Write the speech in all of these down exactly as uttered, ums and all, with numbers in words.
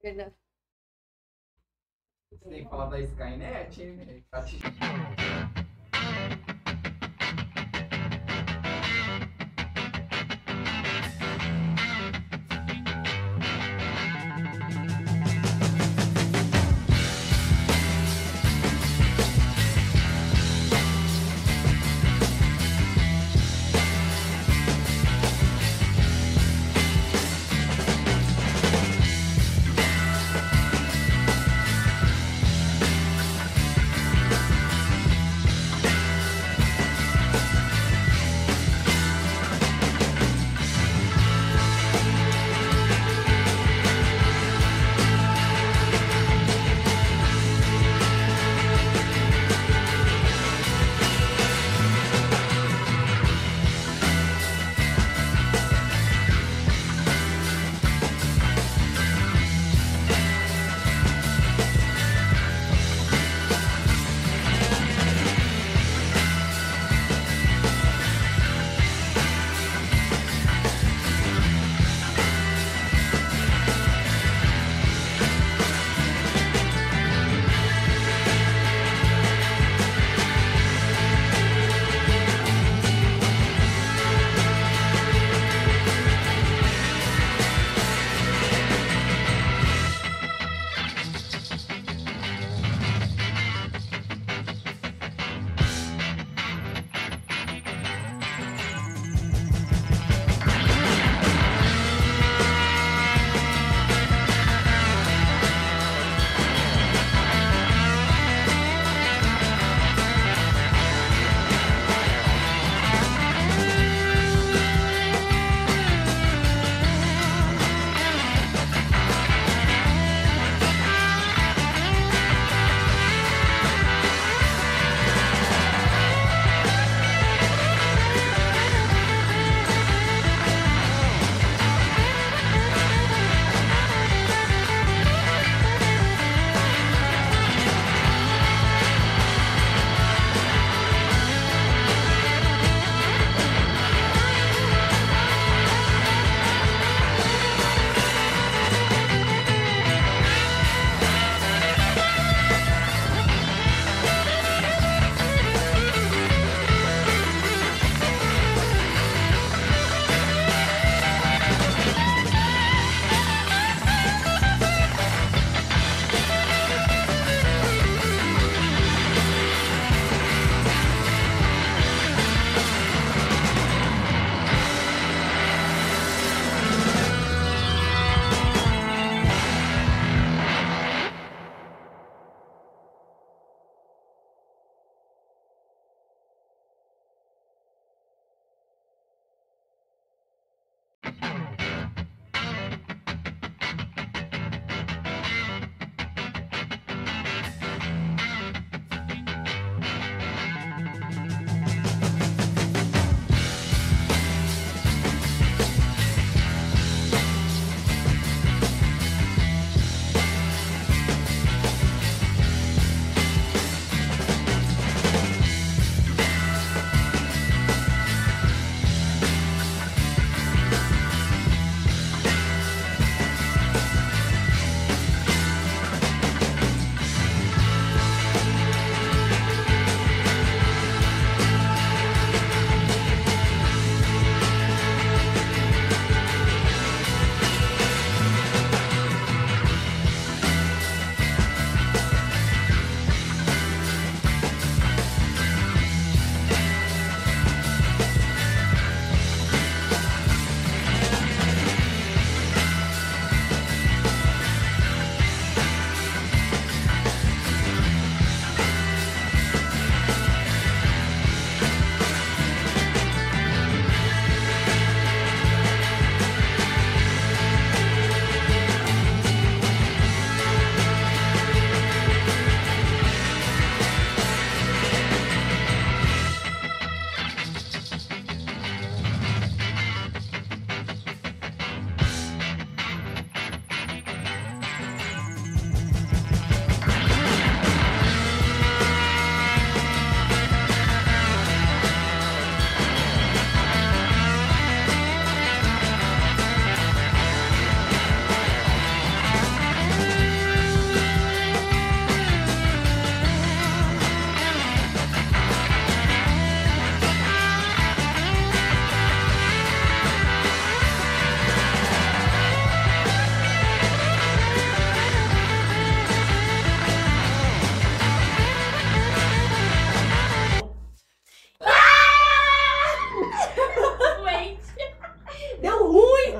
Verdade. Você tem que falar da Skynet, hein? Tá te-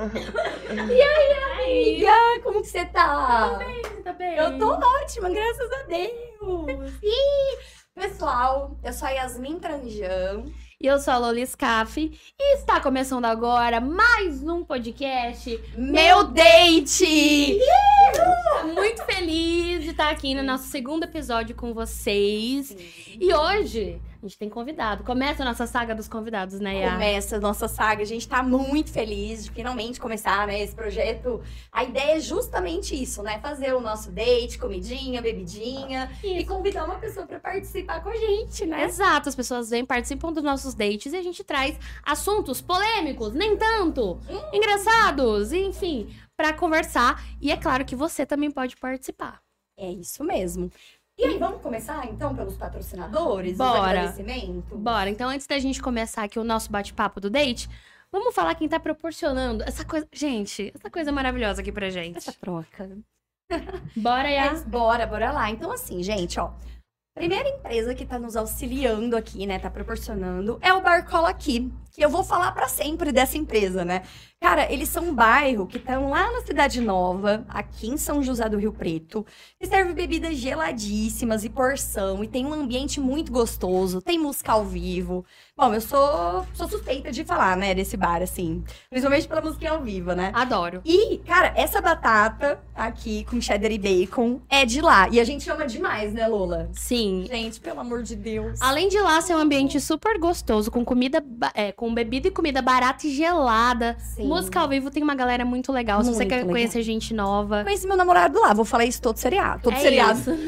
E aí, amiga? Como que você tá? Tá bem, tá bem. Eu tô ótima, graças a Deus. E, pessoal, eu sou a Yasmin Tranjan. E eu sou a Loli Scaff e está começando agora mais um podcast Meu Date! Muito feliz de estar aqui no nosso segundo episódio com vocês. Sim. E hoje a gente tem convidado. Começa a nossa saga dos convidados, né, Yá? Começa a nossa saga, a gente tá muito feliz de finalmente começar, né, esse projeto. A ideia é justamente isso, né, fazer o nosso date, comidinha, bebidinha e convidar uma pessoa pra participar com a gente, né? Exato, as pessoas vêm, participam dos nossos dates e a gente traz assuntos polêmicos, nem tanto, Hum. engraçados, enfim, pra conversar. E é claro que você também pode participar. É isso mesmo. E aí, vamos começar, então, pelos patrocinadores? Os Bora. agradecimentos? Bora, então antes da gente começar aqui o nosso bate-papo do date, vamos falar quem tá proporcionando essa coisa... Gente, essa coisa maravilhosa aqui pra gente. Essa troca. Bora, Yá? Mas bora, bora lá. Então, assim, gente, ó. Primeira empresa que tá nos auxiliando aqui, né, tá proporcionando, é o Barcola Aqui. Que eu vou falar pra sempre dessa empresa, né? Cara, eles são um bairro que estão lá na Cidade Nova, aqui em São José do Rio Preto, que serve bebidas geladíssimas e porção, e tem um ambiente muito gostoso, tem música ao vivo. Bom, eu sou, sou suspeita de falar, né, desse bar, assim, principalmente pela música ao vivo, né? Adoro. E, cara, essa batata aqui com cheddar e bacon é de lá. E a gente ama demais, né, Lola? Sim. Gente, pelo amor de Deus. Além de lá ser um ambiente super gostoso, com comida, ba- é, com bebida e comida barata e gelada. Sim. Música ao vivo tem uma galera muito legal. Se você Muito quer legal. conhecer gente nova. Conheci meu namorado lá, vou falar isso todo seriado. Todo É seriado. isso.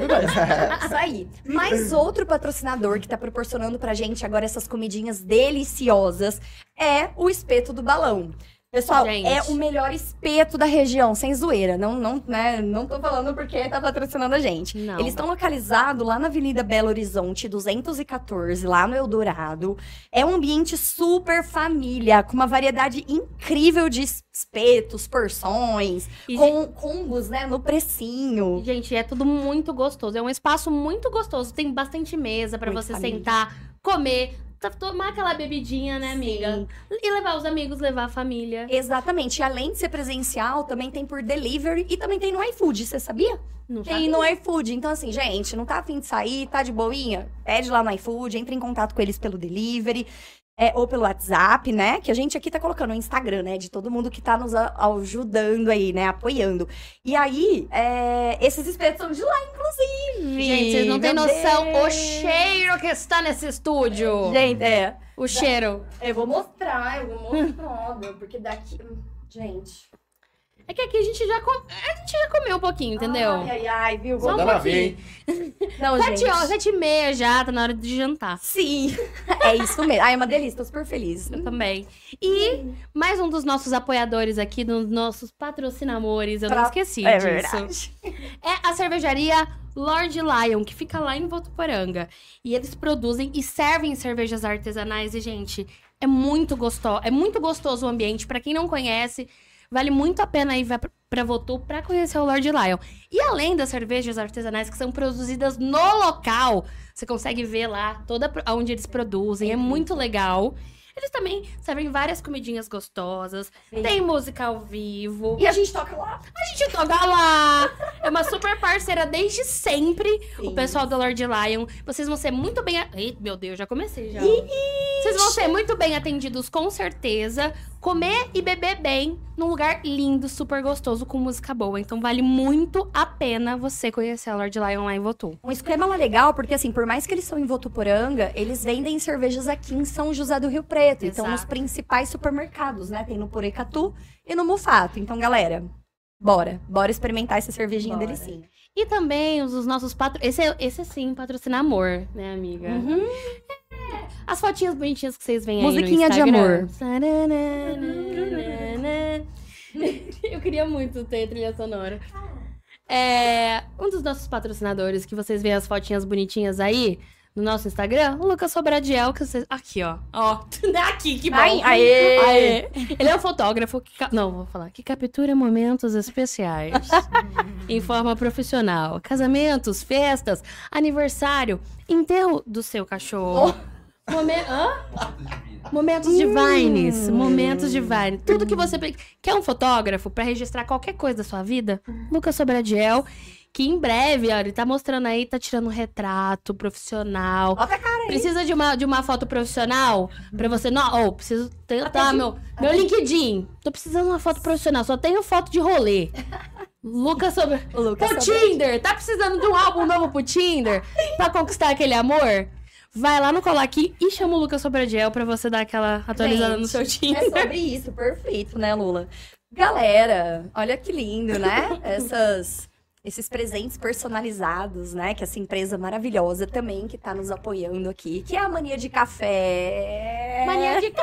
Isso aí. Mais outro patrocinador que tá proporcionando pra gente agora essas comidinhas deliciosas é o Espeto do Balão. Pessoal, Gente. é o melhor espeto da região, sem zoeira. Não, não, né, não tô falando porque tá patrocinando a gente. Não. Eles estão localizados lá na Avenida Belo Horizonte, duzentos e quatorze, lá no Eldorado. É um ambiente super família, com uma variedade incrível de espetos, porções, E, com combos, né, no precinho. Gente, é tudo muito gostoso. É um espaço muito gostoso. Tem bastante mesa pra Muito você família. sentar, comer, t- tomar aquela bebidinha, né, amiga? Sim. E levar os amigos, levar a família. Exatamente. E além de ser presencial, também tem por delivery e também tem no iFood, você sabia? Não Tem sabe? no iFood. Então, assim, gente, não tá afim de sair, tá de boinha? Pede lá no iFood, entra em contato com eles pelo delivery. É, ou pelo WhatsApp, né? Que a gente aqui tá colocando no Instagram, né? De todo mundo que tá nos a- ajudando aí, né? Apoiando. E aí, é, esses espetos são de lá, inclusive. Gente, vocês não têm Meu noção o Deus. cheiro que está nesse estúdio. Gente, é. O cheiro. Eu vou mostrar, eu vou mostrar, porque daqui... Gente... É que aqui a gente já, com... a gente já comeu um pouquinho, entendeu? Ai, ai, ai, viu? Só um Vamos... Manda ver, pouquinho. hein? Não, Sete gente. horas, sete e meia já, tá na hora de jantar. Sim, é isso mesmo. Ai, é uma delícia, tô super feliz. Eu também. E mais um dos nossos apoiadores aqui, dos nossos patrocinamores, eu não Pra- esqueci É disso. verdade. É a cervejaria Lord Lion, que fica lá em Votuporanga. E eles produzem e servem cervejas artesanais. E, gente, é muito gostoso. É muito gostoso o ambiente. Pra quem não conhece, vale muito a pena ir vai pra- pra Votu pra conhecer o Lord Lion. E além das cervejas artesanais que são produzidas no local, você consegue ver lá toda pro- onde eles produzem. É muito legal. Eles também servem várias comidinhas gostosas. Sim. Tem música ao vivo. E a gente toca lá. A gente toca lá. É uma super parceira desde sempre. Sim. O pessoal do Lord Lion. Vocês vão ser muito bem... a- Ih, meu Deus, já comecei já. Vocês vão ser muito bem atendidos, com certeza. Comer e beber bem num lugar lindo, super gostoso, com música boa. Então vale muito a pena você conhecer a Lord Lion lá em Votu. Um esquema lá legal, porque assim, por mais que eles são em Votuporanga, eles vendem cervejas aqui em São José do Rio Preto. Então, Exato. nos principais supermercados, né? Tem no Porecatu e no Mufato. Então, galera, bora. Bora experimentar essa cervejinha Bora. delicinha. E também os, os nossos patro... Esse, é- esse sim, patrocina amor, né, amiga? Uhum. As fotinhas bonitinhas que vocês veem Musiquinha aí de no amor. Instagram. Eu queria muito ter trilha sonora. É, um dos nossos patrocinadores, que vocês veem as fotinhas bonitinhas aí no nosso Instagram, o Lucas Sobradiel, que vocês... Aqui, ó. Ó. Aqui, que bom. Ai, aê! Aê. Ele é um fotógrafo que... ca- Não, vou falar. Que captura momentos especiais. Em forma profissional. Casamentos, festas, aniversário, enterro do seu cachorro. Momen- Hã? Fotos de vida. Momentos de Vines, momentos de Vines. Tudo que você... pe- Quer um fotógrafo pra registrar qualquer coisa da sua vida? Lucas Sobradiel, que em breve, ó, ele tá mostrando aí, tá tirando um retrato profissional. Bota a cara aí. Precisa de uma, de uma foto profissional pra você... Não, oh, preciso tentar de- meu, meu LinkedIn. Tô precisando de uma foto profissional, só tenho foto de rolê. Lucas sobre... O Lucas Pro Sobradiel. Tinder! Tá precisando de um álbum novo pro Tinder? Pra conquistar aquele amor? Vai lá no Colar Aqui e chama o Lucas Sobradiel pra você dar aquela atualizada Gente, no seu Tinder. É sobre isso, perfeito, né, Lula? Galera, olha que lindo, né? Essas, esses presentes personalizados, né? Que essa empresa maravilhosa também que tá nos apoiando aqui, que é a Mania de Café. Mania de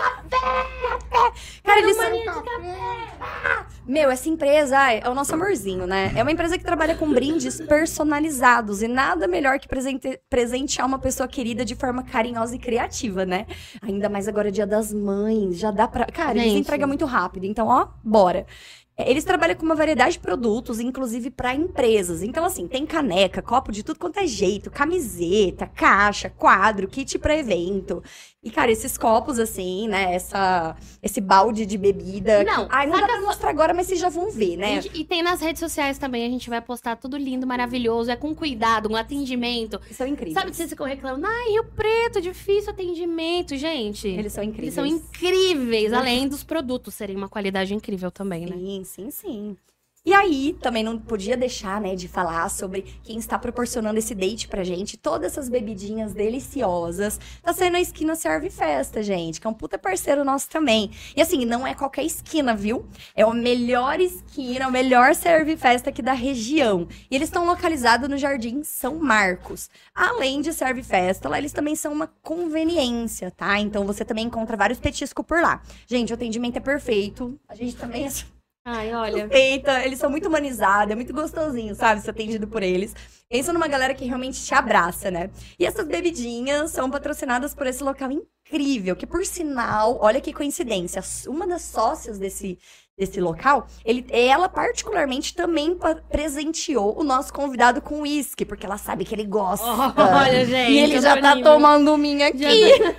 café! Cara, eles são... Mania de café! Meu, essa empresa ai, é o nosso amorzinho, né? É uma empresa que trabalha com brindes personalizados e nada melhor que presente- presentear uma pessoa querida de forma carinhosa e criativa, né? Ainda mais agora é Dia das Mães, já dá pra... Cara, eles Gente. entregam muito rápido, então, ó, bora. É, Eles trabalham com uma variedade de produtos, inclusive para empresas. Então, assim, tem caneca, copo de tudo quanto é jeito, camiseta, caixa, quadro, kit para evento. E, cara, esses copos, assim, né? Essa, esse balde de bebida. Não, Ai, não dá saca pra mostrar agora, mas vocês já vão ver, né? Gente, e tem nas redes sociais também, a gente vai postar tudo lindo, maravilhoso, é com cuidado, um atendimento. Eles são incríveis. Sabe que vocês ficam reclamando, ai, Rio Preto, difícil atendimento, gente. Eles são incríveis. Eles são incríveis, além dos produtos serem uma qualidade incrível também, né? Sim, sim, sim. E aí, também não podia deixar, né, de falar sobre quem está proporcionando esse date pra gente. Todas essas bebidinhas deliciosas. Tá sendo a Esquina Serve Festa, gente, que é um puta parceiro nosso também. E assim, não é qualquer esquina, viu? É a melhor esquina, o melhor Serve Festa aqui da região. E eles estão localizados no Jardim São Marcos. Além de Serve Festa, lá eles também são uma conveniência, tá? Então você também encontra vários petiscos por lá. Gente, o atendimento é perfeito. A gente também é... Ai, olha. Eita, eles são muito humanizados, é muito gostosinho, sabe? Ser atendido por eles. Pensa numa galera que realmente te abraça, né? E essas bebidinhas são patrocinadas por esse local incrível, que por sinal, olha que coincidência, uma das sócias desse, desse local, ele, ela particularmente também pa- presenteou o nosso convidado com uísque, porque ela sabe que ele gosta. Olha, gente. e ele eu já tô tá anima. tomando minha aqui. Já-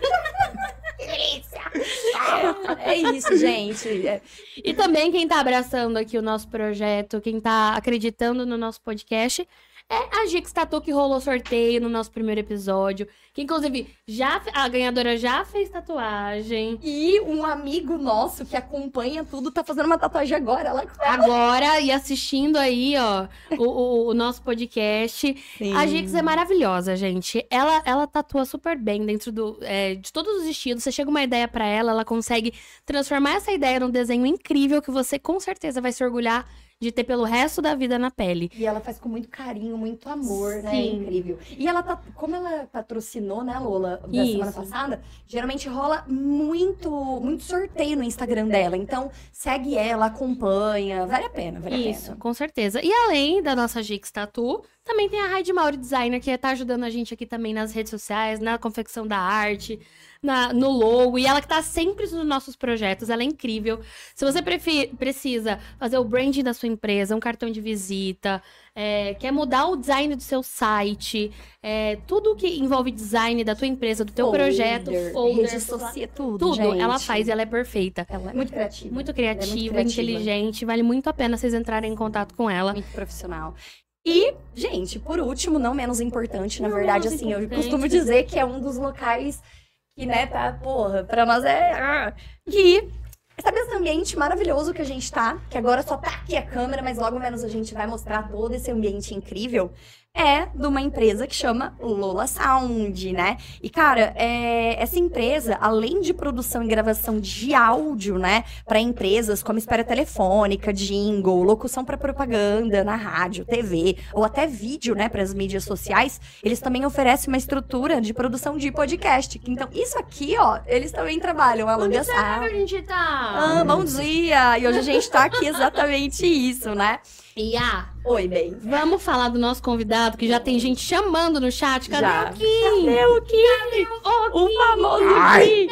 É isso, gente. É, E também quem tá abraçando aqui o nosso projeto, quem tá acreditando no nosso podcast, é a Gix Tatu, que rolou sorteio no nosso primeiro episódio. Que, inclusive, já, fe- a ganhadora já fez tatuagem. E um amigo nosso que acompanha tudo tá fazendo uma tatuagem agora. Ela... Agora, e assistindo aí, ó, o, o- o nosso podcast. A Gix é maravilhosa, gente. Ela, ela tatua super bem dentro do, é, de todos os estilos. Você chega uma ideia pra ela, ela consegue transformar essa ideia num desenho incrível que você com certeza vai se orgulhar de ter pelo resto da vida na pele. E ela faz com muito carinho, muito amor, né? É Sim. incrível. E ela tá, como ela patrocinou, né, Lola, da Isso. semana passada, geralmente rola muito, muito sorteio no Instagram dela. Então, segue ela, acompanha. Vale a pena, vale a Isso, pena. com certeza. E além da nossa Gix Tatu, também tem a Raid Mauri Designer, que tá ajudando a gente aqui também nas redes sociais, na confecção da arte, na, no logo. E ela que tá sempre nos nossos projetos, ela é incrível. Se você prefi- precisa fazer o branding da sua empresa, um cartão de visita, é, quer mudar o design do seu site, é, tudo que envolve design da tua empresa, do teu projeto, folder, rede social, tudo, tudo, gente. ela faz e ela é perfeita. Ela é muito criativa. Muito Ela é criativa, muito criativa. inteligente, vale muito a pena vocês entrarem em contato com ela. Muito profissional. E, gente, por último, não menos importante, na Não verdade, menos assim, eu importante. costumo dizer que é um dos locais que, né, tá, porra, pra nós é... ah, que... Sabe esse ambiente maravilhoso que a gente tá? Que agora só tá aqui a câmera, mas logo menos a gente vai mostrar todo esse ambiente incrível. É de uma empresa que chama Lola Sound, né? E, cara, é, essa empresa, além de produção e gravação de áudio, né? Para empresas como espera telefônica, jingle, locução para propaganda na rádio, T V, ou até vídeo, né? Para as mídias sociais, eles também oferecem uma estrutura de produção de podcast. Então, isso aqui, ó, eles também trabalham. A Lola Onde será que a Sound. gente tá? Ah, bom dia! E hoje a gente tá aqui exatamente isso, né? E ah, Oi, bem. vamos falar do nosso convidado, que já tem gente chamando no chat. Cadê Já. o Kim? Cadê o Kim? Ô, O Kim, famoso Ai. Kim!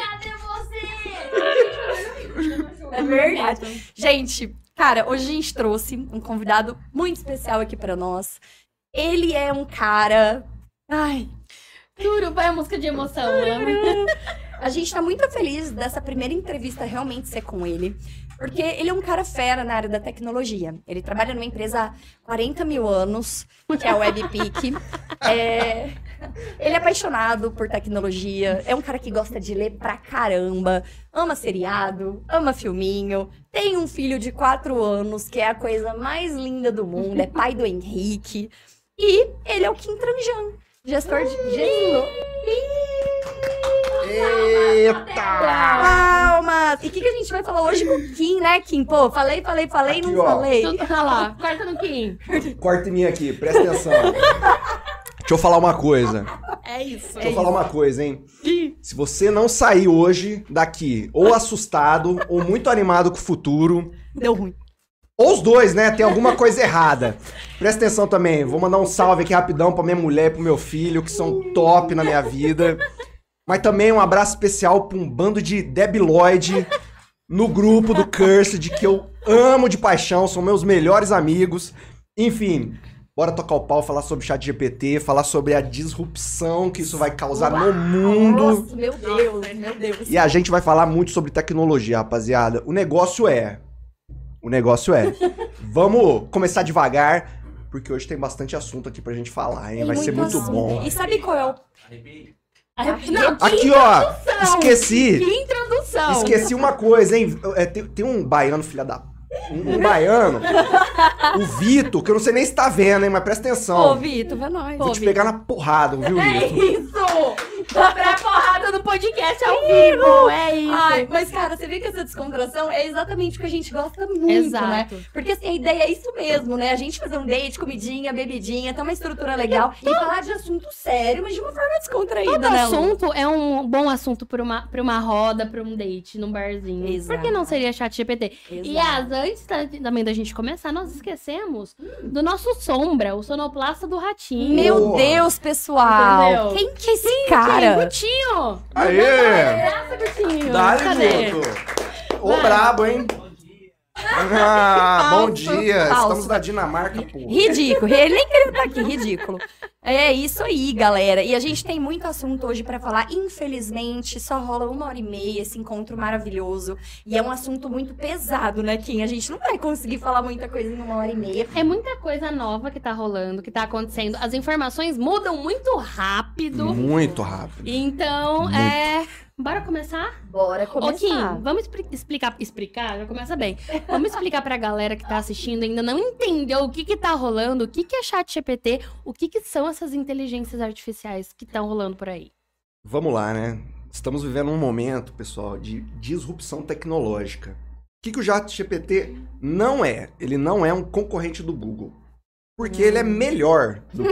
cadê você? É verdade. Gente, cara, hoje a gente trouxe um convidado muito especial aqui pra nós. Ele é um cara... Ai... Turu, vai a música de emoção. né? A gente tá muito feliz dessa primeira entrevista realmente ser com ele, porque ele é um cara fera na área da tecnologia. Ele trabalha numa empresa há quarenta mil anos, que é a Webpic. É... Ele é apaixonado por tecnologia, é um cara que gosta de ler pra caramba, ama seriado, ama filminho, tem um filho de quatro anos, que é a coisa mais linda do mundo, é pai do Henrique. E ele é o Kim Tranjan, gestor de... Gestor... Eita! Palmas! E o que, que a gente vai falar hoje com o Kim, né, Kim? Pô, falei, falei, falei, Aqui, não ó. falei. Olha lá, corta no Kim. Corta em mim aqui, presta atenção. Deixa eu falar uma coisa. É isso. Deixa eu falar uma coisa, hein? Se você não sair hoje daqui ou assustado ou muito animado com o futuro, Deu ruim. ou os dois, né? Tem alguma coisa errada. Presta atenção também. Vou mandar um salve aqui rapidão pra minha mulher e pro meu filho, que são top na minha vida. Mas também um abraço especial pra um bando de debiloide no grupo do Cursed, que eu amo de paixão, são meus melhores amigos. Enfim, bora tocar o pau, falar sobre chat G P T, falar sobre a disrupção que isso vai causar no mundo. Nossa, meu Deus, meu Deus. E a gente vai falar muito sobre tecnologia, rapaziada. O negócio é... O negócio é... Vamos começar devagar, porque hoje tem bastante assunto aqui pra gente falar, hein? Tem Vai ser muito assunto. bom. E sabe qual é o... Não, que Aqui, ó, introdução! esqueci. Que introdução! Esqueci uma coisa, hein? É, tem, tem um baiano, filha da... Um, um baiano, o Vitor, que eu não sei nem se tá vendo, hein? Mas presta Ô, atenção. Vitor, vai nós. Vou te pegar na porrada, viu, É Vitor? isso! Pra porrada do podcast ao vivo! É isso! Ai, mas, cara, você vê que essa descontração é exatamente o que a gente gosta muito, Exato. né? Porque, assim, a ideia é isso mesmo, né? A gente fazer um date, comidinha, bebidinha, ter uma estrutura legal e falar de assunto sério, mas de uma forma descontraída, Todo né, Lu? assunto é um bom assunto pra uma, pra uma roda, pra um date, num barzinho. Exato. Por que não seria chat G P T? E as, antes da- também da gente começar, nós esquecemos do nosso Sombra, o sonoplasta do Ratinho. Meu Boa. Deus, pessoal! Entendeu? Quem que é esse cara? Gutinho! Aê! Graça, Gutinho! Dá-lhe, Cadê? Guto. Ô, Vai. brabo, hein? Ah, bom Falso, dia. falso. Estamos na Dinamarca, pô. Ridículo. Ele nem queria estar aqui, ridículo. É isso aí, galera. E a gente tem muito assunto hoje pra falar. Infelizmente, só rola uma hora e meia esse encontro maravilhoso. E é um assunto muito pesado, né, Kim? A gente não vai conseguir falar muita coisa em uma hora e meia. É muita coisa nova que tá rolando, que tá acontecendo. As informações mudam muito rápido. Muito rápido. Então, Muito. é... Bora começar? Bora Ô, começar. Kim, vamos expli- explicar... Explicar? Já começa bem. Vamos explicar pra galera que tá assistindo e ainda não entendeu o que que tá rolando, o que que é chat G P T, o que que são essas inteligências artificiais que estão rolando por aí. Vamos lá, né? Estamos vivendo um momento, pessoal, de disrupção tecnológica. O que, que o chat G P T não é? Ele não é um concorrente do Google. Porque ele é melhor do que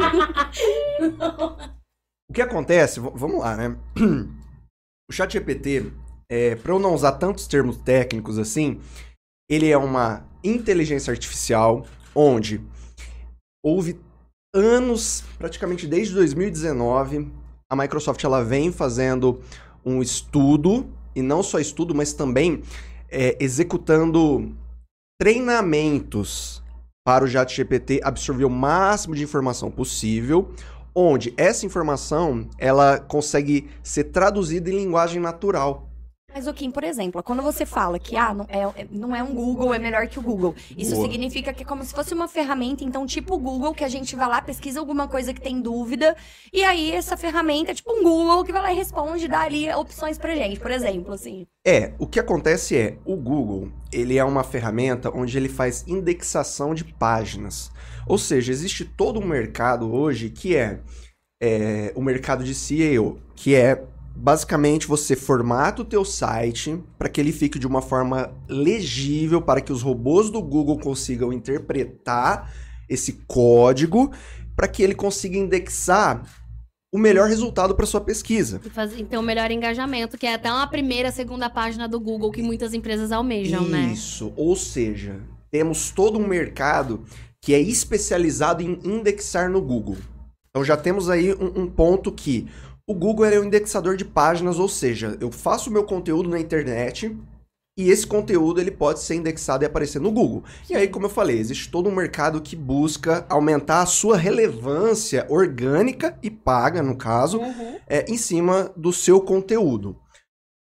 o Google. O que acontece? V- vamos lá, né? O chat G P T, é, para eu não usar tantos termos técnicos assim, ele é uma inteligência artificial onde houve anos, praticamente desde dois mil e dezenove, a Microsoft ela vem fazendo um estudo, e não só estudo, mas também é, executando treinamentos para o chat G P T absorver o máximo de informação possível, onde essa informação ela consegue ser traduzida em linguagem natural. Mas, o Kim, por exemplo, quando você fala que ah, não, é, não é um Google, é melhor que o Google, isso Boa. significa que é como se fosse uma ferramenta, então, tipo o Google, que a gente vai lá, pesquisa alguma coisa que tem dúvida, e aí essa ferramenta é tipo um Google que vai lá e responde, dá ali opções pra gente, por exemplo, assim. É, o que acontece é, o Google, ele é uma ferramenta onde ele faz indexação de páginas. Ou seja, existe todo um mercado hoje que é, é o mercado de S E O, que é basicamente você formata o teu site para que ele fique de uma forma legível, para que os robôs do Google consigam interpretar esse código, para que ele consiga indexar o melhor resultado para sua pesquisa. E fazer, então, o melhor engajamento, que é até uma primeira, segunda página do Google que muitas empresas almejam, né? Isso, ou seja, temos todo um mercado que é especializado em indexar no Google. Então já temos aí um, um ponto que o Google é um indexador de páginas, ou seja, eu faço o meu conteúdo na internet e esse conteúdo ele pode ser indexado e aparecer no Google. E aí, como eu falei, existe todo um mercado que busca aumentar a sua relevância orgânica e paga, no caso, Uhum. é, em cima do seu conteúdo.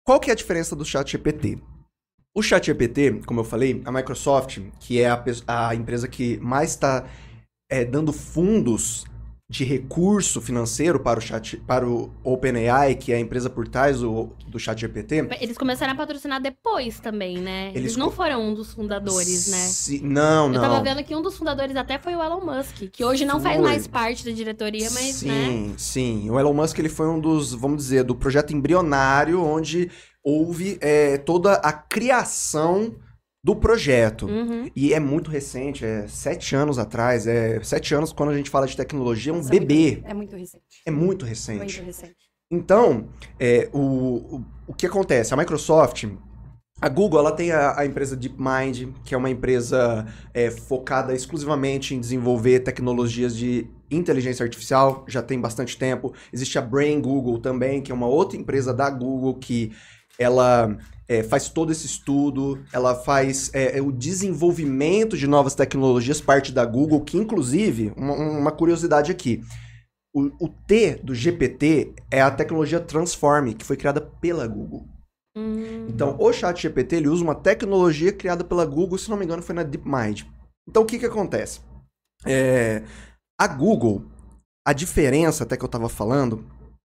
qual que é a diferença do ChatGPT? O ChatGPT, como eu falei, a Microsoft, que é a, a empresa que mais está é, dando fundos de recurso financeiro para o, chat, para o OpenAI, que é a empresa por trás do, do ChatGPT. Eles começaram a patrocinar depois também, né? Eles, Eles não co- foram um dos fundadores, né? Se, não, não. Eu tava vendo que um dos fundadores até foi o Elon Musk, que hoje não faz Foi. mais parte da diretoria, mas, sim, né? sim. O Elon Musk ele foi um dos, vamos dizer, do projeto embrionário, onde houve é, toda a criação do projeto. Uhum. E é muito recente, é sete anos atrás, é sete anos quando a gente fala de tecnologia, é um Nossa, bebê. Muito, é muito recente. É muito recente. Muito recente. Então, é, o, o, o que acontece? A Microsoft, a Google, ela tem a, a empresa DeepMind, que é uma empresa é, focada exclusivamente em desenvolver tecnologias de inteligência artificial, já tem bastante tempo. Existe a Brain Google também, que é uma outra empresa da Google que ela é, faz todo esse estudo, ela faz é, o desenvolvimento de novas tecnologias, parte da Google, que inclusive, uma, uma curiosidade aqui, o, o T do G P T é a tecnologia Transform, que foi criada pela Google. Hum. Então, o ChatGPT, ele usa uma tecnologia criada pela Google, se não me engano, foi na DeepMind. Então, o que que acontece? É, a Google, a diferença, até que eu estava falando,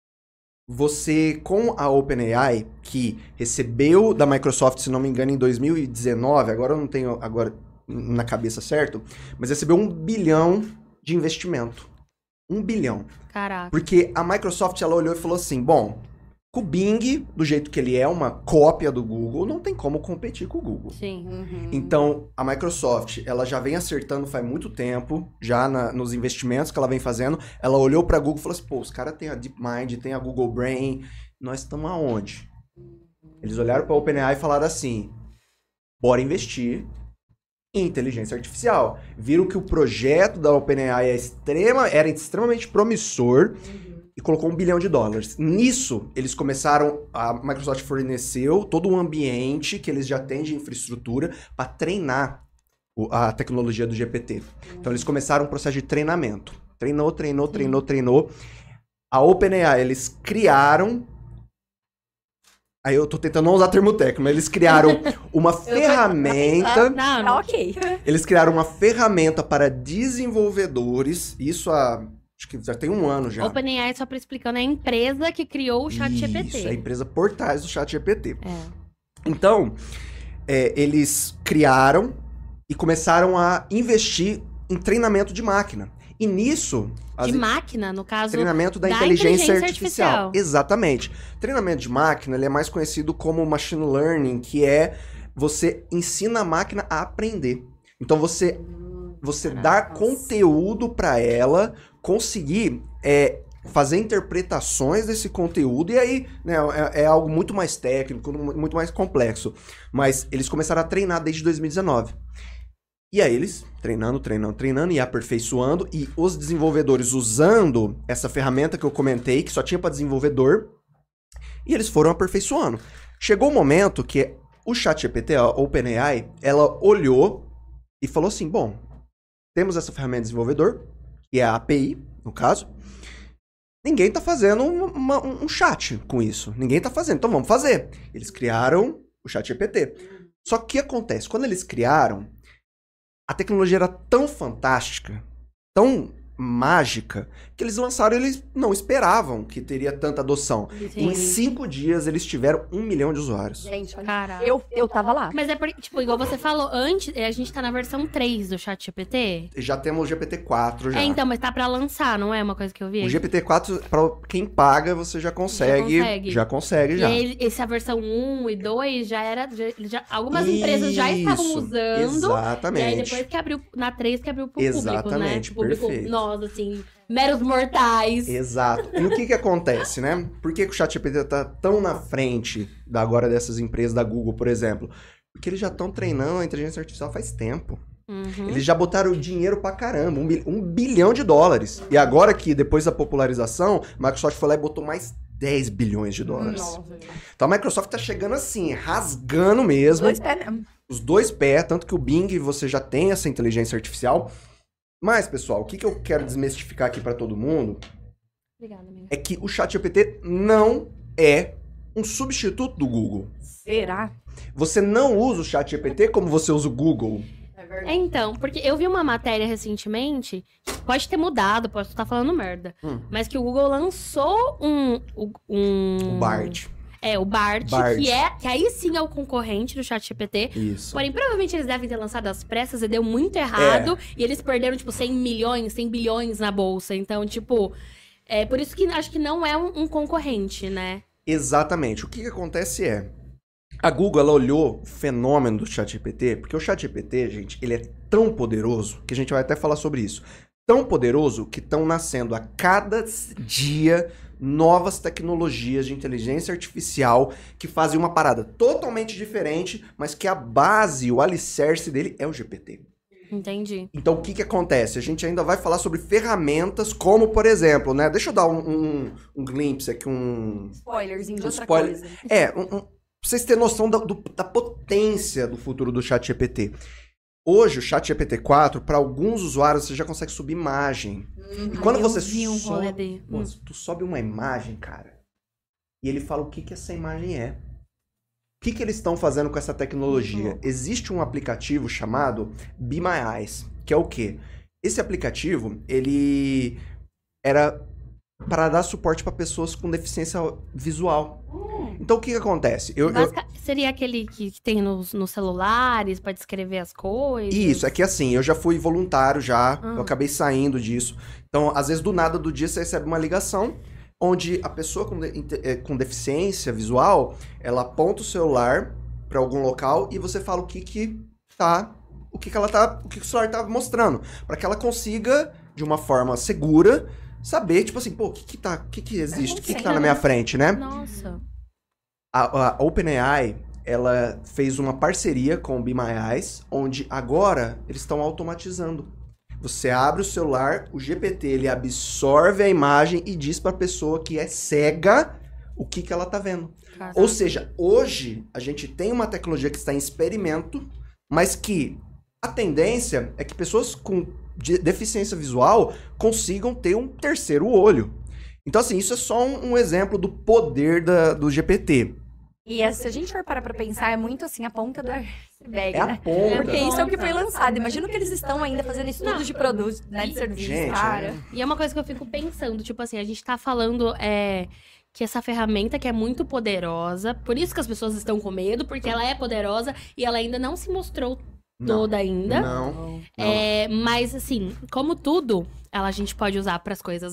você, com a OpenAI, que recebeu da Microsoft, se não me engano, em dois mil e dezenove, agora eu não tenho agora na cabeça certo, mas recebeu um bilhão de investimento. Um bilhão. Caraca. Porque a Microsoft, ela olhou e falou assim, bom, com o Bing, do jeito que ele é, uma cópia do Google, não tem como competir com o Google. Sim. Uhum. Então, a Microsoft, ela já vem acertando faz muito tempo, já na- nos investimentos que ela vem fazendo. Ela olhou pra Google e falou assim, pô, os caras têm a DeepMind, tem a Google Brain, nós estamos aonde? Eles olharam pra OpenAI e falaram assim, bora investir em inteligência artificial. Viram que o projeto da OpenAI é extrema, era extremamente promissor, e colocou um bilhão de dólares. Nisso, eles começaram, a Microsoft forneceu todo um ambiente que eles já têm de infraestrutura para treinar o- a tecnologia do G P T. Então, eles começaram um processo de treinamento. Treinou, treinou, treinou, treinou. A OpenAI, eles criaram... Aí eu tô tentando não usar termo técnico, mas eles criaram uma ferramenta... Não, Tá não. ok. Eles criaram uma ferramenta para desenvolvedores, isso há, acho que já tem um ano já. OpenAI, só pra explicando, é a empresa que criou o chat G P T. Isso, é a empresa por trás do ChatGPT. É. Então, é, eles criaram e começaram a investir em treinamento de máquina. E nisso... De as- máquina, no caso. Treinamento da, da inteligência, inteligência artificial. artificial. Exatamente. Treinamento de máquina, ele é mais conhecido como machine learning, que é você ensina a máquina a aprender. Então você você dá conteúdo para ela conseguir é, fazer interpretações desse conteúdo, e aí né, é, é algo muito mais técnico, muito mais complexo. Mas eles começaram a treinar desde dois mil e dezenove. E aí eles treinando, treinando, treinando e aperfeiçoando, e os desenvolvedores usando essa ferramenta que eu comentei, que só tinha para desenvolvedor, e eles foram aperfeiçoando. Chegou o momento que o ChatGPT, a OpenAI, ela olhou e falou assim, bom, temos essa ferramenta de desenvolvedor, que é a A P I, no caso, ninguém está fazendo uma, um chat com isso, ninguém está fazendo, então vamos fazer. Eles criaram o ChatGPT. Só que o que acontece? Quando eles criaram, a tecnologia era tão fantástica, tão mágica, que eles lançaram e eles não esperavam que teria tanta adoção. Sim. Em cinco dias, eles tiveram um milhão de usuários. Gente, olha, Caraca. eu, eu tava lá. Mas é porque, tipo, igual você falou, antes, a gente tá na versão três do chat G P T. Já temos o G P T quatro já. É, então, mas tá pra lançar, não é uma coisa que eu vi? O G P T quatro, pra quem paga, você já consegue. Já consegue. Já consegue, E já. aí, essa versão um e dois já era. Já, já- algumas empresas já estavam Isso, usando. Exatamente. E aí depois que abriu, na três que abriu pro Exatamente, público, né? Pro público, perfeito. nós, assim, meros mortais. Exato. E o que que acontece, né? Por que, que o ChatGPT tá tão na frente da, agora dessas empresas da Google, por exemplo? Porque eles já estão treinando a inteligência artificial faz tempo. Uhum. Eles já botaram dinheiro pra caramba, um, bil- um bilhão de dólares. E agora que, depois da popularização, a Microsoft foi lá e botou mais dez bilhões de dólares. Nossa. Então a Microsoft tá chegando assim, rasgando mesmo. Dois pés mesmo. Os dois pés, tanto que o Bing você já tem essa inteligência artificial. Mas, pessoal, o que, que eu quero desmistificar aqui pra todo mundo Obrigada, amiga. é que o ChatGPT não é um substituto do Google. Será? Você não usa o ChatGPT como você usa o Google. É É, verdade. então, porque eu vi uma matéria recentemente, pode ter mudado, posso estar falando merda, Hum. mas que o Google lançou um... um O Bard. É, o Bard, Bard. Que, é, que aí sim é o concorrente do ChatGPT. Isso. Porém, provavelmente eles devem ter lançado às pressas e deu muito errado. É. E eles perderam, tipo, cem milhões, cem bilhões na bolsa. Então, tipo, é por isso que acho que não é um, um concorrente, né? Exatamente. O que, que acontece é... A Google, ela olhou o fenômeno do ChatGPT, porque o ChatGPT, gente, ele é tão poderoso, que a gente vai até falar sobre isso. Tão poderoso que estão nascendo a cada dia novas tecnologias de inteligência artificial que fazem uma parada totalmente diferente, mas que a base, o alicerce dele é o G P T. Entendi. Então, o que que acontece? A gente ainda vai falar sobre ferramentas como, por exemplo, né? Deixa eu dar um, um, um glimpse aqui, um... Spoilerzinho de Um outra spoiler. coisa. É, um, um, pra vocês terem noção da, do- da potência do futuro do ChatGPT. Hoje, o ChatGPT quatro, para alguns usuários, você já consegue subir imagem. E quando eu você vi um rolê sobe, dele. Pô, Hum. tu sobe uma imagem, cara, e ele fala o que, que essa imagem é. O que, que eles estão fazendo com essa tecnologia? Uhum. Existe um aplicativo chamado Be My Eyes, que é o quê? Esse aplicativo, ele era para dar suporte para pessoas com deficiência visual. Então, o que, que acontece? Eu, eu- Basica- Seria aquele que, que tem nos, nos celulares pra descrever as coisas? Isso, é que assim, eu já fui voluntário já, Ah. eu acabei saindo disso. Então, às vezes, do nada do dia, você recebe uma ligação onde a pessoa com, de- inte- eh, com deficiência visual, ela aponta o celular para algum local e você fala o que que tá, o que que ela tá, o que que o celular tá mostrando, para que ela consiga, de uma forma segura, saber, tipo assim, pô, o que que tá, o que que existe, o que que tá na minha frente, né? Nossa. A, a OpenAI, ela fez uma parceria com o Be My Eyes, onde agora eles estão automatizando. Você abre o celular, o G P T ele absorve a imagem e diz para a pessoa que é cega o que, que ela tá vendo. Ou seja, hoje a gente tem uma tecnologia que está em experimento, mas que a tendência é que pessoas com de- deficiência visual consigam ter um terceiro olho. Então, assim, isso é só um, um exemplo do poder da- do G P T. E é, se a gente for parar pra pensar, é muito assim a ponta do iceberg, É a né? ponta. Porque isso é o que foi lançado. Imagina que eles estão ainda fazendo estudos de produtos, né? De serviço, Gente, cara. é. E é uma coisa que eu fico pensando, tipo assim, a gente tá falando é, que essa ferramenta que é muito poderosa, por isso que as pessoas estão com medo, porque ela é poderosa e ela ainda não se mostrou toda ainda. Não. não. É, mas assim, como tudo, ela a gente pode usar para as coisas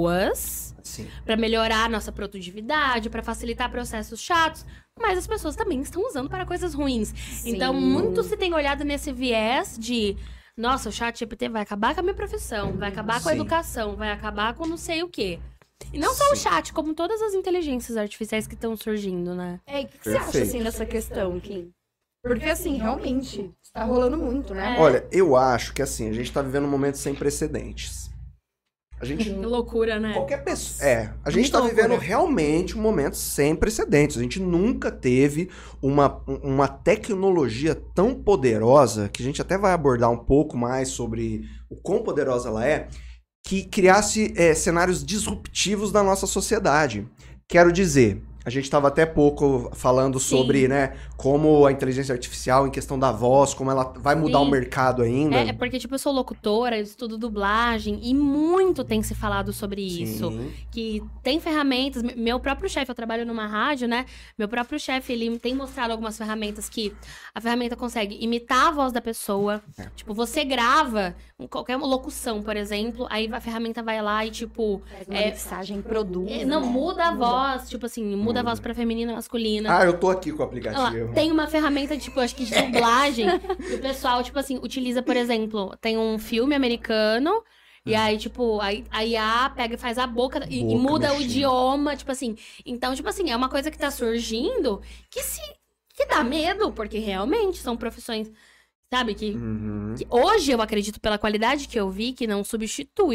boas, Sim. para melhorar a nossa produtividade, para facilitar processos chatos, mas as pessoas também estão usando para coisas ruins. Então, muito se tem olhado nesse viés de, nossa, o chat G P T vai acabar com a minha profissão, vai acabar com a Sim. educação, vai acabar com não sei o quê. E não só o Sim. chat, como todas as inteligências artificiais que estão surgindo, né? É, o que, que você acha Perfeito. assim dessa questão, Kim? Porque assim, realmente, está rolando muito, né? Olha, eu acho que assim, a gente tá vivendo um momento sem precedentes. A gente. Que loucura, né? Qualquer pessoa. É, a gente Muito tá loucura. vivendo realmente um momento sem precedentes. A gente nunca teve uma, uma tecnologia tão poderosa, que a gente até vai abordar um pouco mais sobre o quão poderosa ela é, que criasse é, cenários disruptivos da nossa sociedade. Quero dizer, a gente estava até pouco falando Sim. sobre, né, como a inteligência artificial em questão da voz, como ela vai mudar Sim. o mercado ainda. É, é porque, tipo, eu sou locutora, eu estudo dublagem, e muito tem se falado sobre isso. Sim. Que tem ferramentas, me- meu próprio chefe, eu trabalho numa rádio, né? Meu próprio chefe, ele tem mostrado algumas ferramentas que a ferramenta consegue imitar a voz da pessoa. É. Tipo, você grava um- qualquer locução, por exemplo, aí a ferramenta vai lá e, tipo, Faz uma é, mixagem, produz. é, não, né? muda a voz, tipo assim, muda, Muda. a voz pra feminina, masculina. Ah, eu tô aqui com o Olha lá, aplicativo. tem uma ferramenta, tipo, acho que de dublagem, que o pessoal, tipo assim, utiliza, por exemplo, tem um filme americano, e aí, tipo, aí a I A pega e faz a boca, e, e Boca muda o mexendo. idioma, tipo assim. Então, tipo assim, é uma coisa que tá surgindo que se que dá medo, porque realmente são profissões, sabe, que, Uhum. que hoje eu acredito pela qualidade que eu vi que não substitui,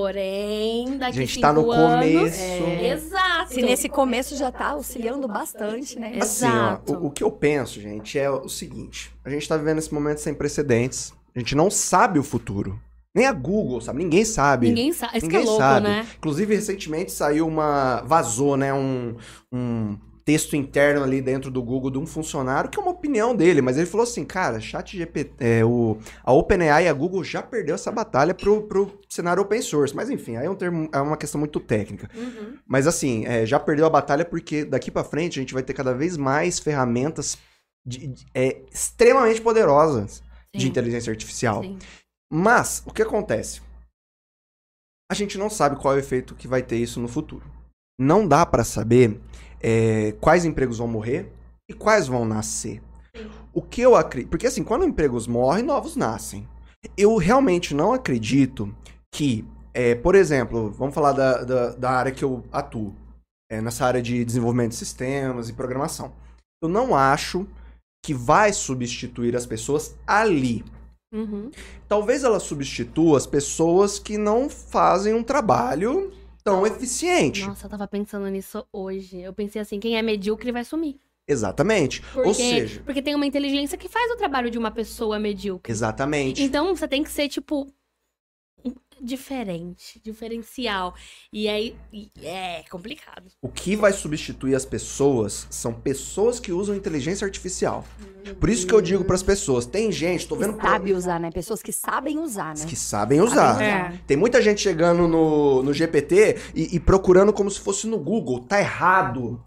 porém, A daqui gente cinco tá no anos... começo. É, exato. Se nesse começo já tá auxiliando bastante, né? Assim, ó, Exato. o, o que eu penso, gente, é o seguinte. A gente tá vivendo esse momento sem precedentes. A gente não sabe o futuro. Nem a Google sabe, ninguém sabe. Ninguém sabe. Isso que é Ninguém louco, sabe. né? Inclusive, recentemente saiu uma... Vazou, né? Um, um, texto interno ali dentro do Google de um funcionário, que é uma opinião dele, mas ele falou assim, cara, ChatGPT, é, o, a OpenAI e a Google já perdeu essa batalha pro, pro cenário open source. Mas enfim, aí é, um termo, é uma questão muito técnica. Uhum. Mas assim, é, já perdeu a batalha porque daqui pra frente a gente vai ter cada vez mais ferramentas de, de, é, extremamente poderosas Sim. de inteligência artificial. Sim. Mas, o que acontece? A gente não sabe qual é o efeito que vai ter isso no futuro. Não dá pra saber é, quais empregos vão morrer e quais vão nascer. Sim. O que eu acredito... Porque assim, quando empregos morrem, novos nascem. Eu realmente não acredito que, é, por exemplo, vamos falar da, da, da área que eu atuo, é, nessa área de desenvolvimento de sistemas e programação. Eu não acho que vai substituir as pessoas ali. Uhum. Talvez ela substitua as pessoas que não fazem um trabalho tão eficiente. Nossa, eu tava pensando nisso hoje. Eu pensei assim, quem é medíocre vai sumir. Exatamente. Porque, Ou seja, porque tem uma inteligência que faz o trabalho de uma pessoa medíocre. exatamente. Então você tem que ser, tipo, diferente, diferencial. E aí e é complicado. O que vai substituir as pessoas são pessoas que usam inteligência artificial. Por isso que eu digo pras pessoas, tem gente, tô vendo... Que sabe usar, né? Pessoas que sabem usar, né? que sabem usar. Sabem É. Tem muita gente chegando no, no G P T e, e procurando como se fosse no Google. Tá errado.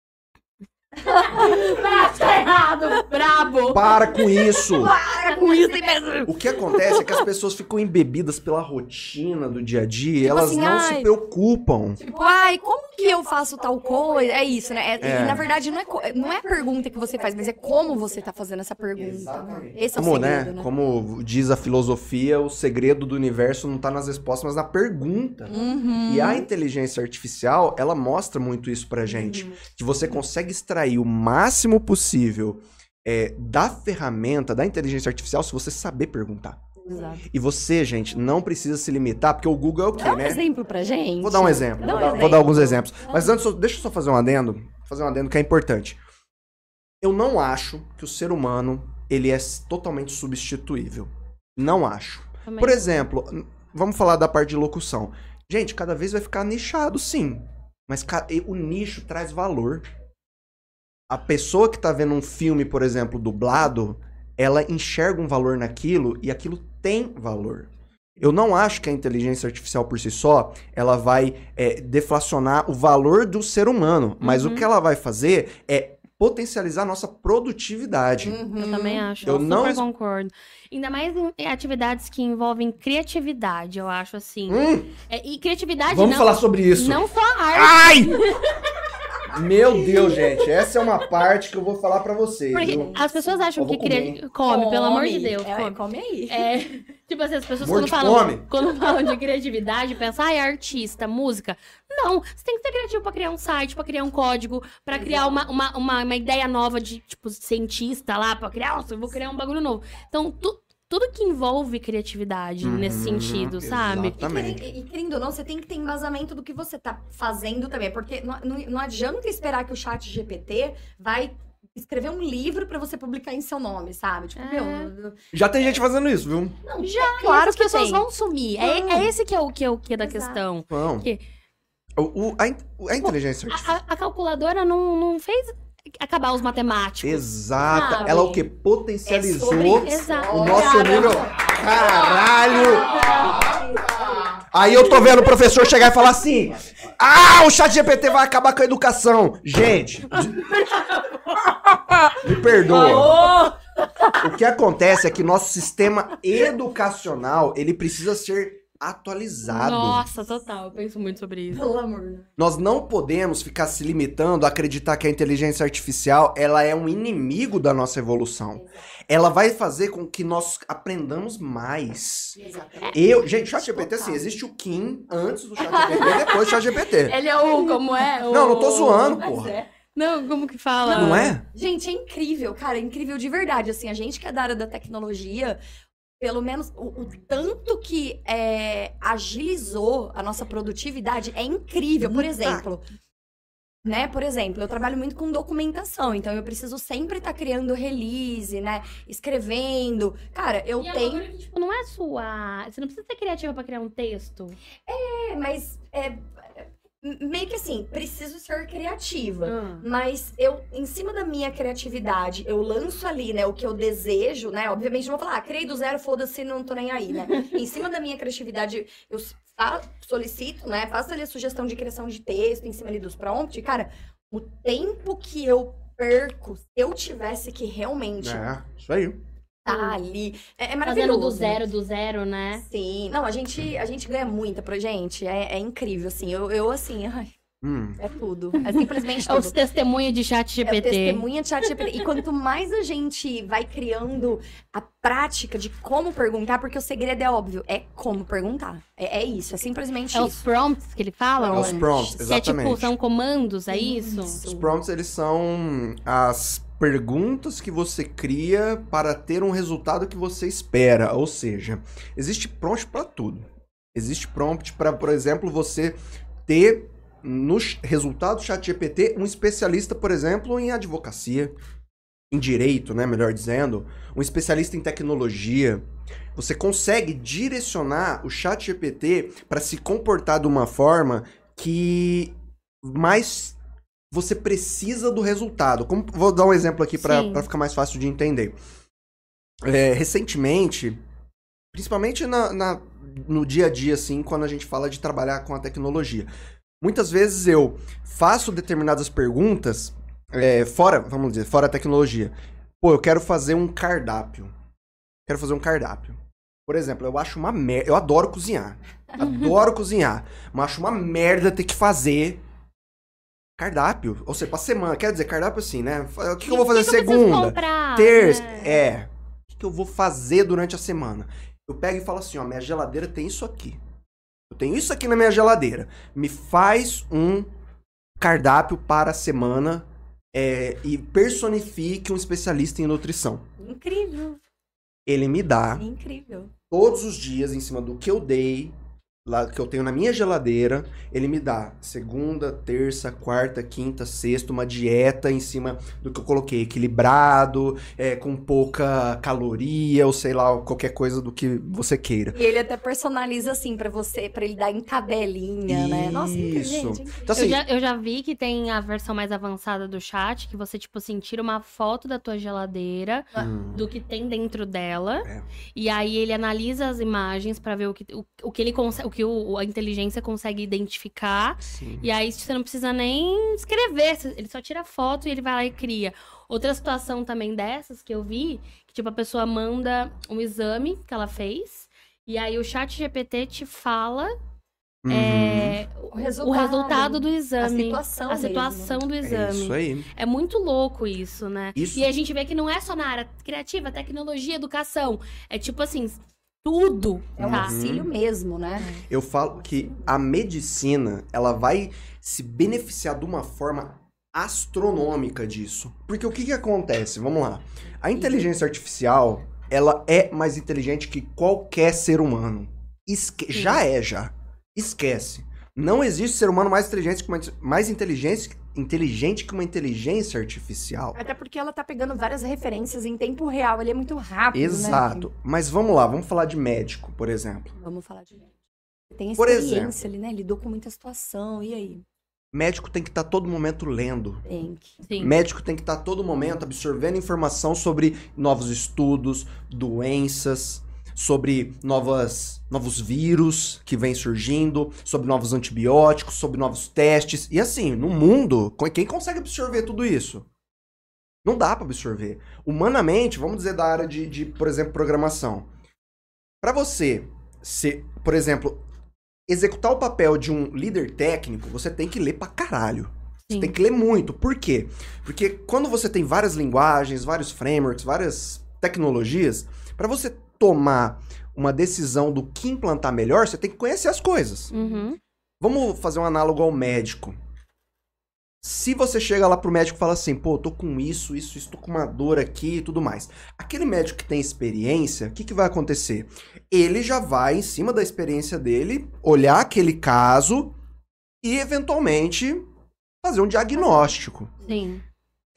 Tá errado, brabo. Para com isso. Para com isso mesmo! O que acontece é que as pessoas ficam embebidas pela rotina do dia a dia, Tipo elas assim, não ai, se preocupam. Tipo, ai, como que eu faço tal coisa? É isso, né? É- É. E na verdade não é, co- não é a pergunta que você faz, mas é como você tá fazendo essa pergunta. Exatamente. Esse é o Como, segredo, né? né? Como diz a filosofia, o segredo do universo não tá nas respostas, mas na pergunta. Uhum. E a inteligência artificial, ela mostra muito isso pra gente. Uhum. Que você consegue extrair o máximo possível é, da ferramenta, da inteligência artificial, se você saber perguntar. Exato. E você, gente, não precisa se limitar, porque o Google é o quê, Dá um né? exemplo pra gente. Vou dar um exemplo. Dá um vou, dar, exemplo. vou dar alguns exemplos. Mas antes, só- deixa eu só fazer um adendo. Fazer um adendo que é importante. Eu não acho que o ser humano, ele é s- totalmente substituível. Não acho. Também. Por exemplo, n- vamos falar da parte de locução. Gente, cada vez vai ficar nichado, sim. Mas ca- e o nicho traz valor. A pessoa que tá vendo um filme, por exemplo, dublado, ela enxerga um valor naquilo e aquilo tem valor. Eu não acho que a inteligência artificial por si só, ela vai é, deflacionar o valor do ser humano. Mas Uhum. o que ela vai fazer é potencializar a nossa produtividade. Uhum. Eu também acho. Eu Eu, não super es- concordo. Ainda mais em atividades que envolvem criatividade, eu acho assim. Hum, É, e criatividade vamos não, falar sobre isso. não só arte. Ai! Meu Deus, gente, essa é uma parte que eu vou falar pra vocês. Porque viu? as pessoas acham Eu vou que cria... comer. come, pelo amor de Deus. É, come. come aí. É, tipo assim, as pessoas Amor quando de falam, come. quando falam de criatividade, pensam, ah, é artista, música. Não, você tem que ser criativo pra criar um site, pra criar um código, pra criar uma, uma, uma, uma ideia nova de, tipo, cientista lá, pra criar, nossa, eu vou criar um bagulho novo. Então, tu, tudo que envolve criatividade Uhum, nesse sentido, sabe? Exatamente. E, querendo ou não, você tem que ter embasamento do que você tá fazendo também. Porque não, não, não adianta esperar que o chat G P T vai escrever um livro pra você publicar em seu nome, sabe? Tipo, É. meu... Já tem gente fazendo isso, viu? Não, Já, claro as que pessoas tem. vão sumir. É, é esse que é o que é, o que é da Exato. questão. Não. Que- O, o- a, in- a inteligência artificial. A, a- a calculadora não, não fez acabar os matemáticos. Exata. sabe? Ela o que? É Potencializou sobre isso. Exato. o nosso Caramba. nível. Caralho! Aí eu tô vendo o professor chegar e falar assim: ah, o chat G P T vai acabar com a educação. Gente, me perdoa. O que acontece é que nosso sistema educacional, ele precisa ser atualizado. Nossa, total. Eu penso muito sobre isso. Pelo amor, né? Nós não podemos ficar se limitando a acreditar que a inteligência artificial ela é um inimigo da nossa evolução. Ela vai fazer com que nós aprendamos mais. Exatamente. Eu, gente, o ChatGPT, assim, existe o Kim antes do ChatGPT e depois do ChatGPT. Ele é o, como é? O... Não, não tô zoando, Mas porra. é. Não, como que fala? Não é? Gente, é incrível, cara, é incrível de verdade. Assim, a gente que é da área da tecnologia, pelo menos o, o tanto que é, agilizou a nossa produtividade é incrível. Por exemplo, né? Por exemplo, eu trabalho muito com documentação, então eu preciso sempre estar criando release, né? Escrevendo. Cara, eu E é um tenho. bagulho que, tipo, não é sua... Você não precisa ser criativa pra criar um texto. É, mas é, Meio que assim, preciso ser criativa. Hum. Mas eu, em cima da minha criatividade, eu lanço ali, né, o que eu desejo, né? Obviamente não vou falar, ah, criei do zero, foda-se, não tô nem aí, né? Em cima da minha criatividade, eu fa- solicito, né? Faço ali a sugestão de criação de texto, em cima ali dos prompts. Cara, o tempo que eu perco, se eu tivesse que realmente É, isso aí. tá ali, é, é Fazendo maravilhoso. do zero, do zero, né? Sim. Não, a gente, a gente ganha muito, pra gente. É, é incrível, assim. Eu, eu assim, ai, Hum. é tudo. É simplesmente É os tudo. testemunhos de chat É o G P T. testemunha de chat G P T. E quanto mais a gente vai criando a prática de como perguntar, porque o segredo é óbvio, é como perguntar. É, é isso, é simplesmente É os isso. prompts que ele fala? É os prompts, Que é tipo, exatamente. são comandos, é isso? Os prompts, eles são as perguntas que você cria para ter um resultado que você espera. Ou seja, existe prompt para tudo. Existe prompt para, por exemplo, você ter no ch- resultado do chat G P T um especialista, por exemplo, em advocacia, em direito, né, melhor dizendo, um especialista em tecnologia. Você consegue direcionar o chat G P T para se comportar de uma forma que mais você precisa do resultado. Como, vou dar um exemplo aqui Sim. para ficar mais fácil de entender. É, recentemente, principalmente na, na- no dia a dia, assim, quando a gente fala de trabalhar com a tecnologia, muitas vezes eu faço determinadas perguntas, é, fora, vamos dizer, fora a tecnologia. Pô, eu quero fazer um cardápio. Quero fazer um cardápio. Por exemplo, eu acho uma merda. Eu adoro cozinhar. Adoro cozinhar. Mas acho uma merda ter que fazer cardápio. Ou seja, pra semana. Quer dizer, cardápio assim, né? O que, que eu vou fazer O que que eu preciso segunda? comprar, Terça. né? É. O que, que eu vou fazer durante a semana? Eu pego e falo assim, ó, minha geladeira tem isso aqui. Eu tenho isso aqui na minha geladeira. Me faz um cardápio para a semana é, e personifique um especialista em nutrição. Incrível, Ele me dá incrível. todos os dias em cima do que eu dei, lá que eu tenho na minha geladeira, ele me dá segunda, terça, quarta, quinta, sexta, uma dieta em cima do que eu coloquei, equilibrado, é, com pouca caloria, ou sei lá, qualquer coisa do que você queira. E ele até personaliza assim pra você, pra ele dar em tabelinha, né? Nossa, incrível, Isso. gente, incrível. Então, Eu assim, já, eu já vi que tem a versão mais avançada do chat, que você, tipo assim, tira uma foto da tua geladeira, hum, do que tem dentro dela, É. e aí ele analisa as imagens pra ver o que, o, o que ele consegue, o que o- a inteligência consegue identificar, sim. e aí você não precisa nem escrever, você- ele só tira a foto e ele vai lá e cria. Outra situação também dessas que eu vi, que tipo, a pessoa manda um exame que ela fez, e aí o chat G P T te fala Uhum. é, O o resultado, resultado do exame. a situação A situação do É exame. isso aí. É muito louco isso, né? Isso- E a gente vê que não é só na área criativa, tecnologia, educação. É tipo assim, tudo. É um tá? auxílio mesmo, né? Eu falo que a medicina, ela vai se beneficiar de uma forma astronômica disso. Porque o que que acontece? Vamos lá. A inteligência artificial, ela é mais inteligente que qualquer ser humano. Esque- já é, já. Esquece. Não existe ser humano mais inteligente que uma, mais inteligente, inteligente que uma inteligência artificial. Até porque ela tá pegando várias referências em tempo real, ele é muito rápido, né? Exato. Mas vamos lá, vamos falar de médico, por exemplo. Vamos falar de tem Por experiência ali, né? Lidou com muita situação, e aí? Médico tem que estar todo momento lendo. Tem que... Sim. Médico tem que estar a todo momento absorvendo informação sobre novos estudos, doenças, sobre novas, novos vírus que vêm surgindo, sobre novos antibióticos, sobre novos testes. E assim, no mundo, quem consegue absorver tudo isso? Não dá para absorver. Humanamente, vamos dizer da área de, de por exemplo, programação. Para você ser, por exemplo, executar o papel de um líder técnico, você tem que ler pra caralho. Você Sim. tem que ler muito. Por quê? Porque quando você tem várias linguagens, vários frameworks, várias tecnologias, para você tomar uma decisão do que implantar melhor, você tem que conhecer as coisas. Uhum. Vamos fazer um análogo ao médico. Se você chega lá pro médico e fala assim, pô, tô com isso, isso, isso, tô com uma dor aqui e tudo mais. Aquele médico que tem experiência, o que, que vai acontecer? Ele já vai, em cima da experiência dele, olhar aquele caso e, eventualmente, fazer um diagnóstico. Sim.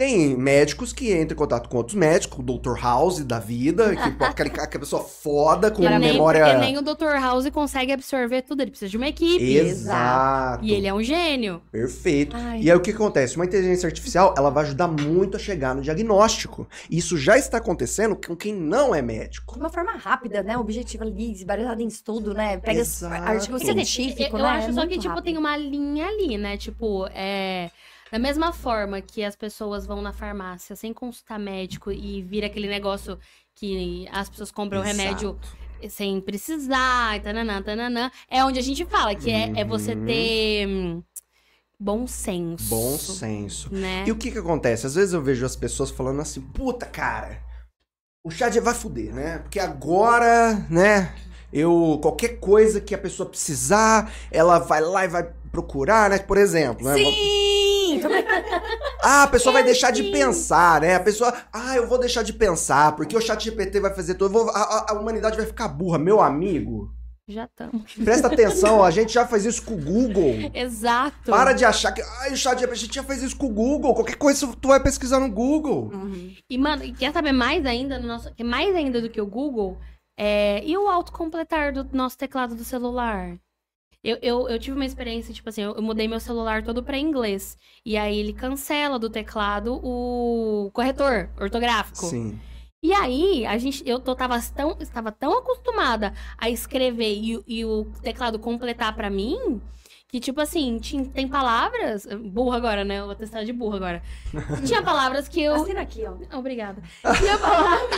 Tem médicos que entram em contato com outros médicos, o doutor House da vida, que pô, aquele, aquela pessoa foda, com Porque nem, memória... Porque nem o doutor House consegue absorver tudo, ele precisa de uma equipe. Exato. E ele é um gênio. Perfeito. Ai. E aí o que acontece? Uma inteligência artificial, ela vai ajudar muito a chegar no diagnóstico. Isso já está acontecendo com quem não é médico. De uma forma rápida, né? Objetiva ali, baseada em estudo, né? Pega Exato. artigo Quer dizer, científico, eu, né? eu acho É só que, muito tipo, rápido. tem uma linha ali, né? Tipo, é... Da mesma forma que as pessoas vão na farmácia sem consultar médico e vira aquele negócio que as pessoas compram Exato. remédio sem precisar, e tananã, tananã, é onde a gente fala que é, é você Uhum. ter hum, bom senso. Bom senso. Né? E o que que acontece? Às vezes eu vejo as pessoas falando assim, puta, cara, o chat vai fuder, né? Porque agora, né, eu, qualquer coisa que a pessoa precisar, ela vai lá e vai procurar, né? Por exemplo, né? Sim! Ah, a pessoa vai deixar de pensar, né? A pessoa, ah, eu vou deixar de pensar, porque o chat G P T vai fazer tudo, eu vou- a, a- a humanidade vai ficar burra. Meu amigo, Já estamos. presta atenção, a gente já faz isso com o Google. Exato. Para de achar que, ai, o chat G P T, a gente já faz isso com o Google. Qualquer coisa tu vai pesquisar no Google. Uhum. E, mano, e quer saber mais ainda no nosso. que Mais ainda do que o Google? É, e o autocompletar do nosso teclado do celular? Eu, eu, eu tive uma experiência, tipo assim, eu, eu mudei meu celular todo pra inglês. E aí ele cancela do teclado o corretor ortográfico. Sim. E aí, a gente, eu tô, tava, tão, estava tão acostumada a escrever e, e o teclado completar pra mim, que, tipo assim, tinha, tem palavras... Burra agora, né? Eu vou testar de burra agora. Tinha palavras que eu... Assina aqui, ó. Obrigada. Tinha palavras...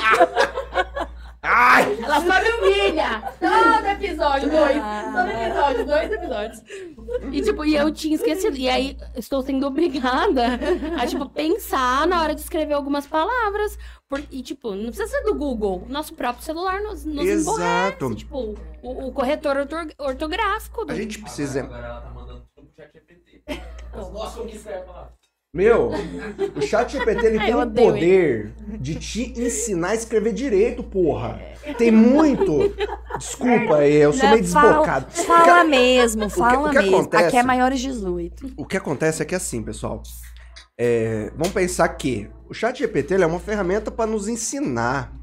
Ai! Ela só me humilha! Todo episódio, dois. Ah. Todo episódio, dois episódios. E, tipo, e eu tinha esquecido. E aí, estou sendo obrigada a, tipo, pensar na hora de escrever algumas palavras. Por, e, tipo, não precisa ser do Google. Nosso próprio celular nos, nos Exato. emborrece. Tipo, o, o corretor ortor- ortográfico. Do... A gente precisa... Agora ela tá mandando tudo pro chat G P T. Nossa, como que escreve a palavra? Meu, o chat G P T ele Ai, tem eu o odeio poder de te ensinar a escrever direito, porra. Tem muito. Desculpa aí, eu sou Não, meio fala- desbocado. Fala mesmo, fala o que mesmo. acontece- Aqui é maiores de dezoito. O que acontece é que assim, pessoal, é, vamos pensar que o chat G P T ele é uma ferramenta para nos ensinar.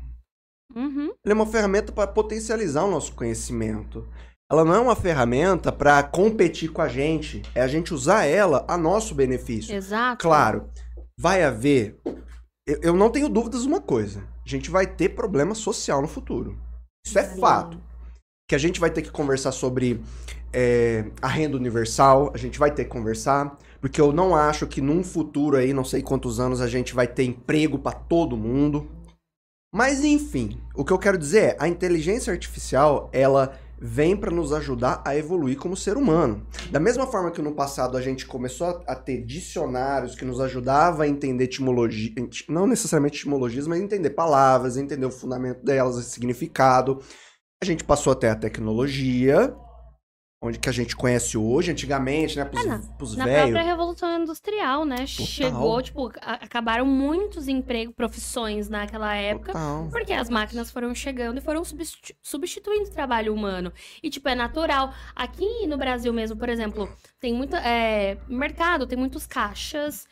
Uhum. Ele é uma ferramenta para potencializar o nosso conhecimento. Ela não é uma ferramenta para competir com a gente. É a gente usar ela a nosso benefício. Exato. Claro, vai haver... Eu, eu não tenho dúvidas de uma coisa. A gente vai ter problema social no futuro. Isso é fato. Que a gente vai ter que conversar sobre é, a renda universal. A gente vai ter que conversar. Porque eu não acho que num futuro aí, não sei quantos anos, a gente vai ter emprego para todo mundo. Mas enfim, o que eu quero dizer é, a inteligência artificial, ela vem para nos ajudar a evoluir como ser humano. Da mesma forma que no passado a gente começou a, a ter dicionários que nos ajudavam a entender etimologia, não necessariamente etimologias, mas entender palavras, entender o fundamento delas, o significado. A gente passou até a tecnologia, onde que a gente conhece hoje, antigamente, né, pros, É, na- pros Na própria velhos. Revolução Industrial, né? Chegou, tipo, a- acabaram muitos empregos, profissões naquela época. Total. Porque as máquinas foram chegando e foram substitu- substituindo o trabalho humano. E, tipo, é natural. Aqui no Brasil mesmo, por exemplo, tem muito é, mercado, tem muitos caixas,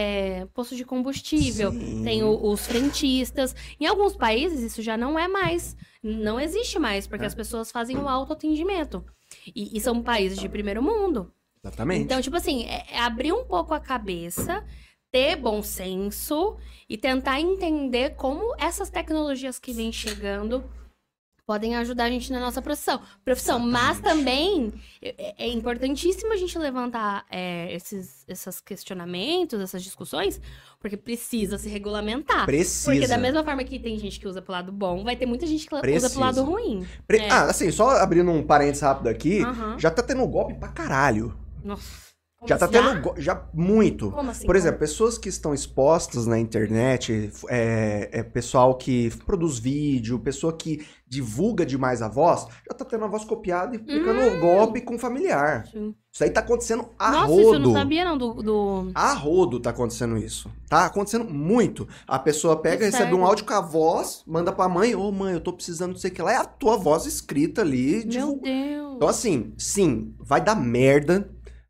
é, posto de combustível, Sim. tem o- os frentistas. Em alguns países isso já não é mais, não existe mais, porque É. as pessoas fazem o autoatendimento. E, e são países de primeiro mundo. Exatamente. Então, tipo assim, é, é abrir um pouco a cabeça, ter bom senso e tentar entender como essas tecnologias que vêm chegando podem ajudar a gente na nossa profissão. profissão. Mas Exatamente. também é, é importantíssimo a gente levantar é, esses, esses questionamentos, essas discussões, porque precisa se regulamentar. Precisa. Porque da mesma forma que tem gente que usa pro lado bom, vai ter muita gente que usa Precisa. pro lado ruim. Pre- É. Ah, assim, só abrindo um parênteses rápido aqui, Aham. já tá tendo golpe pra caralho. Nossa. Como já tá assim? tendo go- já muito. Como assim? Por exemplo, pessoas que estão expostas na internet, é, é pessoal que produz vídeo, pessoa que divulga demais a voz, já tá tendo a voz copiada e aplicando Hum. golpe com familiar. Sim. Isso aí tá acontecendo a Nossa, rodo. isso eu não sabia não do... do... A rodo tá acontecendo isso. Tá acontecendo muito. A pessoa pega, É recebe um sério? áudio com a voz, manda pra mãe, ô mãe, eu tô precisando não sei o que lá. É a tua voz escrita ali. Meu divulga- Deus. Então assim, sim, vai dar merda.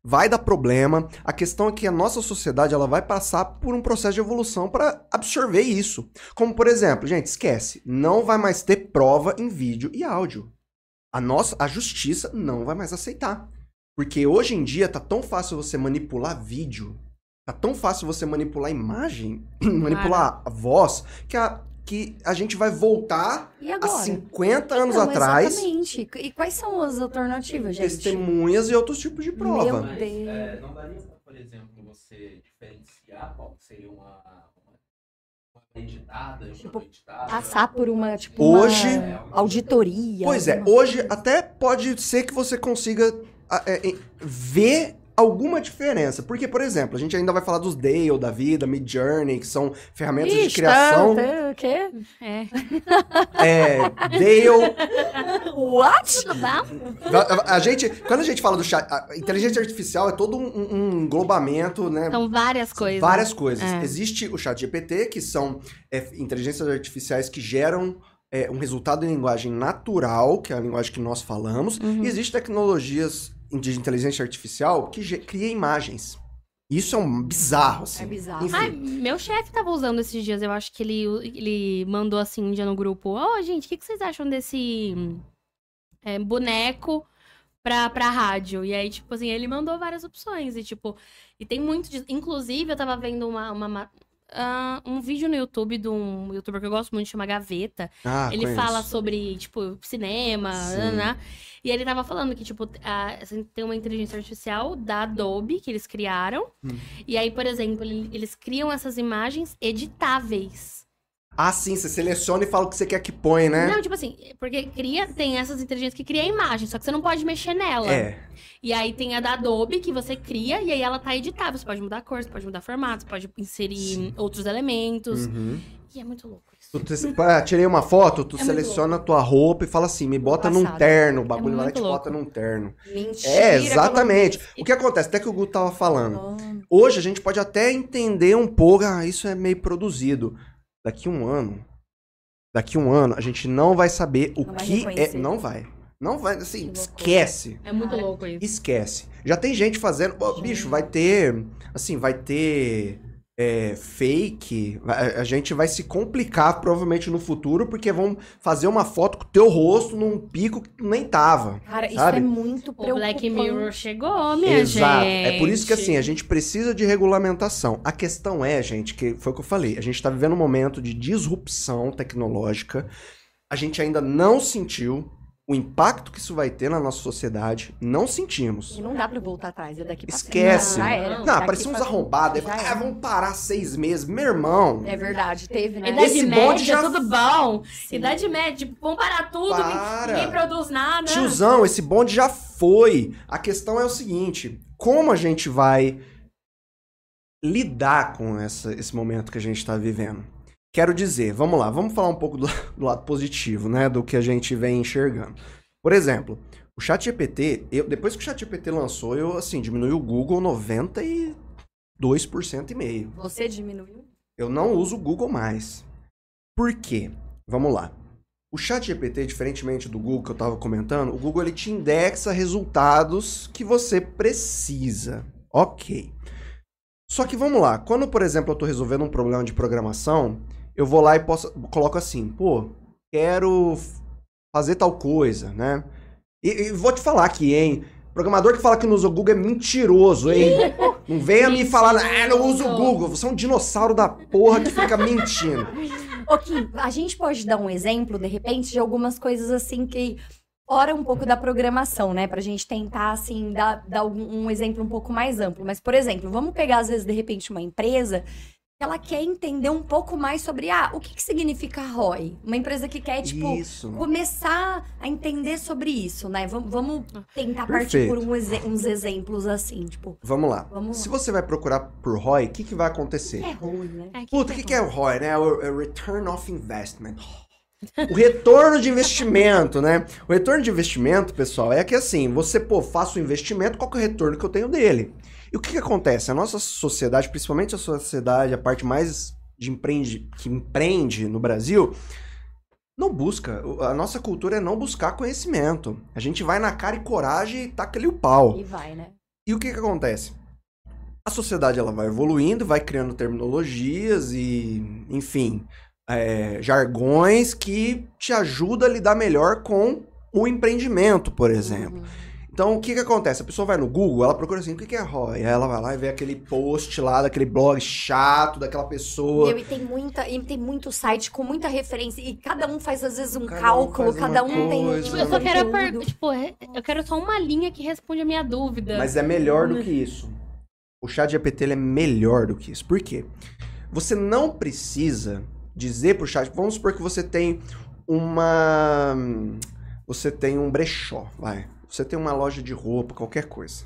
vai dar problema. A questão é que a nossa sociedade ela vai passar por um processo de evolução para absorver isso. Como, por exemplo, gente, esquece, não vai mais ter prova em vídeo e áudio. A nossa, a justiça não vai mais aceitar. Porque hoje em dia tá tão fácil você manipular vídeo, tá tão fácil você manipular imagem, manipular a voz, que a, que a gente vai voltar a cinquenta anos Não, atrás. Exatamente. E quais são as alternativas, gente? Testemunhas e outros tipos de prova. Meu Mas, Deus. é, não daria pra, por exemplo, você diferenciar qual que seria uma, uma, uma editada, Tipo, uma editada, Passar por uma, tipo, Hoje- uma auditoria. Pois é, alguma- hoje até pode ser que você consiga a, é, é, ver alguma diferença. Porque, por exemplo, a gente ainda vai falar dos Dale da vida, Midjourney, que são ferramentas de Ixi, criação. tá, tá, o quê? É. É, Dale. What? Tudo bom? A, a gente, quando a gente fala do chat, a inteligência artificial é todo um, um- um englobamento, né? São várias coisas. Várias coisas. É. Existe o chat G P T, que são é, inteligências artificiais que geram é, um resultado em linguagem natural, que é a linguagem que nós falamos. Uhum. E existem tecnologias de inteligência artificial que ge- cria imagens. Isso é um bizarro, assim. É bizarro. Enfim. Ai, meu chefe tava usando esses dias, eu acho que ele, ele mandou assim um dia no grupo, ô gente, o que, que vocês acham desse é, boneco pra, pra rádio? E aí, tipo assim, ele mandou várias opções e tipo, e tem muito de... Inclusive, eu tava vendo uma, uma, ma- ah, um vídeo no YouTube de um youtuber que eu gosto muito, chama Gaveta. Ah, Ele conheço. fala sobre, tipo, cinema, Sim. né? E ele tava falando que, tipo, a- assim, tem uma inteligência artificial da Adobe que eles criaram. Hum. E aí, por exemplo, ele- eles criam essas imagens editáveis. Ah, sim, você seleciona e fala o que você quer que põe, né? Não, tipo assim, porque cria, tem essas inteligências que cria a imagem, só que você não pode mexer nela. É. E aí tem a da Adobe que você cria e aí ela tá editável. Você pode mudar a cor, você pode mudar formato, você pode inserir Sim. outros elementos. Uhum. E é muito louco isso. Tu te- ah, tirei uma foto, tu É muito seleciona a tua roupa e fala assim, me bota num Passado. terno. O bagulho É vai lá e muito te louco. bota num terno. Mentira. É, pelo exatamente. amor O que acontece? Até que o Gu tava falando. de Deus. Hoje a gente pode até entender um pouco, ah, isso é meio produzido. Daqui um ano, daqui um ano, a gente não vai saber o Não vai que é. reconhecer. Não vai. Não vai, assim, Que loucura. esquece. É muito Cara, louco isso. Esquece. Já tem gente fazendo. Ó, Gente. bicho, vai ter. Assim, vai ter. É, fake. A, a gente vai se complicar provavelmente no futuro, porque vão fazer uma foto com o teu rosto num pico que tu nem tava. Cara, isso Sabe? é muito O preocupante. Black Mirror chegou, minha Exato. gente. É por isso que assim, a gente precisa de regulamentação. A questão é, gente, que foi o que eu falei, a gente tá vivendo um momento de disrupção tecnológica. A gente ainda não sentiu o impacto que isso vai ter na nossa sociedade. Não sentimos. E não dá pra voltar atrás, é daqui pra Esquece. frente. Já era. Não, Não, Daqui parecia uns pra- arrombados. já Ah, era. vamos parar seis meses. Meu irmão, É verdade, teve, né? Idade Esse média, bonde já- tudo bom. Sim. Idade média, tipo, vamos parar tudo, Para. ninguém produz nada. tiozão, esse bonde já foi. A questão é o seguinte, como a gente vai lidar com essa, esse momento que a gente tá vivendo? Quero dizer, vamos lá, vamos falar um pouco do, do lado positivo, né, do que a gente vem enxergando. Por exemplo, o ChatGPT, eu, depois que o ChatGPT lançou, eu, assim, diminui o Google noventa e dois por cento e meio. Você diminuiu? Eu não uso o Google mais. Por quê? Vamos lá. O ChatGPT, diferentemente do Google que eu estava comentando, o Google ele te indexa resultados que você precisa. Ok. Só que vamos lá. Quando, por exemplo, eu estou resolvendo um problema de programação, eu vou lá e posso, coloco assim, pô, quero fazer tal coisa, né? E, e vou te falar aqui, hein? Programador que fala que não usa o Google é mentiroso, hein? Não venha me falar, ah, não uso o Google. Você é um dinossauro da porra que fica mentindo. Ô, Kim, a gente pode dar um exemplo, de repente, de algumas coisas assim que fora um pouco da programação, né? Pra gente tentar, assim, dar, dar um, um exemplo um pouco mais amplo. Mas, por exemplo, vamos pegar, às vezes, de repente, uma empresa que ela quer entender um pouco mais sobre, ah, o que, que significa R O I? Uma empresa que quer, tipo, Isso. começar a entender sobre isso, né? Vamos, vamos tentar Perfeito. partir por um exe- uns exemplos assim, tipo, Vamos lá. Vamos Se lá. você vai procurar por R O I, o que, que vai acontecer? é ruim, né? É, Puta, o que, que é o R O I, né? O é o Return of Investment. O retorno de investimento, né? O retorno de investimento, pessoal, é que assim, você, pô, faça o investimento, qual que é o retorno que eu tenho dele? E o que, que acontece? A nossa sociedade, principalmente a sociedade, a parte mais de empreende, que empreende no Brasil, não busca. A nossa cultura é não buscar conhecimento. A gente vai na cara e coragem e taca ali o pau. E vai, né? E o que que acontece? A sociedade ela vai evoluindo, vai criando terminologias e, enfim, é, jargões que te ajudam a lidar melhor com o empreendimento, por exemplo. Então, o que que acontece? A pessoa vai no Google, ela procura assim, o que que é R O I? Aí ela vai lá e vê aquele post lá, daquele blog chato, daquela pessoa. Meu, e tem muita, e tem muito site com muita referência, e cada um faz às vezes um Cada um cálculo, faz cada uma um tem um coisa. Tipo, eu só quero, per... conteúdo. tipo, é- eu quero só uma linha que responde a minha dúvida. Mas é melhor do que isso. O chat G P T ele é melhor do que isso. Por quê? Você não precisa dizer pro chat... Vamos supor que você tem uma... Você tem um brechó, vai. Você tem uma loja de roupa, qualquer coisa.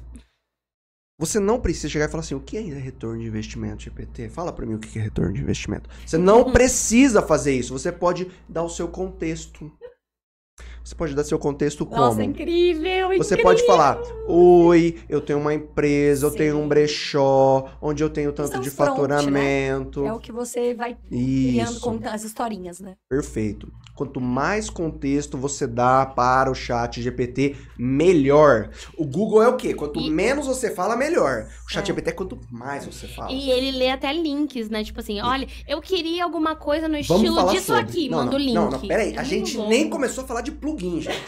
Você não precisa chegar e falar assim, o que é retorno de investimento, G P T? Fala pra mim o que é retorno de investimento. Você não precisa fazer isso. Você pode dar o seu contexto. Você pode dar seu contexto como? Nossa, incrível, Você incrível. pode falar, oi, eu tenho uma empresa, eu Sim. tenho um brechó, onde eu tenho tanto São de os front, faturamento. É o que você vai criando, Isso, contando as historinhas, né? perfeito. Quanto mais contexto você dá para o chat G P T, melhor. O Google é o quê? Quanto E- menos você fala, melhor. O chat É. G P T é quanto mais você fala. E ele lê até links, né? Tipo assim, olha, eu queria alguma coisa no Vamos estilo falar disso sobre. aqui, não, manda não, o link. Não, não, peraí. É A muito gente bom. nem começou a falar de plugin, gente.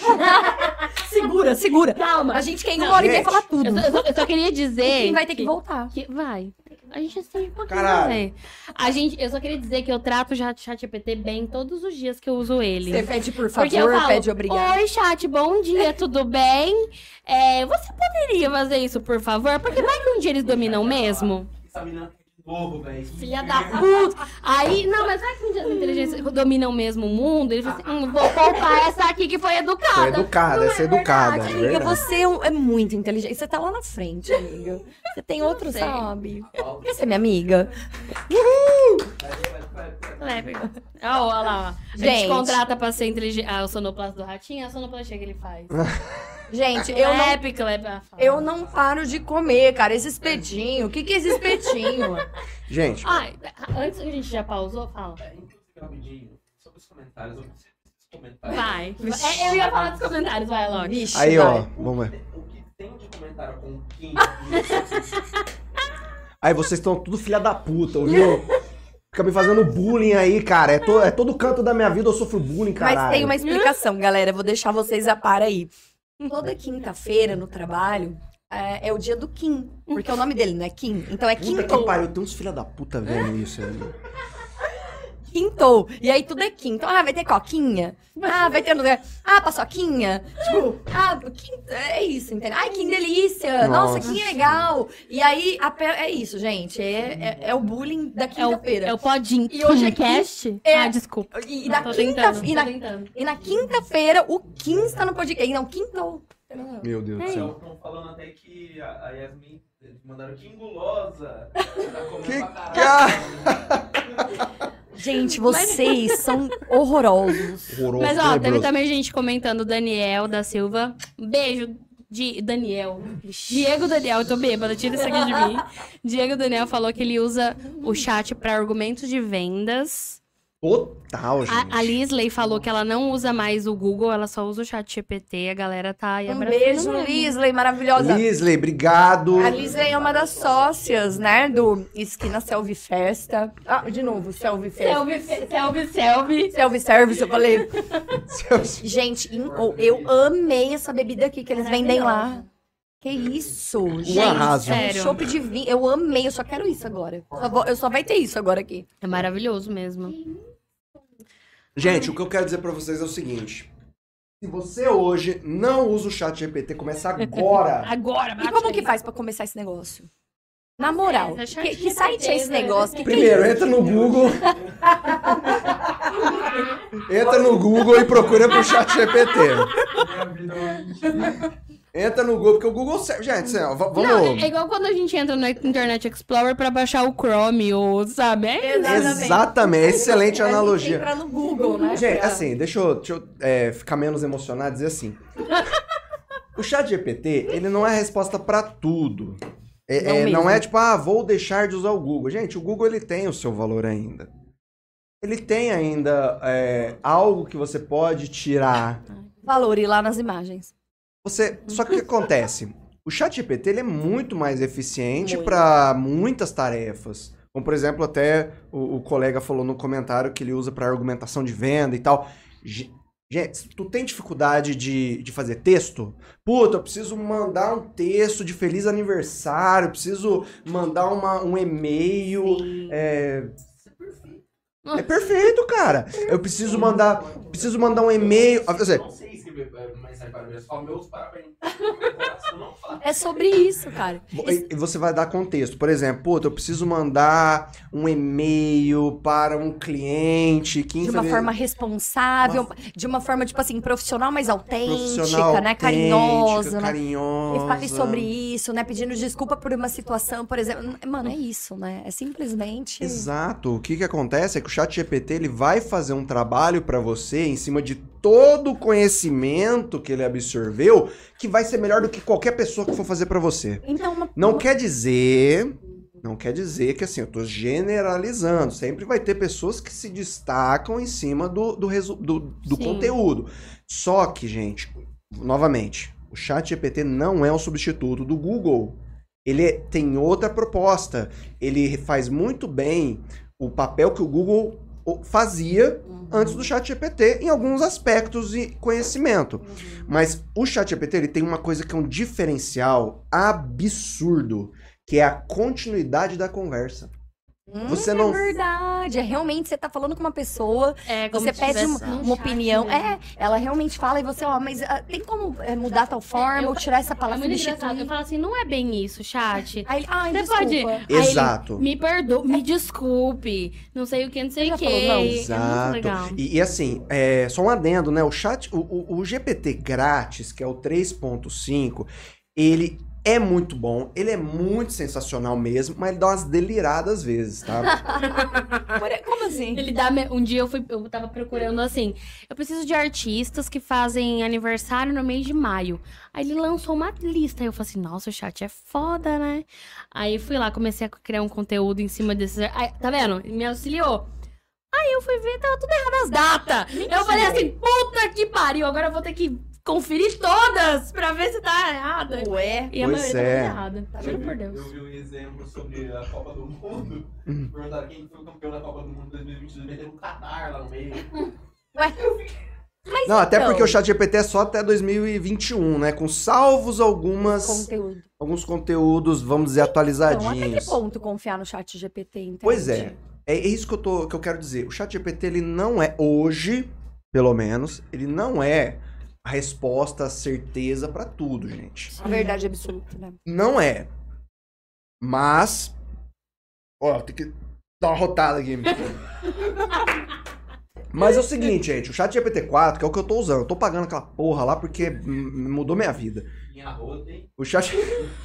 Segura, segura. Calma. A gente quer ir Não, embora e quer gente, falar tudo. Eu só, eu só- eu só queria dizer. Quem vai ter que voltar. que- vai. A gente assiste um pouquinho, Caralho. né? A gente, eu só queria dizer que eu trato o chat G P T bem todos os dias que eu uso ele. Você pede por Porque eu favor, falo, pede obrigado. oi, chat, bom dia, tudo bem? É, você poderia fazer isso, por favor? Porque vai que um dia eles dominam mesmo. Essa menina tá de novo, velho. Filha da puta. Aí, não, mas vai que um dia as inteligências dominam mesmo o mundo, eles falam assim, hum, vou poupar essa aqui que foi Você é educada. educada, essa é educada. Verdade, é amiga, verdade. você é um- é muito inteligente. Você tá lá na frente, amiga. Você tem outro, sei. sabe? Quer ser minha amiga? Leve. Ó, olha lá, ó. A gente Gente. contrata pra ser inteligente. Ah, o sonoplasta do ratinho, a sonoplastia que ele faz. Gente, eu não, Clap, clap. Ah, fala. eu não paro de comer, cara. Esse espetinho. O que, que é esse espetinho? Gente, Ai, antes que a gente já pausou, fala. É, inclusive, rapidinho, sobre os comentários, eu preciso desses comentários. Vai. É, eu ia falar dos comentários, vai, Loki. Vixe, aí vai. ó, vamos ver. O que tem de comentário com Kim? Aí vocês estão tudo filha da puta, ouviu? Fica me fazendo bullying aí, cara. É, to, é todo canto da minha vida eu sofro bullying, caralho. Mas tem uma explicação, galera. Vou deixar vocês a par aí. Toda quinta-feira no trabalho é, é o dia do Kim. Porque o nome dele não é Kim. Então é Puta que Quintou. pariu, tem uns filha da puta vendo isso aí. Quintou. E aí tudo é Kim. Então, ah, vai ter coquinha? Ah, vai ter... Ah, paçoquinha? Tipo, ah, quinta... é isso, entendeu? Ai, que delícia. Nossa, Nossa. que legal. E aí, a pe- é isso, gente. É, é, é o bullying da É o, quinta-feira. é o Podin E hoje é Cast? É. Ah, desculpa. E, e na Tô quinta... tentando, E tô na, tentando. e na quinta-feira, o Kim está no podcast. Não, quintou. Meu Deus do céu. Estão falando até que a, a Yasmin mandaram Kim gulosa. Tá comendo Que pra caralho. Gente, vocês são horrorosos. Horroroso, Mas, ó, teve tenebroso. também gente comentando Daniel da Silva. Beijo de Daniel. Diego Daniel, eu tô bêbada, tira isso aqui de mim. Diego Daniel falou que ele usa o chat para argumentos de vendas. Total, gente. A, a Lisley falou que ela não usa mais o Google, ela só usa o chat G P T. A galera tá aí Um abraçando beijo, mesmo. Lisley, maravilhosa. Lisley, obrigado. A Lisley é uma das sócias, né, do Esquina Selvi Festa. Ah, de novo, Selvi Festa. Selvi, selvi, selvi. Selvi Service, eu falei. Seus- Gente, in- oh, eu amei essa bebida aqui que eles vendem lá. Que isso, gente. arraso. É um Sério. chopp de vinho. Eu amei, eu só quero isso agora. Só vou- eu só vai ter isso agora aqui. É maravilhoso mesmo. Gente, o que eu quero dizer pra vocês é o seguinte. Se você hoje não usa o chat G P T, começa agora. Agora, E bate como aí. que faz pra começar esse negócio? Na moral, É, que, que site é esse negócio? Que que é Primeiro, isso? entra no Google. Entra no Google e procura pro chat G P T. Entra no Google, porque o Google serve. Gente, assim, ó, v- vamos. Não, é igual quando a gente entra no Internet Explorer pra baixar o Chrome, ou, sabe? É isso. Exatamente. Exatamente, excelente A gente analogia. entra no Google, né? Gente, pra- assim, deixa eu, deixa eu é, ficar menos emocionado e dizer assim. O chat G P T, ele não é a resposta pra tudo. É- Não é, não mesmo. é tipo, ah, vou deixar de usar o Google. Gente, o Google ele tem o seu valor ainda. Ele tem ainda é, algo que você pode tirar. Valor, ir lá nas imagens. Você, só que o que acontece? O ChatGPT ele é muito mais eficiente Muito. para muitas tarefas. Como, por exemplo, até o, o colega falou no comentário que ele usa para argumentação de venda e tal. Ge- Gente, tu tem dificuldade de, de fazer texto? Puta, eu preciso mandar um texto de feliz aniversário, eu preciso mandar uma, um e-mail. É... é perfeito, cara. Eu preciso mandar, preciso mandar um e-mail. Eu não sei escrever mensagem para mim, só meus parabéns. Meu coração não fala. É sobre isso, cara. E e você vai dar contexto. Por exemplo, puta, eu preciso mandar um e-mail para um cliente que De uma infeliz- forma responsável, de uma forma, tipo assim, profissional, mas autêntica, profissional, né? autêntica, Carinhosa, né? carinhosa. E fale sobre isso, né? Pedindo desculpa por uma situação, por exemplo. Mano, é isso, né? É simplesmente. Exato. O que que acontece é que o ChatGPT ele vai fazer um trabalho para você em cima de todo o conhecimento que ele absorveu, que vai ser melhor do que qualquer pessoa que for fazer para você. Então, uma, Não uma- quer dizer, não quer dizer que assim, eu tô generalizando. Sempre vai ter pessoas que se destacam em cima do, do, resu- do, do Sim. conteúdo. Só que, gente, novamente, o ChatGPT não é um substituto do Google. Ele é- tem outra proposta. Ele faz muito bem o papel que o Google o- fazia antes do ChatGPT em alguns aspectos e conhecimento. Mas o ChatGPT ele tem uma coisa que é um diferencial absurdo, que é a continuidade da conversa. Hum, Você é não- verdade. É realmente, você tá falando com uma pessoa, É, como você se pede tivesse uma, num uma chat opinião. mesmo. É, ela realmente fala e você, ó, mas ah, tem como é, mudar tal forma eu- ou tirar essa É palavra, muito substituir? engraçado. Eu falo assim, não é bem isso, chat. Aí ele, ai, Você desculpa. pode. Aí Exato. ele, me perdoe, me desculpe. Não sei o que, não sei Você o já que. falou, não? É muito Exato. legal. E, e assim, é, só um adendo, né? O chat, o, o- o G P T grátis, que é o três ponto cinco, ele é muito bom, ele é muito sensacional mesmo, mas ele dá umas deliradas às vezes, tá? Como assim? Ele dá. me- Um dia eu, fui, eu tava procurando assim. Eu preciso de artistas que fazem aniversário no mês de maio. Aí ele lançou uma lista. Aí eu falei assim, nossa, o chat é foda, né? Aí fui lá, comecei a criar um conteúdo em cima desses. Aí, tá vendo? Ele me auxiliou. Aí eu fui ver, tava tudo errado as datas. Eu falei assim, puta que pariu, agora eu vou ter que conferir todas pra ver se tá errada. Ué. E a Pois maioria é. tá tudo errada. Tá Eu juro vi- por Deus. Eu vi um exemplo sobre a Copa do Mundo. Hum. Perguntaram quem foi o campeão da Copa do Mundo dois mil e vinte e dois, metendo um Qatar lá no meio. Não, até então- porque o chat G P T é só até dois mil e vinte e um, né? Com salvos algumas, Conteúdo. alguns conteúdos, vamos dizer, Então, até atualizadinhos. que ponto confiar no chat G P T, entende? Pois é. É isso que eu, tô, que eu quero dizer. O ChatGPT, ele não é, hoje, pelo menos, ele não é a resposta, a certeza pra tudo, gente. A verdade absoluta, né? Não é. Mas. Ó, tem que dar uma rotada aqui. Mas é o seguinte, gente. O ChatGPT quatro, que é o que eu tô usando. Eu tô pagando aquela porra lá porque hum, mudou minha vida. Minha rota, hein? O chat.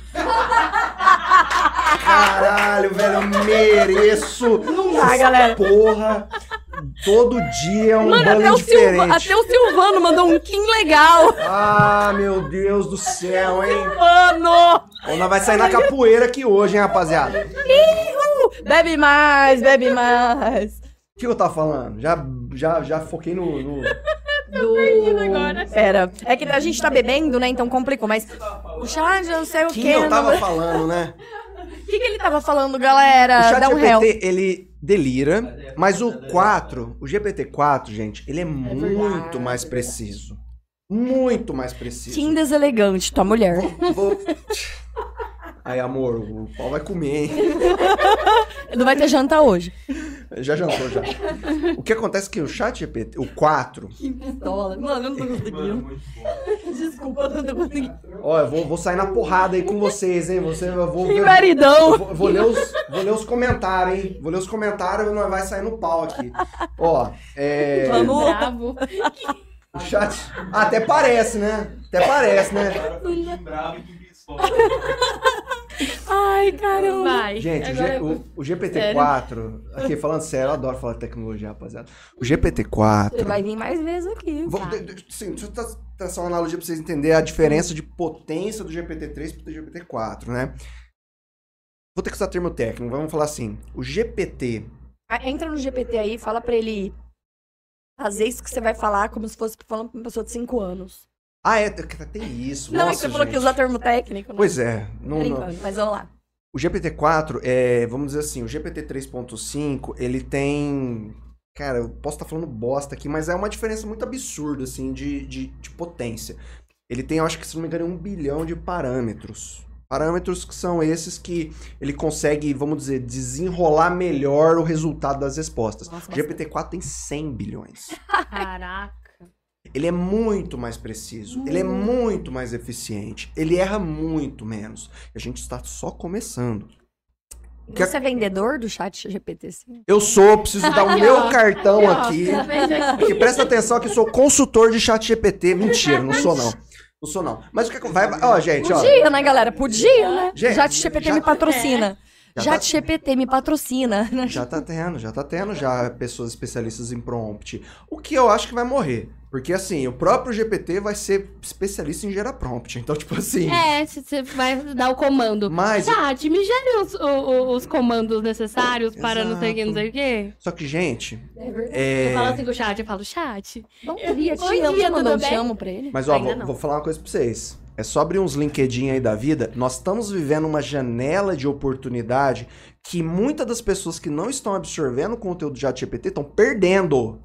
Caralho, velho, eu mereço. Não dá, galera. Porra. Todo dia é um Mano, até banho o, diferente. Silva, até o Silvano mandou um Kim legal. Ah, meu Deus do céu, hein? Mano! Ona vai sair na capoeira aqui hoje, hein, rapaziada? Ihu! Bebe mais, bebe mais. O que eu tava falando? Já, já, já foquei no. no... Do... agora. Pera. É que a gente tá bebendo, né? Então complicou. Mas o chat, não sei o Que que. eu tava falando, né? O que, que ele tava falando, galera? O Dá um réu. ChatGPT, ele delira, mas o quatro, o G P T quatro, gente, ele é muito mais preciso. Muito mais preciso. Tim deselegante, tua mulher. Vou... Aí, amor, o pau vai comer, hein? Não vai ter janta hoje. Já jantou, já. O que acontece é que o ChatGPT, o quatro... Que pistola. Mano, eu não tô Mano, conseguindo. muito bom. Desculpa, eu não tô conseguindo. Ó, eu vou, vou sair na porrada aí com vocês, hein? Você, eu vou, Que ver- maridão. eu vou, vou ler os, vou ler os comentários, hein? Vou ler os comentários e nós vai sair no pau aqui. Ó, é... Vamos. Bravo. O chat... Ah, até parece, né? Até parece, né? Agora foi Kim bravo e Kim pistola. Ai, caramba. Vai. Gente, o, Agora G- eu- o, o G P T quatro... Aqui, falando sério, eu adoro falar de tecnologia, rapaziada. O G P T quatro... Você vai vir mais vezes aqui. Vou, de, de, sim, deixa eu tra- traçar uma analogia pra vocês entenderem a diferença de potência do G P T três pro G P T quatro, né? Vou ter que usar termo técnico, vamos falar assim. O G P T... Ah, entra no G P T aí, fala pra ele fazer isso que você vai falar como se fosse falando pra uma pessoa de cinco anos. Ah, é, tem isso. Não, é que Nossa, você falou gente. que usa termo técnico. Né? Pois é. Não, não. Brincando, mas vamos lá. O G P T quatro, é, vamos dizer assim, o G P T três ponto cinco, ele tem... Cara, eu posso estar falando bosta aqui, mas é uma diferença muito absurda, assim, de, de, de potência. Ele tem, eu acho que, se não me engano, um bilhão de parâmetros. Parâmetros que são esses que ele consegue, vamos dizer, desenrolar melhor o resultado das respostas. Nossa, o G P T quatro tem cem bilhões. Caraca. Ele é muito mais preciso, ele é muito mais eficiente, ele erra muito menos. A gente está só começando. Que Você é vendedor do chat G P T, sim? Eu sou, preciso dar o Aqui, meu ó. cartão Aqui, aqui. ó. Veja aqui. Porque presta atenção que eu sou consultor de chat G P T. Mentira, não sou não. Não sou não. Mas o que é que vai... Ó, gente, ó. Podia, né, galera? Podia, né? Gente, Chat G P T já- me patrocina. Já Chat tá- G P T me patrocina. Já tá tendo, já tá tendo já pessoas especialistas em prompt. O que eu acho que vai morrer. Porque, assim, o próprio G P T vai ser especialista em gerar prompt. Então, tipo assim... É, se você vai dar o comando. Mas- Chat, me gere os, o- o- os comandos necessários para não sei o que, não sei o que. Só que, gente... É verdade. É... Eu falo assim com o chat, eu falo, chat. Bom dia, te Oi, amo. dia, Você mandou um tudo te bem? amo pra ele? Mas, ó, Ainda vou, não. vou falar uma coisa pra vocês. É só abrir uns LinkedIn aí da vida. Nós estamos vivendo uma janela de oportunidade que muitas das pessoas que não estão absorvendo o conteúdo do ChatGPT estão perdendo.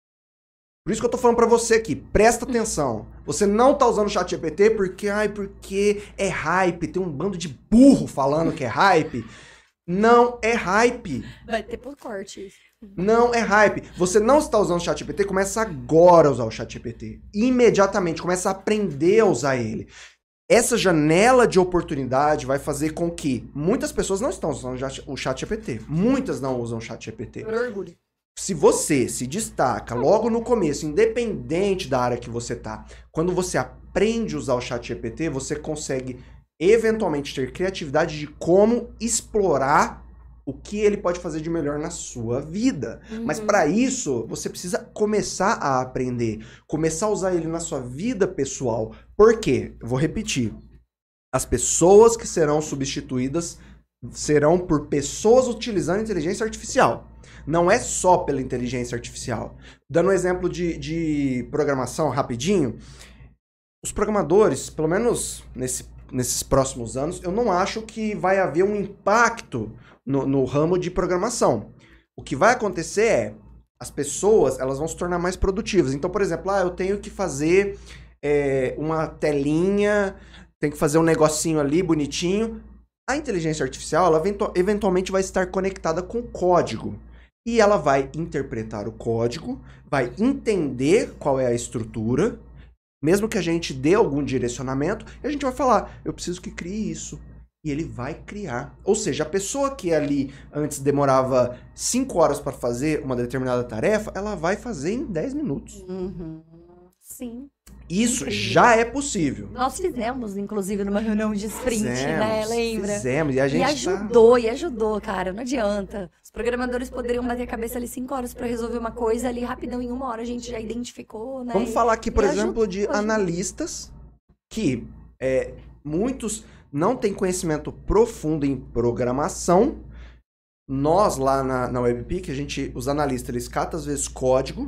Por isso que eu tô falando pra você aqui, presta atenção. Você não tá usando o ChatGPT porque, ai, porque é hype. Tem um bando de burro falando que é hype. Não é hype. Vai ter por corte isso. Não é hype. Você não está usando o ChatGPT, começa agora a usar o ChatGPT. Imediatamente, começa a aprender a usar ele. Essa janela de oportunidade vai fazer com que muitas pessoas não estão usando o ChatGPT. Muitas não usam o ChatGPT. Por orgulho. Se você se destaca logo no começo, independente da área que você tá, quando você aprende a usar o ChatGPT, você consegue eventualmente ter criatividade de como explorar o que ele pode fazer de melhor na sua vida. Uhum. Mas para isso, você precisa começar a aprender, começar a usar ele na sua vida pessoal. Por quê? Eu vou repetir. As pessoas que serão substituídas serão por pessoas utilizando inteligência artificial. Não é só pela inteligência artificial. Dando um exemplo de, de programação rapidinho, os programadores, pelo menos nesse, nesses próximos anos, eu não acho que vai haver um impacto no, no ramo de programação. O que vai acontecer é, as pessoas elas vão se tornar mais produtivas. Então, por exemplo, ah, eu tenho que fazer é, uma telinha, tenho que fazer um negocinho ali bonitinho. A inteligência artificial, ela eventu- eventualmente vai estar conectada com o código. E ela vai interpretar o código, vai entender qual é a estrutura, mesmo que a gente dê algum direcionamento, e a gente vai falar, eu preciso que crie isso. E ele vai criar. Ou seja, a pessoa que ali antes demorava cinco horas para fazer uma determinada tarefa, ela vai fazer em dez minutos. Uhum. Sim. Isso Incrível. já é possível. Nós fizemos, inclusive, numa reunião de sprint, né? Fizemos, Lembra? Fizemos, e a gente E tá... ajudou, e ajudou, cara. Não adianta. Os programadores poderiam bater a cabeça ali cinco horas pra resolver uma coisa ali rapidão, em uma hora a gente já identificou, né? Vamos E- falar aqui, por e exemplo, de ajudou, ajudou. analistas que é, muitos não têm conhecimento profundo em programação. Nós, lá na, na WebPick, a gente, os analistas, eles catam às vezes código,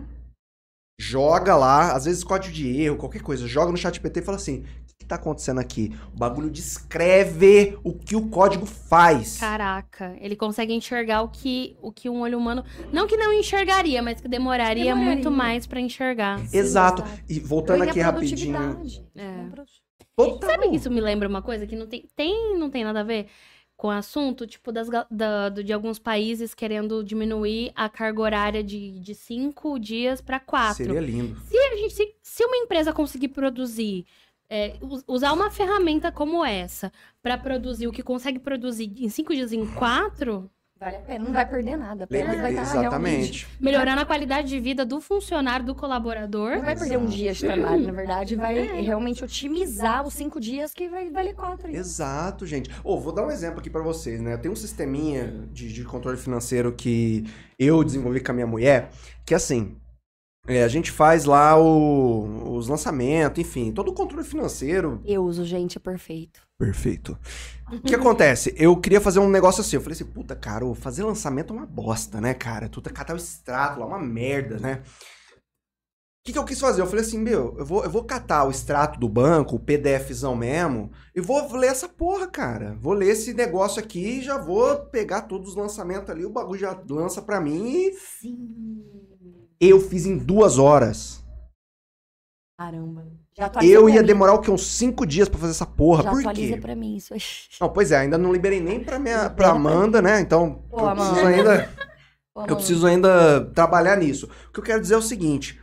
joga lá, às vezes código de erro, qualquer coisa, joga no ChatGPT e fala assim, o que tá acontecendo aqui? O bagulho descreve o que o código faz. Caraca, ele consegue enxergar o que, o que um olho humano... Não que não enxergaria, mas que demoraria, Demoraria. muito mais pra enxergar. Sim, Exato. exato. E voltando Ganha aqui rapidinho. produtividade. É. Ganha produ- Total. Sabe que isso me lembra uma coisa que não tem, tem, não tem nada a ver com o assunto? Tipo, das, ga- da, do- de alguns países querendo diminuir a carga horária de, de cinco dias pra quatro. Seria lindo. Se, a gente, se, se uma empresa conseguir produzir, é, us- usar uma ferramenta como essa pra produzir o que consegue produzir em cinco dias em quatro, Vale a pena, não vai perder nada. Apenas vai estar realmente... Exatamente. melhorando a qualidade de vida do funcionário, do colaborador. Não vai perder um dia de trabalho, na verdade, vai realmente otimizar os cinco dias que vai valer quatro. aí. Exato, gente. Ô, vou dar um exemplo aqui pra vocês, né? Tem um sisteminha de, de controle financeiro que eu desenvolvi com a minha mulher, que assim, é, a gente faz lá o- os lançamentos, enfim, todo o controle financeiro. Eu uso, gente, é perfeito. Perfeito. O que acontece? Eu queria fazer um negócio assim, eu falei assim, puta, cara, ô, fazer lançamento é uma bosta, né, cara? Tu catar o extrato lá, uma merda, né? que, que eu quis fazer? Eu falei assim, meu, eu vou, eu vou catar o extrato do banco, o PDFzão mesmo, e vou ler essa porra, cara. Vou ler esse negócio aqui e já vou pegar todos os lançamentos ali, o bagulho já lança pra mim e... Sim. Eu fiz em duas horas. Caramba. Já atualiza Eu pra ia mim. demorar o quê? Uns cinco dias pra fazer essa porra. Já Por atualiza quê? pra mim isso aí. Não, pois é, ainda não liberei nem pra, minha, Libera pra pra Amanda, né? Então, Pô, eu Amanda. preciso ainda... Pô, Eu mano. preciso ainda trabalhar nisso. O que eu quero dizer é o seguinte.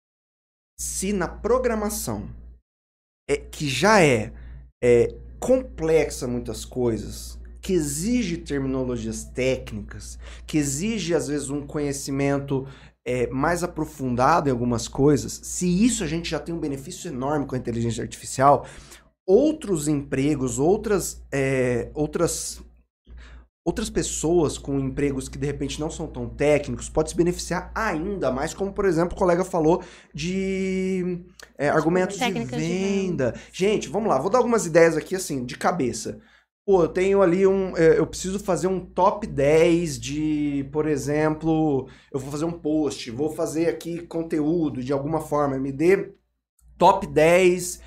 Se na programação, é, que já é, é complexa muitas coisas, que exige terminologias técnicas, que exige, às vezes, um conhecimento é, mais aprofundado em algumas coisas, se isso a gente já tem um benefício enorme com a inteligência artificial, outros empregos, outras, é, outras, outras pessoas com empregos que de repente não são tão técnicos podem se beneficiar ainda mais, como por exemplo o colega falou de é, argumentos de técnicas de venda. Gente, vamos lá, vou dar algumas ideias aqui assim, de cabeça. Pô, eu tenho ali um. é, Eu preciso fazer um top dez de, por exemplo, eu vou fazer um post, vou fazer aqui conteúdo de alguma forma. Me dê top dez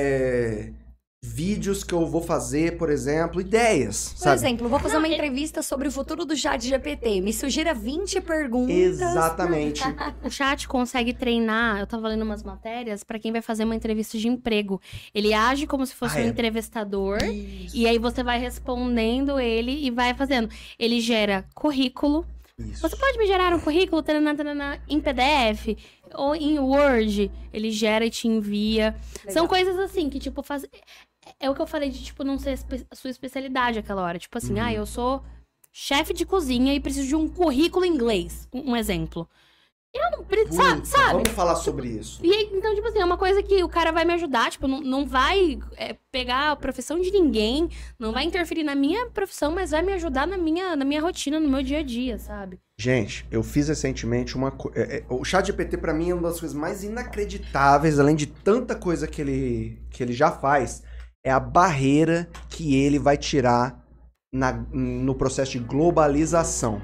é, vídeos que eu vou fazer, por exemplo, ideias. Por Sabe? exemplo, vou fazer Não, uma é- entrevista sobre o futuro do chat G P T. Me sugira vinte perguntas. Exatamente. O chat consegue treinar, eu tava lendo umas matérias, pra quem vai fazer uma entrevista de emprego. Ele age como se fosse Ah, um é. entrevistador, e aí você vai respondendo ele e vai fazendo. Ele gera currículo. Isso. Você pode me gerar um currículo tanana, tanana, em P D F ou em Word. Ele gera e te envia. Legal. São coisas assim que, tipo, faz... É o que eu falei de, tipo, não ser espe- a sua especialidade aquela hora. Tipo assim, Uhum. ah, eu sou chefe de cozinha e preciso de um currículo em inglês. Um, um exemplo. Eu não preciso, sabe? Puta, sabe? Vamos falar sobre isso. E aí, então, tipo assim, é uma coisa que o cara vai me ajudar, tipo, não, não vai é, pegar a profissão de ninguém, não vai interferir na minha profissão, mas vai me ajudar na minha, na minha rotina, no meu dia a dia, sabe? Gente, eu fiz recentemente uma coisa. O ChatGPT pra mim é uma das coisas mais inacreditáveis, além de tanta coisa que ele, que ele já faz, é a barreira que ele vai tirar na, no processo de globalização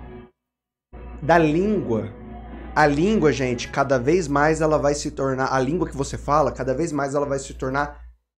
da língua. A língua, gente, cada vez mais ela vai se tornar. A língua que você fala, cada vez mais ela vai se tornar.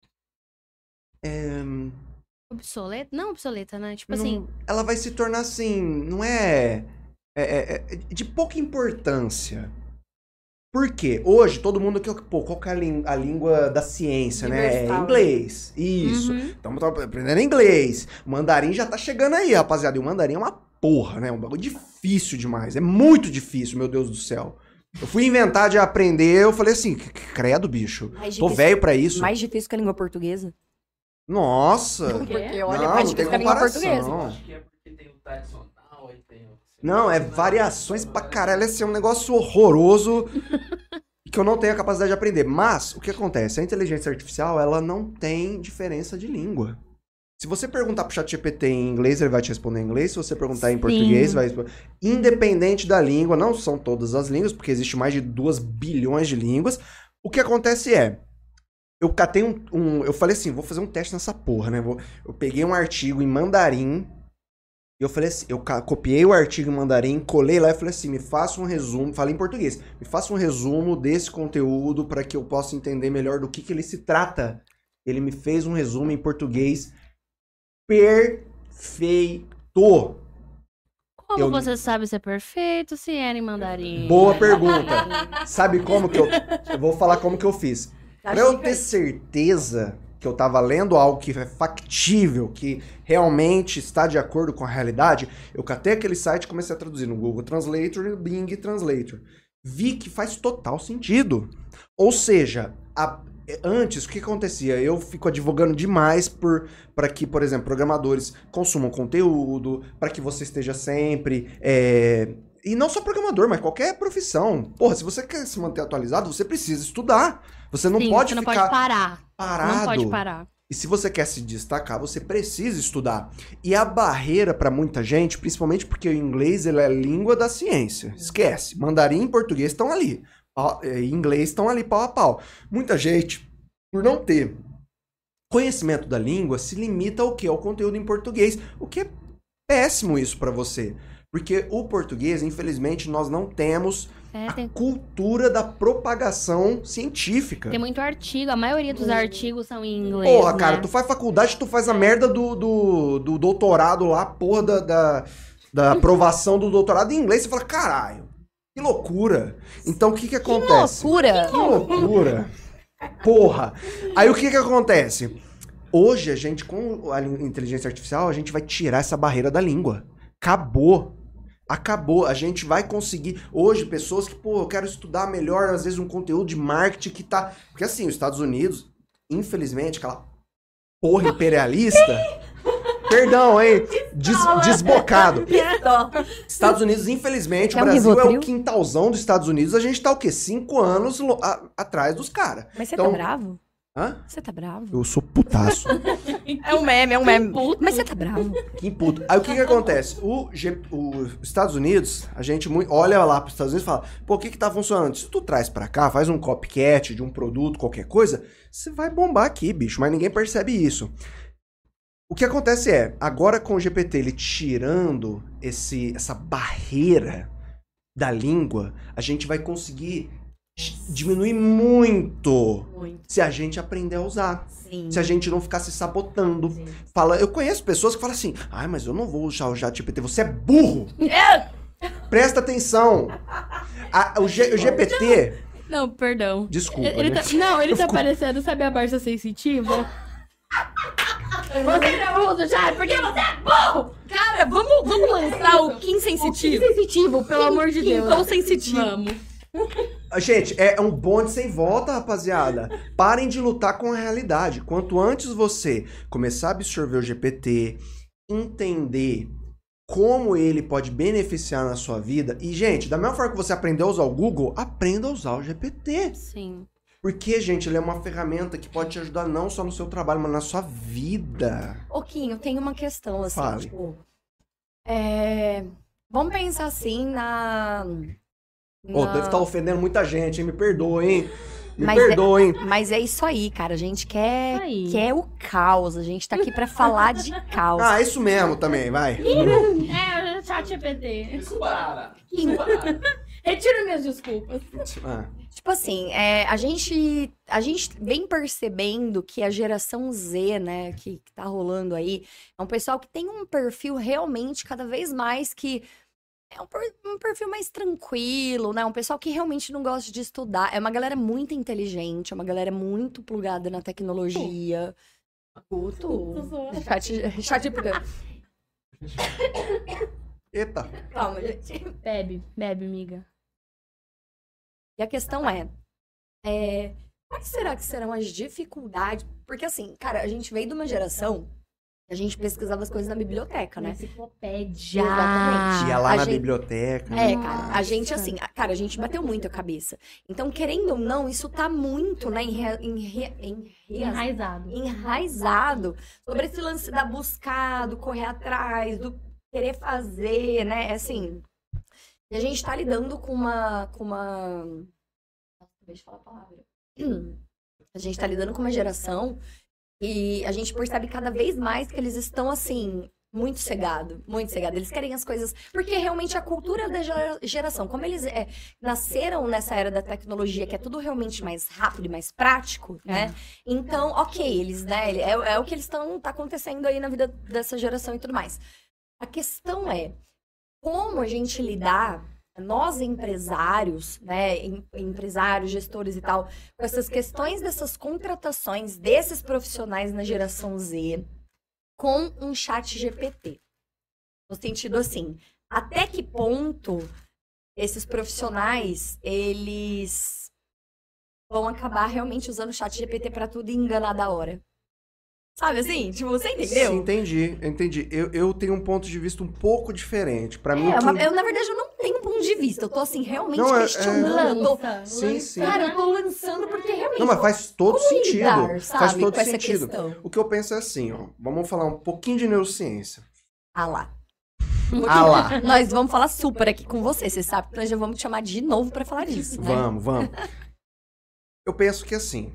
É, Obsoleta? Não obsoleta, né? Tipo não- assim, ela vai se tornar assim. Não é. é, é- é de pouca importância. Por quê? Hoje, todo mundo quer. Pô, qual que é a, lí- a língua da ciência, né? É Universal, né? inglês. Isso. Uhum. Estamos aprendendo inglês. O mandarim já tá chegando aí, rapaziada. E o mandarim é uma porra, né? Um bagulho difícil demais. É muito difícil, meu Deus do céu. Eu fui inventar de aprender, eu falei assim, "C- credo, bicho. Mais Tô difícil- velho pra isso. Mais difícil que a língua portuguesa. Nossa. quê? Porque olha, Não, mais não tem difícil que a língua comparação. portuguesa. Eu acho que é porque tem o tradicional, aí tem o... Não, é variações pra caralho. Esse é um negócio horroroso que eu não tenho a capacidade de aprender. Mas, o que acontece? A inteligência artificial, ela não tem diferença de língua. Se você perguntar pro ChatGPT em inglês, ele vai te responder em inglês. Se você perguntar em Sim. português, vai responder. Independente da língua, não são todas as línguas, porque existe mais de duas bilhões de línguas. O que acontece é, eu catei um, um- eu falei assim, vou fazer um teste nessa porra, né? Vou, eu peguei um artigo em mandarim, e eu falei assim, eu ca- copiei o artigo em mandarim, colei lá e falei assim, me faça um resumo, falei em português, me faça um resumo desse conteúdo para que eu possa entender melhor do que, que ele se trata. Ele me fez um resumo em português perfeito. como Eu- você sabe se é perfeito, se é em mandarim? Boa pergunta. Sabe como que eu... Eu vou falar como que eu fiz. Pra eu ter certeza que eu tava lendo algo que é factível, que realmente está de acordo com a realidade, eu catei aquele site e comecei a traduzir no Google Translator e no Bing Translator. Vi que faz total sentido. Ou seja, a- antes, o que acontecia? Eu fico advogando demais por para que, por exemplo, programadores consumam conteúdo, para que você esteja sempre... é, E não só programador, mas qualquer profissão. Porra, se você quer se manter atualizado, você precisa estudar. Você não Sim, pode você não ficar pode parar. parado. Não pode parar. E se você quer se destacar, você precisa estudar. E a barreira para muita gente, principalmente porque o inglês ele é a língua da ciência. Esquece. Mandarim e português estão ali. Pau- eh, Inglês estão ali pau a pau. Muita gente, por não ter conhecimento da língua, se limita ao quê? Ao conteúdo em português. O que é péssimo isso para você. Porque o português, infelizmente, nós não temos É, a tem, cultura da propagação científica. tem muito artigo, a maioria dos artigos são em inglês. Porra, né? cara, tu faz faculdade, tu faz a merda do, do, do doutorado lá, porra, da, da, da aprovação do doutorado em inglês. Você fala, caralho, que loucura. Então, o que que acontece? Loucura! Que loucura. Porra. Aí, o que que acontece? Hoje, a gente, com a inteligência artificial, a gente vai tirar essa barreira da língua. Acabou. Acabou. A gente vai conseguir... Hoje, pessoas que, pô, eu quero estudar melhor, às vezes, um conteúdo de marketing que tá... Porque, assim, os Estados Unidos, infelizmente, aquela porra imperialista... Perdão, hein? Des, desbocado. Estados Unidos, infelizmente, Quer o um Brasil é Rivotril? o quintalzão dos Estados Unidos. A gente tá o quê? Cinco anos lo- a- atrás dos caras. Mas você Então- tá bravo? Hã? Você tá bravo? Eu sou putaço. É um meme, é um meme. puto. Mas você tá bravo? Que puto. Aí o que que acontece? O, G- os Estados Unidos, a gente muito, olha lá pros Estados Unidos e fala, pô, o que que tá funcionando? Se tu traz pra cá, faz um copycat de um produto, qualquer coisa, você vai bombar aqui, bicho, mas ninguém percebe isso. O que acontece é, agora com o G P T, ele tirando esse, essa barreira da língua, a gente vai conseguir diminuir muito Muito. se a gente aprender a usar. Sim. Se a gente não ficar se sabotando. Sim. Fala, eu conheço pessoas que falam assim, ai, mas eu não vou usar o G P T, você é burro. Presta atenção. A- o, G- o G P T, Não, perdão. desculpa, Ele né? tá- não, ele Eu tá fico- parecendo, sabe a Barça Sensitiva? Você não usa já, porque você é burro! Cara, vamos, vamos lançar o Kim Sensitivo. Sensitivo, pelo amor de Deus. Então sensitivo. Vamos. Gente, é um bonde sem volta, rapaziada. Parem de lutar com a realidade. Quanto antes você começar a absorver o G P T, entender como ele pode beneficiar na sua vida. E, gente, da mesma forma que você aprendeu a usar o Google, aprenda a usar o G P T. Sim. Porque, gente, ele é uma ferramenta que pode te ajudar não só no seu trabalho, mas na sua vida. Ô, Kim, eu tenho uma questão, assim, Fale. tipo... É... Vamos pensar assim na... Ô, na- deve estar ofendendo muita gente, hein? Me perdoa, hein? Me Mas é- perdoa, hein? Mas é isso aí, cara. A gente quer, Isso aí. quer o caos. A gente tá aqui pra falar de caos. Ah, isso mesmo também, vai. É, o chat G P T. Para. Kim, Para. Retiro minhas desculpas. Ah, tipo assim, é, a, gente, a gente vem percebendo que a geração Z, né, que, que tá rolando aí, é um pessoal que tem um perfil realmente cada vez mais que é um, per- um perfil mais tranquilo, né? Um pessoal que realmente não gosta de estudar. É uma galera muito inteligente, é uma galera muito plugada na tecnologia. Puto. Tô zoando. Chat, chat eita. Calma, gente. Bebe, bebe, amiga. E a questão é, é, quais será que serão as dificuldades? Porque assim, cara, a gente veio de uma geração que a gente pesquisava as coisas na biblioteca, né? Enciclopédia. Exatamente. Ia lá a na gente- biblioteca. É, cara, a Nossa. gente assim, a- cara, a gente bateu muito a cabeça. Então, querendo ou não, isso tá muito, né, enra- enra- enra- Enraizado. enraizado sobre esse lance da buscar, do correr atrás, do querer fazer, né? Assim, e a gente tá lidando com uma, com uma... Nossa, acabei de falar a palavra. A gente tá lidando com uma geração e a gente percebe cada vez mais que eles estão, assim, muito cegado, muito cegado. Eles querem as coisas... Porque realmente a cultura da gera- geração, como eles é, nasceram nessa era da tecnologia, que é tudo realmente mais rápido e mais prático, né? Então, ok, eles, né? ele- É, é o que eles estão... Tá acontecendo aí na vida dessa geração e tudo mais. A questão é como a gente lidar, nós empresários, né, em- empresários, gestores e tal, com essas questões dessas contratações desses profissionais na geração Z com um chat G P T. No sentido assim, até que ponto esses profissionais, eles vão acabar realmente usando o chat G P T para tudo e enganar da hora. Sabe assim? Tipo, você entendeu? Sim, entendi, entendi. Eu, eu tenho um ponto de vista um pouco diferente. Pra mim, É, que- uma- eu, na verdade, eu não tenho ponto de vista. Eu tô, assim, realmente Não, é- questionando. Eu tô- Lança, Sim, lança. sim. Cara, eu tô lançando porque realmente... Não, mas faz todo como sentido. lidar, sabe, Faz todo com essa sentido. questão? O que eu penso é assim, ó. Vamos falar um pouquinho de neurociência. Ah lá. Ah lá. Nós vamos falar super aqui com você. Você sabe que nós já vamos te chamar de novo pra falar disso, né? Vamos, vamos. Eu penso que assim,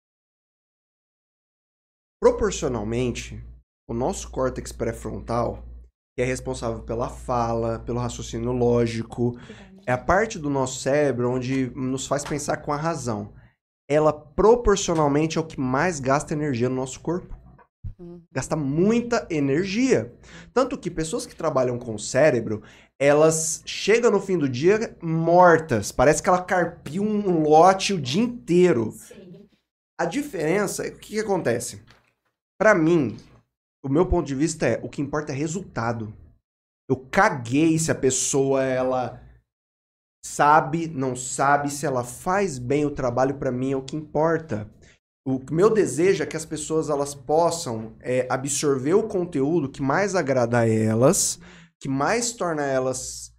proporcionalmente, o nosso córtex pré-frontal, que é responsável pela fala, pelo raciocínio lógico, é a parte do nosso cérebro onde nos faz pensar com a razão. Ela proporcionalmente é o que mais gasta energia no nosso corpo. Gasta muita energia. Tanto que pessoas que trabalham com o cérebro, elas chegam no fim do dia mortas. Parece que ela carpiu um lote o dia inteiro. Sim. A diferença, o que, que acontece? Pra mim, o meu ponto de vista é, o que importa é resultado. Eu caguei se a pessoa, ela sabe, não sabe, se ela faz bem o trabalho, pra mim é o que importa. O meu desejo é que as pessoas elas possam é, absorver o conteúdo que mais agrada a elas, que mais torna elas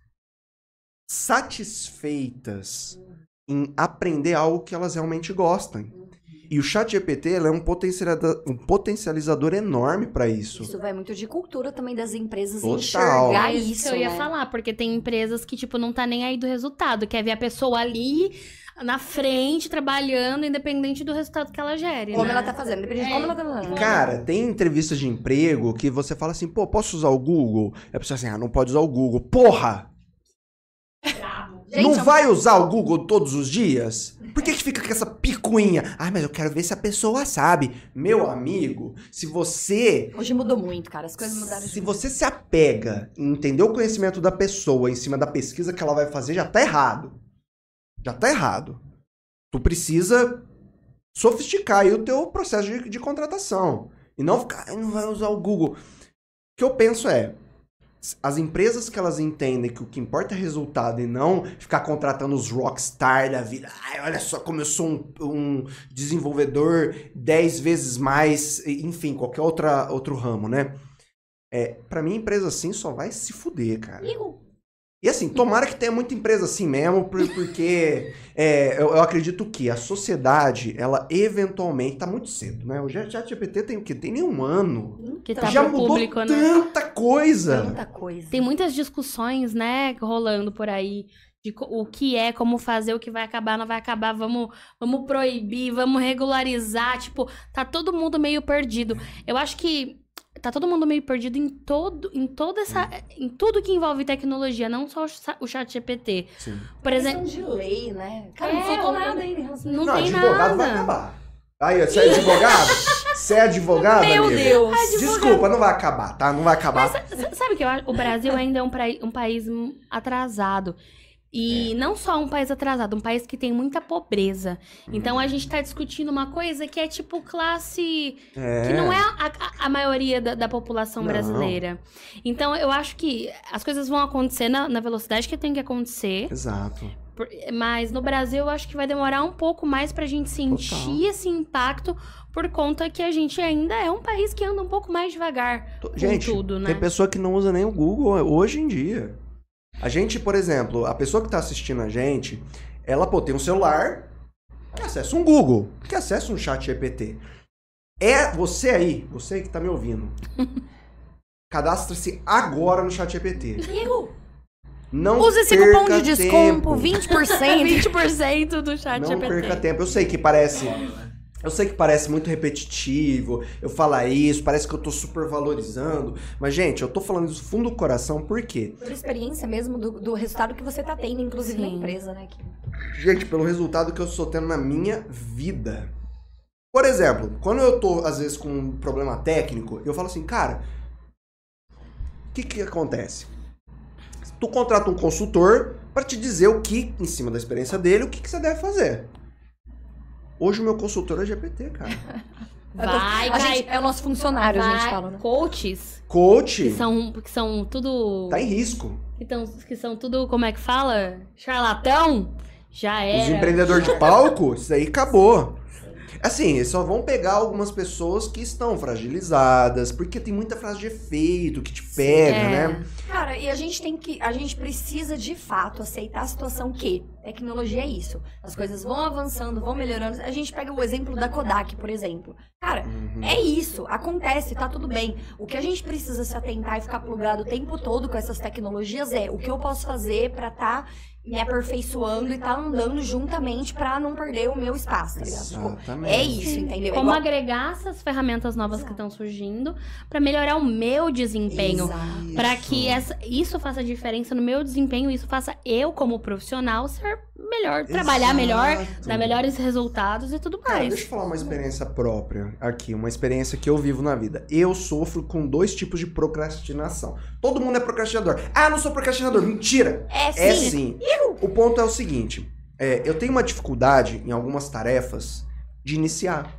satisfeitas em aprender algo que elas realmente gostam. E o ChatGPT ele é um potencializador, um potencializador enorme para isso. Isso vai muito de cultura também das empresas Total. enxergar É isso, isso que eu ia né? falar, porque tem empresas que, tipo, não tá nem aí do resultado. Quer ver a pessoa ali, na frente, trabalhando, independente do resultado que ela gere, Como né? ela tá fazendo, depende de como ela tá fazendo. Cara, tem entrevistas de emprego que você fala assim, pô, posso usar o Google? É a pessoa assim, ah, não pode usar o Google. Porra! Gente, não é um- vai usar o Google todos os dias? Por que que fica com essa picuinha? Ah, mas eu quero ver se a pessoa sabe. Meu amigo, se você... Hoje mudou muito, cara. As coisas mudaram. Se você se apega em entender o conhecimento da pessoa em cima da pesquisa que ela vai fazer, já tá errado. Já tá errado. Tu precisa sofisticar aí o teu processo de, de contratação. E não ficar, "Ai, não vai usar o Google." O que eu penso é, as empresas que elas entendem que o que importa é resultado e não ficar contratando os rockstar da vida. Ai, olha só como eu sou um, um desenvolvedor dez vezes mais, enfim, qualquer outra, outro ramo, né? É, pra mim, empresa assim só vai se fuder, cara. E assim, tomara que tenha muita empresa assim mesmo, por- porque é, eu, eu acredito que a sociedade, ela eventualmente, tá muito cedo, né? O ChatGPT tem o quê? Tem nem um ano. Que tá Já pro mudou público, né? tanta coisa. Tanta coisa. Tem muitas discussões, né, rolando por aí. De co- o que é, como fazer, o que vai acabar, não vai acabar, vamos, vamos proibir, vamos regularizar. Tipo, tá todo mundo meio perdido. Eu acho que tá todo mundo meio perdido em todo, em toda essa, em tudo que envolve tecnologia, não só o cha- o ChatGPT. Sim. Por exemplo, Questão de lei, né? Cara, não É, faltou o- nada ainda em relação a não isso. tem advogado vai nada. acabar. Aí, você é advogado? Você é advogado, Meu amigo? Deus. Desculpa, não vai acabar, tá? Não vai acabar. S- sabe o que eu acho? O Brasil ainda é um, praí- um país hum, atrasado. E não só um país atrasado, um país que tem muita pobreza. Então a gente tá discutindo uma coisa que é tipo classe. É. Que não é a, a- a maioria da, da população Não. brasileira. Então eu acho que as coisas vão acontecer na, na velocidade que tem que acontecer. Exato. por- Mas no Brasil eu acho que vai demorar um pouco mais pra gente sentir Total. esse impacto. Por conta que a gente ainda é um país que anda um pouco mais devagar Tô- com Gente, tudo, né? tem pessoa que não usa nem o Google hoje em dia. A gente, por exemplo, a pessoa que tá assistindo a gente, ela, pô, tem um celular, que acessa um Google, que acessa um chat G P T. É você aí, você aí que tá me ouvindo. Cadastra-se agora no chat G P T. Diego, Não usa esse perca cupom de desconto, tempo. vinte por cento. vinte por cento do chat Não G P T. perca tempo. Eu sei que parece... Eu sei que parece muito repetitivo, eu falar isso, parece que eu tô super valorizando. Mas, gente, eu tô falando isso do fundo do coração, por quê? Por experiência mesmo do, do resultado que você tá tendo, inclusive na Sim. empresa, né? Que... Gente, pelo resultado que eu estou tendo na minha vida. Por exemplo, quando eu tô, às vezes, com um problema técnico, eu falo assim, cara, o que que acontece? Tu contrata um consultor para te dizer o que, em cima da experiência dele, o que, que você deve fazer. Hoje o meu consultor é G P T, cara. Vai, a vai, gente, é o nosso funcionário, a gente vai. fala, né? Coaches, Coach que são, que são tudo... tá em risco. Que, tão, que são tudo, como é que fala? Charlatão? Já era. Os empreendedores de palco, isso aí acabou. Assim, eles só vão pegar algumas pessoas que estão fragilizadas, porque tem muita frase de efeito que te pega, É. né? Cara, e a gente tem que. A gente precisa de fato aceitar a situação que tecnologia é isso. As coisas vão avançando, vão melhorando. A gente pega o exemplo da Kodak, por exemplo. Cara, Uhum. é isso. Acontece, tá tudo bem. O que a gente precisa se atentar e ficar plugado o tempo todo com essas tecnologias é o que eu posso fazer pra tá me aperfeiçoando e tá andando juntamente pra não perder o meu espaço, tá ligado? Tipo, Exatamente. é isso, entendeu? Como Igual- agregar essas ferramentas novas Exato. que estão surgindo pra melhorar o meu desempenho. Exato. Pra que essa, isso faça diferença no meu desempenho, isso faça eu, como profissional, ser melhor, trabalhar melhor, Exato. dar melhores resultados e tudo Cara, mais. deixa eu falar uma experiência própria aqui, uma experiência que eu vivo na vida. Eu sofro com dois tipos de procrastinação. Todo mundo é procrastinador. Ah, não sou procrastinador. Mentira! É sim. É sim. O ponto é o seguinte, é, eu tenho uma dificuldade em algumas tarefas de iniciar.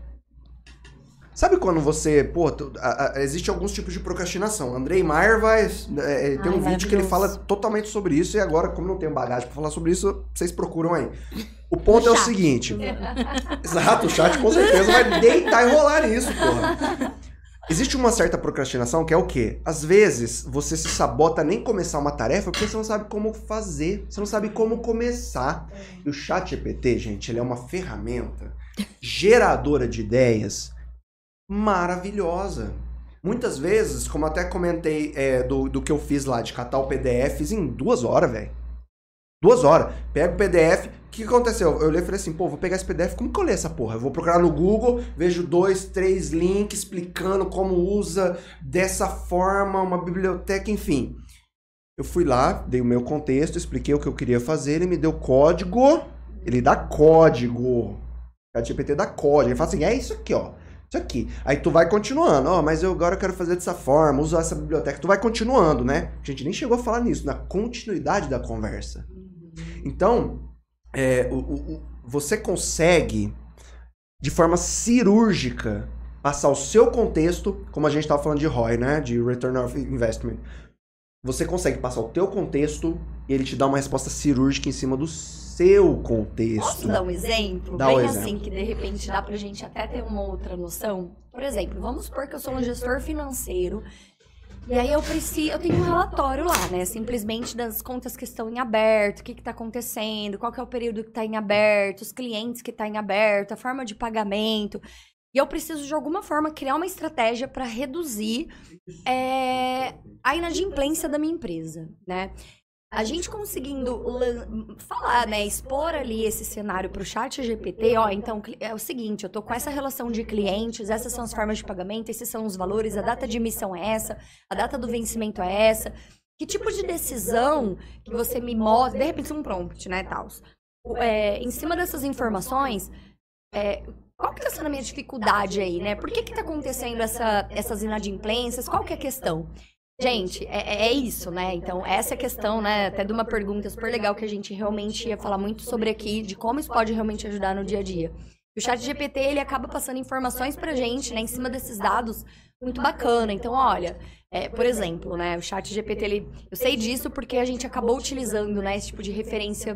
Sabe quando você, pô, tu- a- a- existe alguns tipos de procrastinação. Andrei Maier vai, é, tem Ai, um vídeo que ele maravilhoso. fala totalmente sobre isso, e agora, como não tenho bagagem pra falar sobre isso, vocês procuram aí. O ponto é o chat. seguinte. Exato, o chat com certeza vai deitar e rolar nisso, porra. Existe uma certa procrastinação que é o quê? Às vezes, você se sabota a nem começar uma tarefa porque você não sabe como fazer, você não sabe como começar. E o chat G P T, gente, ele é uma ferramenta geradora de ideias maravilhosa. Muitas vezes, como eu até comentei é, do, do que eu fiz lá, de catar o P D F, fiz em duas horas, velho. Duas horas. Pego o P D F. O que aconteceu? Eu olhei e falei assim, pô, vou pegar esse P D F, como que eu leio essa porra? Eu vou procurar no Google, vejo dois, três links explicando como usa dessa forma, uma biblioteca, enfim. Eu fui lá, dei o meu contexto, expliquei o que eu queria fazer, ele me deu código, ele dá código. O ChatGPT dá código, ele fala assim, é isso aqui, ó. Isso aqui. Aí tu vai continuando, ó, mas eu agora quero fazer dessa forma, usar essa biblioteca. Tu vai continuando, né? A gente nem chegou a falar nisso, na continuidade da conversa. Então, é, o, o, o- você consegue, de forma cirúrgica, passar o seu contexto, como a gente estava falando de R O I, né? De Return of Investment. Você consegue passar o teu contexto e ele te dá uma resposta cirúrgica em cima do seu contexto. Posso dar um exemplo? Dá um Bem exemplo. assim, que de repente dá pra gente até ter uma outra noção. Por exemplo, vamos supor que eu sou um gestor financeiro e aí eu preciso, eu tenho um relatório lá, né? Simplesmente das contas que estão em aberto, o que que tá acontecendo, qual que é o período que tá em aberto, os clientes que tá em aberto, a forma de pagamento. E eu preciso, de alguma forma, criar uma estratégia para reduzir é, a inadimplência da minha empresa, né? A gente conseguindo lan- falar, né, expor ali esse cenário para o chat G P T, ó, então é o seguinte, eu tô com essa relação de clientes, essas são as formas de pagamento, esses são os valores, a data de emissão é essa, a data do vencimento é essa. Que tipo de decisão que você me mostra, de repente um prompt, né, tal. É, em cima dessas informações, é, qual que tá sendo a minha dificuldade aí, né? Por que que tá acontecendo essa, essas inadimplências? Qual que é a questão? Gente, é, é isso, né? Então, essa é a questão, né? Até de uma pergunta super legal que a gente realmente ia falar muito sobre aqui, de como isso pode realmente ajudar no dia a dia. O chat G P T, ele acaba passando informações pra gente, né? Em cima desses dados, muito bacana. Então, olha, é, por exemplo, né? O chat G P T, ele... Eu sei disso porque a gente acabou utilizando, né? Esse tipo de referência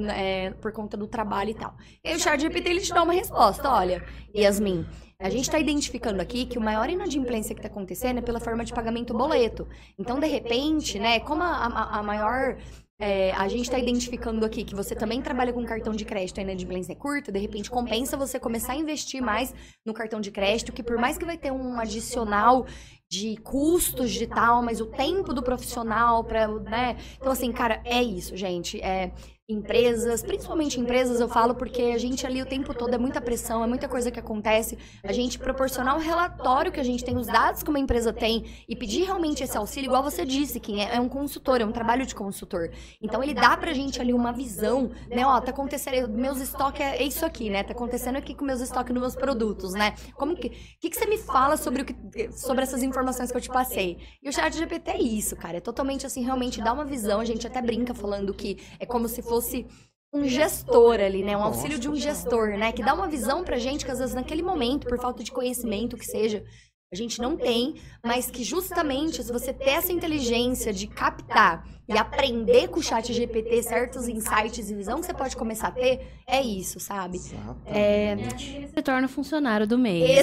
é, por conta do trabalho e tal. E aí o chat G P T, ele te dá uma resposta. Olha, Yasmin, a gente está identificando aqui que o maior inadimplência que está acontecendo é pela forma de pagamento boleto. Então, de repente, né, como a, a, a maior... É, a gente está identificando aqui que você também trabalha com cartão de crédito, a inadimplência é curta, de repente compensa você começar a investir mais no cartão de crédito, que por mais que vai ter um adicional de custos de tal, mas o tempo do profissional para, né? Então, assim, cara, é isso, gente. É, empresas, principalmente empresas, eu falo porque a gente ali o tempo todo é muita pressão, é muita coisa que acontece. A gente proporcionar um relatório que a gente tem, os dados que uma empresa tem e pedir realmente esse auxílio, igual você disse, que é, é um consultor, é um trabalho de consultor. Então, ele dá pra gente ali uma visão, né? Ó, tá acontecendo, meus estoques é isso aqui, né? Tá acontecendo aqui com meus estoques nos meus produtos, né? Como que, que, que você me fala sobre, o que, sobre essas informações que eu te passei? E o chat G P T é isso, cara. É totalmente assim, realmente dá uma visão. A gente até brinca falando que é como se fosse um gestor ali, né? Um auxílio de um gestor, né? Que dá uma visão pra gente que às vezes naquele momento, por falta de conhecimento, que seja, a gente não tem, mas que justamente se você ter essa inteligência de captar e aprender com o chat G P T certos insights e visão que você pode começar a ter, é isso, sabe? É... Se torna funcionário do mês.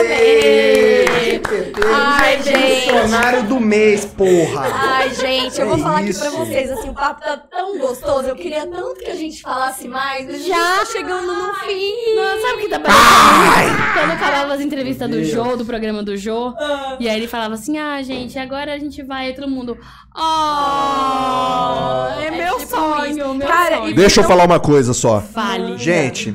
Exatamente! G P T, Ai, gente! funcionário do mês, porra! Ai, gente, eu É vou falar isso. aqui pra vocês, assim, o papo tá tão tão gostoso, eu queria tanto que a gente falasse mais, mas Já. a gente tá chegando no fim. Não, sabe o que tá parecendo? Quando acabava as entrevistas do Jô, do programa do Jô, e aí ele falava assim, ah, gente, agora a gente vai, e todo mundo, oh, é, É meu tipo sonho, isso. meu Cara, sonho. e- Deixa eu falar uma coisa só. Fale. Gente,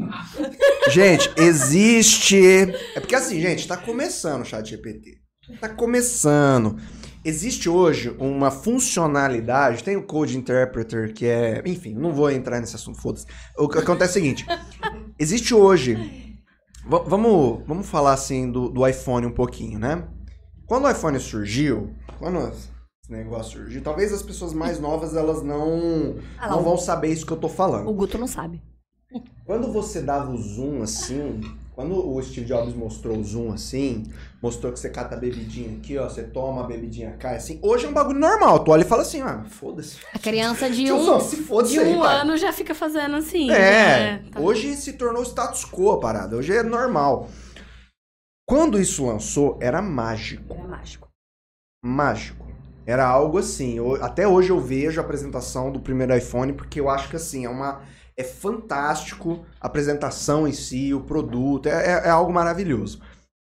gente, existe... É porque assim, gente, tá começando o ChatGPT. Tá começando. Existe hoje uma funcionalidade, tem o Code Interpreter, que é... Enfim, não vou entrar nesse assunto, foda-se. O que acontece é o seguinte, existe hoje... v- vamos, vamos falar assim do, do iPhone um pouquinho, né? Quando o iPhone surgiu, quando esse negócio surgiu, talvez as pessoas mais novas, elas não, Ah lá, não o- vão saber isso que eu tô falando. O Guto não sabe. Quando você dava o zoom assim, quando o Steve Jobs mostrou o zoom assim, mostrou que você cata a bebidinha aqui, ó, você toma a bebidinha, cai assim. Hoje é um bagulho normal, tu olha e fala assim, ah, foda-se. A criança de Tiozão, um, se foda de isso aí, um pai. ano já fica fazendo assim. É, né? Tá. hoje se tornou status quo a parada, hoje é normal. Quando isso lançou, era mágico, Era mágico. mágico. Era algo assim, eu- até hoje eu vejo a apresentação do primeiro iPhone, porque eu acho que assim, é uma... É fantástico a apresentação em si, o produto, é, é- é algo maravilhoso.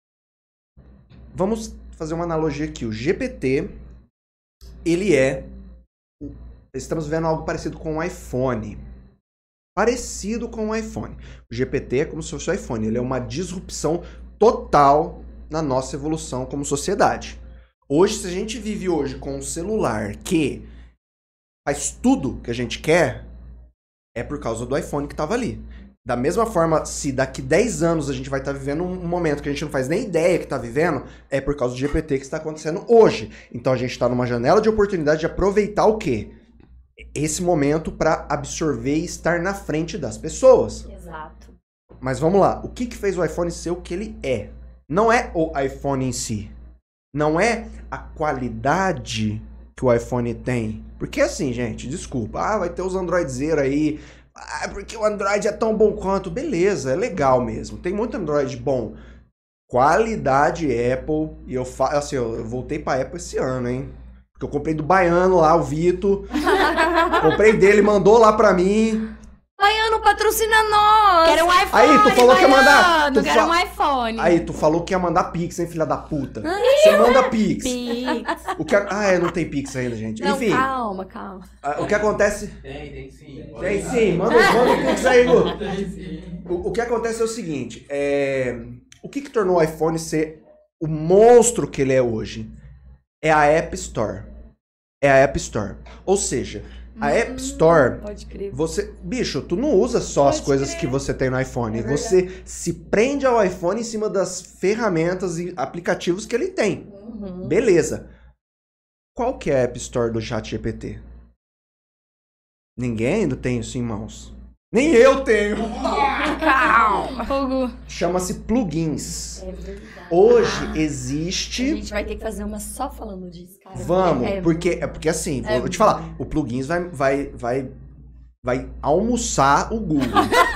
Vamos fazer uma analogia aqui. O G P T, ele é... Estamos vendo algo parecido com o iPhone. Parecido com o iPhone. O G P T é como se fosse o iPhone. Ele é uma disrupção total na nossa evolução como sociedade. Hoje, se a gente vive hoje com um celular que faz tudo que a gente quer... É por causa do iPhone que tava ali. Da mesma forma, se daqui dez anos a gente vai estar vivendo um momento que a gente não faz nem ideia que tá vivendo, é por causa do G P T que está acontecendo hoje. Então a gente tá numa janela de oportunidade de aproveitar o quê? Esse momento para absorver e estar na frente das pessoas. Exato. Mas vamos lá, o que que fez o iPhone ser o que ele é? Não é o iPhone em si. Não é a qualidade que o iPhone tem. Porque assim, gente, desculpa. Ah, vai ter os Androidzeiros aí. Ah, porque o Android é tão bom quanto. Beleza, é legal mesmo. Tem muito Android bom. Qualidade Apple. E eu falo assim, eu eu voltei pra Apple esse ano, hein? Porque eu comprei do Baiano lá, o Vitor. Comprei dele, mandou lá pra mim. Baiano, patrocina nós! Quero um iPhone, Aí, tu falou que ia mandar- Baiano, tu quero fa- um iPhone. Aí, tu falou que ia mandar Pix, hein, filha da puta? Você manda Pix. Pix. O que... Ah, é, não tem Pix ainda, gente. Não, Enfim, calma, calma. ah, o que acontece... Tem, tem sim. Tem sim, manda, manda o Pix aí, Gu. Tem sim. O, o que acontece é o seguinte, é... o que que tornou o iPhone ser o monstro que ele é hoje? É a App Store. É a App Store. Ou seja, a App Store... Pode crer. Você, bicho, tu não usa só as Pode coisas crer. que você tem no iPhone. É Você se prende ao iPhone em cima das ferramentas e aplicativos que ele tem. Uhum. Beleza. Qual que é a App Store do ChatGPT? Ninguém ainda tem isso em mãos. Nem eu tenho. Hugo. Chama-se plugins. É verdade. Hoje A existe... gente vai ter que fazer uma só falando disso, cara. Vamos, É, porque, é porque assim, É vou te falar, o plugins vai, vai, vai, vai almoçar o Google.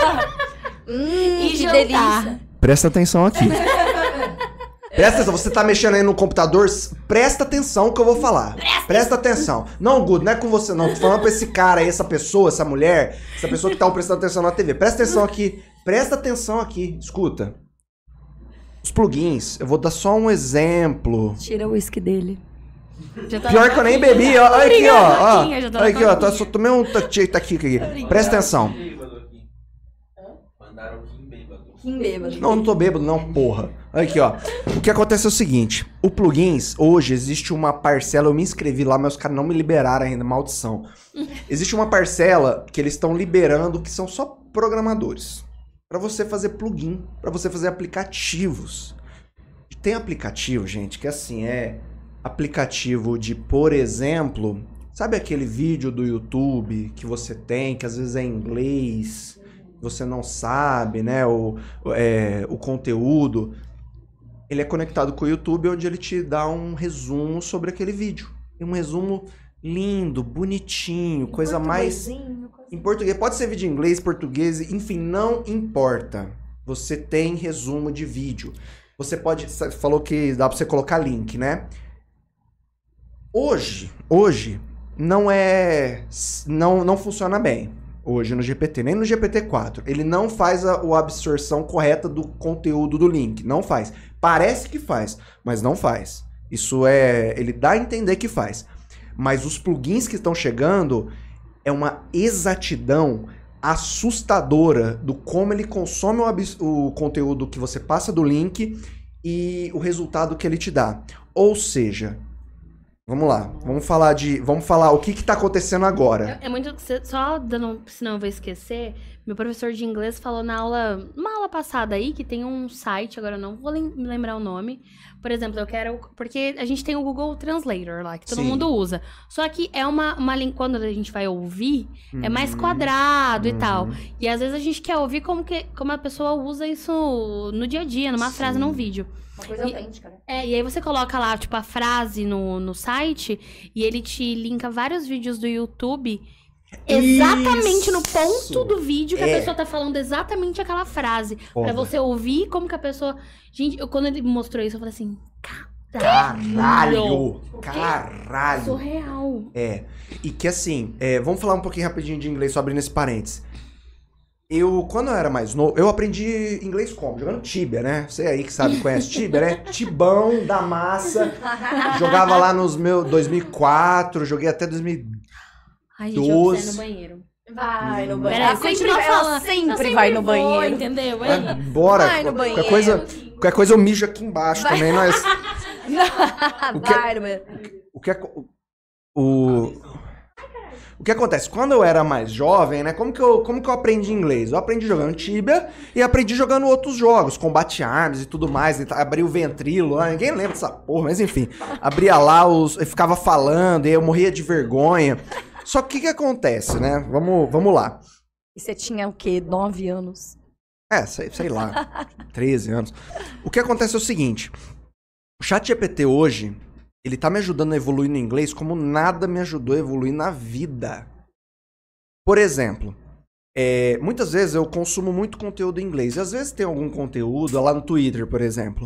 Hum, E que jantar. delícia. Presta atenção aqui. Presta atenção, você tá mexendo aí no computador, s- presta atenção que eu vou falar. Presta, atenção. Não, Guto, não é com você não, tô falando pra esse cara aí, essa pessoa, essa mulher, essa pessoa que tá prestando atenção na T V. Presta atenção aqui, presta atenção aqui, escuta. Os plugins, eu vou dar só um exemplo. Tira o uísque dele. Já tá Pior na que eu nem coquinha. bebi, ó, olha aqui, ó, ó. Coquinha, já tá na Olha aqui, ó, tô- coquinha. só tomei um taqui aqui, aqui. Presta atenção. Bêbado aqui. Mandaram o Kim bêbado. Kim bêbado. Não, não tô bêbado, não, porra. Olha aqui, ó. O que acontece é o seguinte: o plugins, hoje, existe uma parcela. Eu me inscrevi lá, mas os caras não me liberaram ainda, maldição. Existe uma parcela que eles estão liberando que são só programadores. Pra você fazer plugin, pra você fazer aplicativos. E tem aplicativo, gente, que assim é aplicativo de, por exemplo, sabe aquele vídeo do YouTube que você tem, que às vezes é em inglês, você não sabe, né, o, é, o conteúdo. Ele é conectado com o YouTube, onde ele te dá um resumo sobre aquele vídeo. E um resumo lindo, bonitinho, coisa mais... Em português, pode ser vídeo em inglês, português, enfim, não importa. Você tem resumo de vídeo. Você pode... Você falou que dá pra você colocar link, né? Hoje, hoje, não é... Não, não funciona bem hoje no G P T, nem no G P T quatro. Ele não faz a, a absorção correta do conteúdo do link. Não faz. Parece que faz, mas não faz. Isso é... Ele dá a entender que faz. Mas os plugins que estão chegando é uma exatidão assustadora do como ele consome o, abs- o conteúdo que você passa do link e o resultado que ele te dá. Ou seja, vamos lá, vamos falar de, vamos falar o que está acontecendo agora. É, é muito, só dando, senão eu vou esquecer, meu professor de inglês falou na aula, uma aula passada aí, que tem um site, agora eu não vou lem- me lembrar o nome. Por exemplo, eu quero, porque a gente tem o Google Translator lá, que todo Sim. mundo usa. Só que é uma, uma língua, quando a gente vai ouvir, é mais Uhum. quadrado Uhum. e tal. E às vezes a gente quer ouvir como, que, como a pessoa usa isso no dia a dia, numa Sim. frase, num vídeo. Uma coisa E- autêntica, né? É, e aí você coloca lá, tipo, a frase no, no site e ele te linka vários vídeos do YouTube exatamente no ponto Isso. do vídeo que É. a pessoa tá falando exatamente aquela frase. Foda. Pra você ouvir como que a pessoa... Gente, eu, quando ele mostrou isso, eu falei assim... Caralho! É Caralho! surreal. É. E que assim, é, vamos falar um pouquinho rapidinho de inglês, só abrindo esse parênteses. Eu, quando eu era mais novo, eu aprendi inglês como? Jogando Tibia, né? Você aí que sabe, conhece Tibia, né? Tibão da massa. Jogava lá nos meus dois mil e quatro, joguei até dois mil e Ai, gente, eu Doze. preciso ir no banheiro. Vai no Hum. banheiro. Peraí, Ela sempre, continua vai- ela falando. sempre Eu vai no vou, banheiro. entendeu? Vai, Aí. bora. Vai no Qualquer banheiro. coisa, qualquer coisa eu mijo aqui embaixo também, nós... O que- Vai no banheiro. O que, ac- o, o que acontece? Quando eu era mais jovem, né? Como que, eu, como que eu aprendi inglês? Eu aprendi jogando Tibia e aprendi jogando outros jogos, Combat Arms e tudo mais. e ta- Abri o Ventrilo lá, ninguém lembra dessa porra, mas enfim. Abria lá, os, eu ficava falando e eu morria de vergonha. Só que o que, que acontece, né? Vamos, vamos lá. E você tinha o quê? Nove anos? É, sei, sei lá, treze anos. O que acontece é o seguinte, o ChatGPT hoje, ele tá me ajudando a evoluir no inglês como nada me ajudou a evoluir na vida. Por exemplo, é, muitas vezes eu consumo muito conteúdo em inglês, e às vezes tem algum conteúdo, lá no Twitter, por exemplo.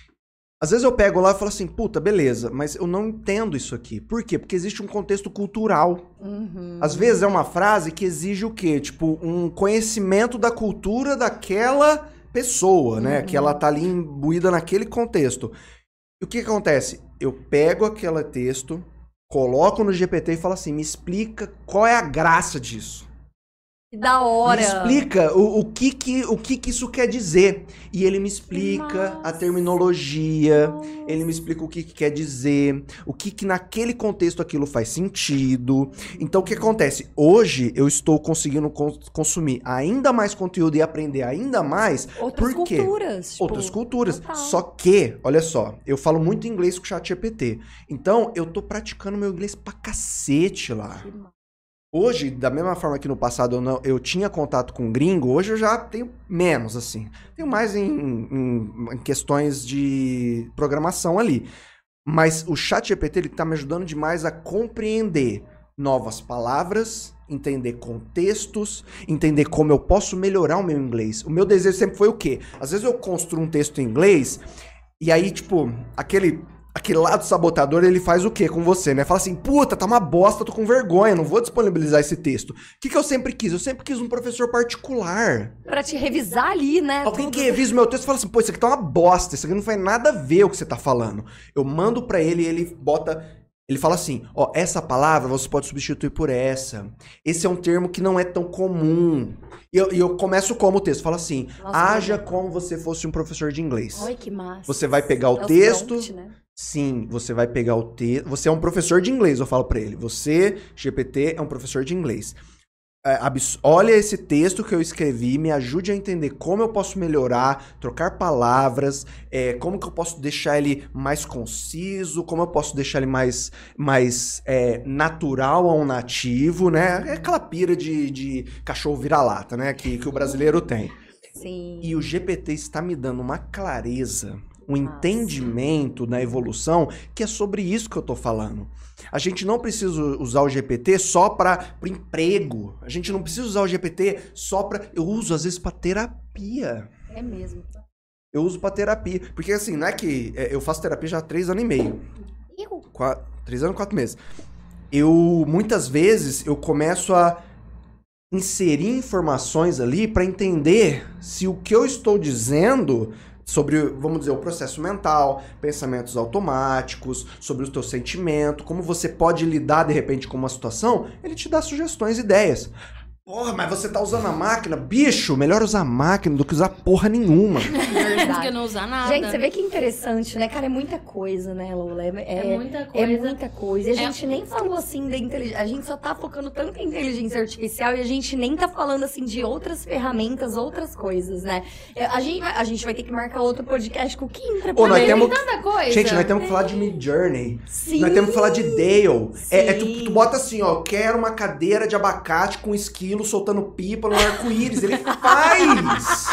Às vezes eu pego lá e falo assim, puta, beleza, mas eu não entendo isso aqui. Por quê? Porque existe um contexto cultural. Uhum. Às vezes é uma frase que exige o quê? Tipo, um conhecimento da cultura daquela pessoa, né? Uhum. Que ela tá ali imbuída naquele contexto. E o que que acontece? Eu pego aquele texto, coloco no G P T e falo assim, me explica qual é a graça disso. Que da hora. Me explica o, o, que, que, o que que isso quer dizer. E ele me explica a Massa. terminologia, ele me explica o que, que quer dizer, o que, que naquele contexto aquilo faz sentido. Então o que acontece? Hoje eu estou conseguindo con- consumir ainda mais conteúdo e aprender ainda mais. Outras Por quê? culturas. tipo, Outras culturas. total. Só que, olha só, eu falo muito inglês com o ChatGPT. Então eu tô praticando meu inglês pra cacete lá. Que massa. Hoje, da mesma forma que no passado eu, não, eu tinha contato com gringo, hoje eu já tenho menos, assim. Tenho mais em, em- em questões de programação ali. Mas o ChatGPT, ele tá me ajudando demais a compreender novas palavras, entender contextos, entender como eu posso melhorar o meu inglês. O meu desejo sempre foi o quê? Às vezes eu construo um texto em inglês e aí, tipo, aquele... Aquele lado sabotador, ele faz o quê com você, né? Fala assim, puta, tá uma bosta, tô com vergonha, não vou disponibilizar esse texto. O que, que eu sempre quis? Eu sempre quis um professor particular. Pra te revisar ali, né? Alguém tudo. que revisa o meu texto e fala assim, pô, isso aqui tá uma bosta, isso aqui não faz nada a ver o que você tá falando. Eu mando pra ele e ele bota... Ele fala assim, ó, essa palavra você pode substituir por essa. Esse é um termo que não é tão comum. E eu, e eu começo como o texto, fala assim, Nossa, haja que como você fosse um professor de inglês. Ai, que massa. Você vai pegar o É os texto... prompt, né? Sim, você vai pegar o texto. Você é um professor de inglês, eu falo pra ele. Você, G P T, é um professor de inglês. É, abs- olha esse texto que eu escrevi, me ajude a entender como eu posso melhorar, trocar palavras, é, como que eu posso deixar ele mais conciso, como eu posso deixar ele mais, mais é, natural a um nativo, né? É aquela pira de, de cachorro vira-lata, né? Que, que o brasileiro tem. Sim. E o G P T está me dando uma clareza, um Nossa. entendimento na evolução, que é sobre isso que eu tô falando. A gente não precisa usar o G P T só para o emprego. A gente não precisa usar o G P T só para... Eu uso, às vezes, para terapia. É mesmo. Eu uso para terapia. Porque, assim, não é que... é, eu faço terapia já há três anos e meio. Eu? Quatro, três anos e quatro meses. eu, muitas vezes, eu começo a inserir informações ali para entender se o que eu estou dizendo sobre, vamos dizer, o processo mental, pensamentos automáticos, sobre o teu sentimento, como você pode lidar, de repente, com uma situação, ele te dá sugestões, ideias. Porra, mas você tá usando a máquina? Bicho, melhor usar a máquina do que usar porra nenhuma. Do que não usar nada. Gente, você vê que interessante, né? Cara, é muita coisa, né, Lola? É, É é, muita é coisa. muita coisa. E a gente nem falou, assim, da inteligência. A gente só tá focando tanto em inteligência artificial e a gente nem tá falando, assim, de outras ferramentas, outras coisas, né? É, A gente vai, a gente vai ter que marcar outro podcast com o Kim pra Ô, nós poder- temos- Tanta coisa. Gente, nós temos que falar de Midjourney. Sim. Nós temos que falar de Dale. É, é tu, Sim. tu bota assim, ó, quero uma cadeira de abacate com esquilo soltando pipa no arco-íris. Ele faz!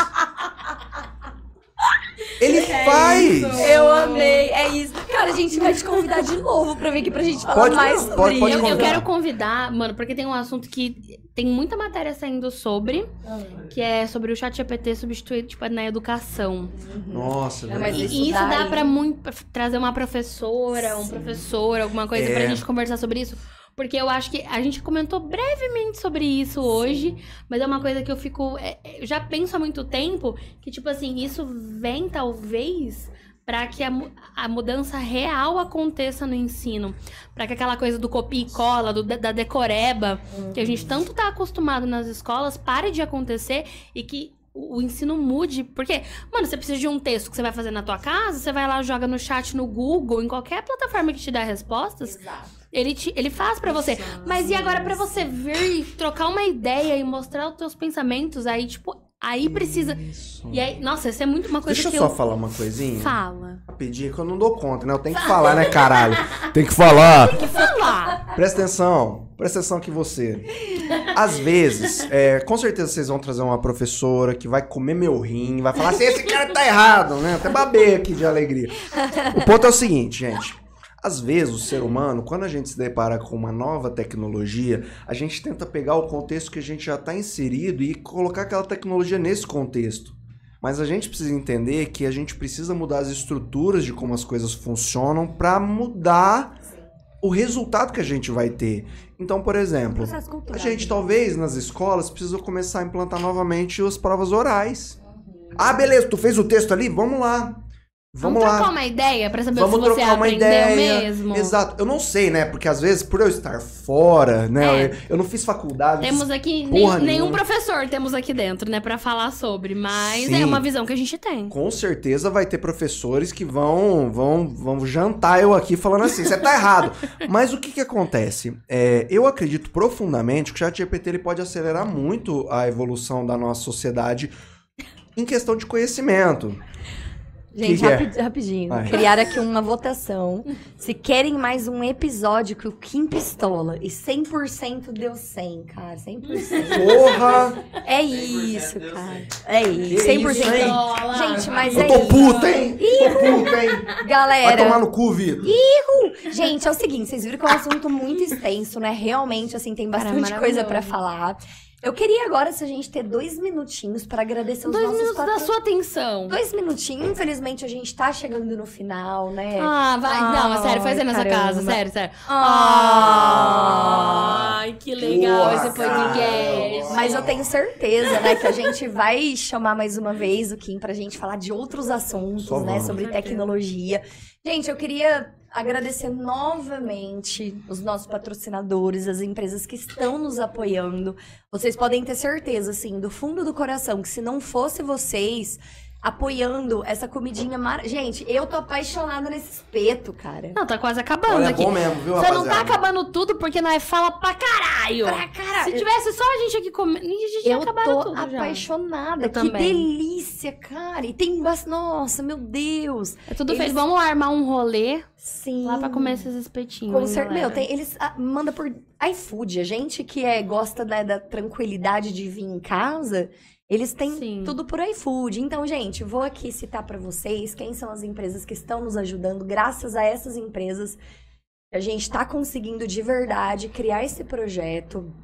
Ele faz! Eu amei, é isso. Cara, a gente vai te convidar de novo pra vir aqui pra gente falar Pode- mais sobre pode- pode isso. Eu, eu convidar. quero convidar, mano, porque tem um assunto que tem muita matéria saindo sobre, que é sobre o chat G P T substituir, tipo, na educação. Nossa, É, mas E velho. isso isso dá daí- pra muito, pra trazer uma professora, um professor, alguma coisa É. pra gente conversar sobre isso. Porque eu acho que a gente comentou brevemente sobre isso hoje, mas é uma coisa que eu fico. é, é, eu já penso há muito tempo que, tipo assim, isso vem talvez pra que a, mu- a mudança real aconteça no ensino. Pra que aquela coisa do copia e cola, do, da decoreba, que a gente tanto tá acostumado nas escolas, pare de acontecer e que o o ensino mude. Porque, mano, você precisa de um texto que você vai fazer na tua casa, você vai lá, joga no chat, no Google, em qualquer plataforma que te dá respostas. Exato. Ele, te, ele faz pra você. Mas e agora pra você vir e trocar uma ideia e mostrar os teus pensamentos, aí, tipo, aí precisa... Isso. E aí, nossa, isso é muito uma coisa Deixa eu que só eu... falar uma coisinha. Fala. Rapidinho, que eu não dou conta, né? Eu tenho que falar, né, caralho? Tem que falar. Que falar? Presta atenção. Presta atenção aqui você. Às vezes, é, com certeza vocês vão trazer uma professora que vai comer meu rim, vai falar assim, esse cara tá errado, né? Até babei aqui de alegria. O ponto é o seguinte, gente. Às vezes, o ser humano, quando a gente se depara com uma nova tecnologia, a gente tenta pegar o contexto que a gente já está inserido e colocar aquela tecnologia nesse contexto. Mas a gente precisa entender que a gente precisa mudar as estruturas de como as coisas funcionam para mudar o resultado que a gente vai ter. Então, por exemplo, Processo a cultural. gente talvez nas escolas precisa começar a implantar novamente as provas orais. Ah, beleza, tu fez o texto ali? Vamos lá. Vamos, Vamos lá. trocar uma ideia pra saber Vamos se você trocar uma aprendeu ideia. mesmo. Exato. Eu não sei, né? Porque às vezes, por eu estar fora, né? É. Eu, eu não fiz faculdade. Temos aqui Porra nem- nenhum nenhuma. professor temos aqui dentro, né, pra falar sobre, mas Sim. é uma visão que a gente tem. Com certeza vai ter professores que vão, vão, vão jantar eu aqui falando assim, você tá errado. Mas o que que acontece? É, eu acredito profundamente que o ChatGPT ele pode acelerar muito a evolução da nossa sociedade em questão de conhecimento. Gente, Que que é? rapi- rapidinho. Vai. Criaram aqui uma votação. Se querem mais um episódio que o Kim pistola. E cem por cento deu cem, cara. cem por cento. Porra! É cem por cento isso, deu cara. cem. É isso. Que cem por cento. isso, hein? Gente, mas Eu é tô isso. puto, hein? Tô puto, hein? Vai Galera, tomar no cu, Vitor. gente, é o seguinte, vocês viram que é um assunto muito extenso, né? Realmente, assim, tem Cara, bastante coisa maravilhoso. pra falar. Eu queria agora, se a gente ter dois minutinhos pra agradecer os Dois nossos minutos da patro- sua atenção. Dois minutinhos, infelizmente a gente tá chegando no final, né? Ah, vai. Não, é sério, faz aí na sua caramba. casa, sério, sério. Ah. Ai, que legal Boa, esse podcast. cara. Mas eu tenho certeza, né, que a gente vai chamar mais uma vez o Kim pra gente falar de outros assuntos, Só né, vamos. sobre tecnologia. Gente, eu queria agradecer novamente os nossos patrocinadores, as empresas que estão nos apoiando. Vocês podem ter certeza, assim, do fundo do coração, que se não fosse vocês apoiando essa comidinha mar... Gente, eu tô apaixonada nesse espeto, cara. Não, tá quase acabando Olha, é aqui. bom mesmo, viu, Você não rapaziada? tá acabando tudo porque nós fala pra caralho. Pra caralho. Se tivesse só a gente aqui comendo, a gente tinha Eu acabado tô tudo já. apaixonada. Eu que também. delícia, cara. E tem bastante... Nossa, meu Deus. É tudo Eles- feito. Vamos armar um rolê Sim. lá pra comer esses espetinhos. Com hein, cer- galera? Meu, tem, eles ah, mandam por iFood. A gente que é, gosta né, da tranquilidade de vir em casa, eles têm Sim. tudo por iFood. Então, gente, vou aqui citar pra vocês quem são as empresas que estão nos ajudando. Graças a essas empresas, a gente tá conseguindo de verdade criar esse projeto.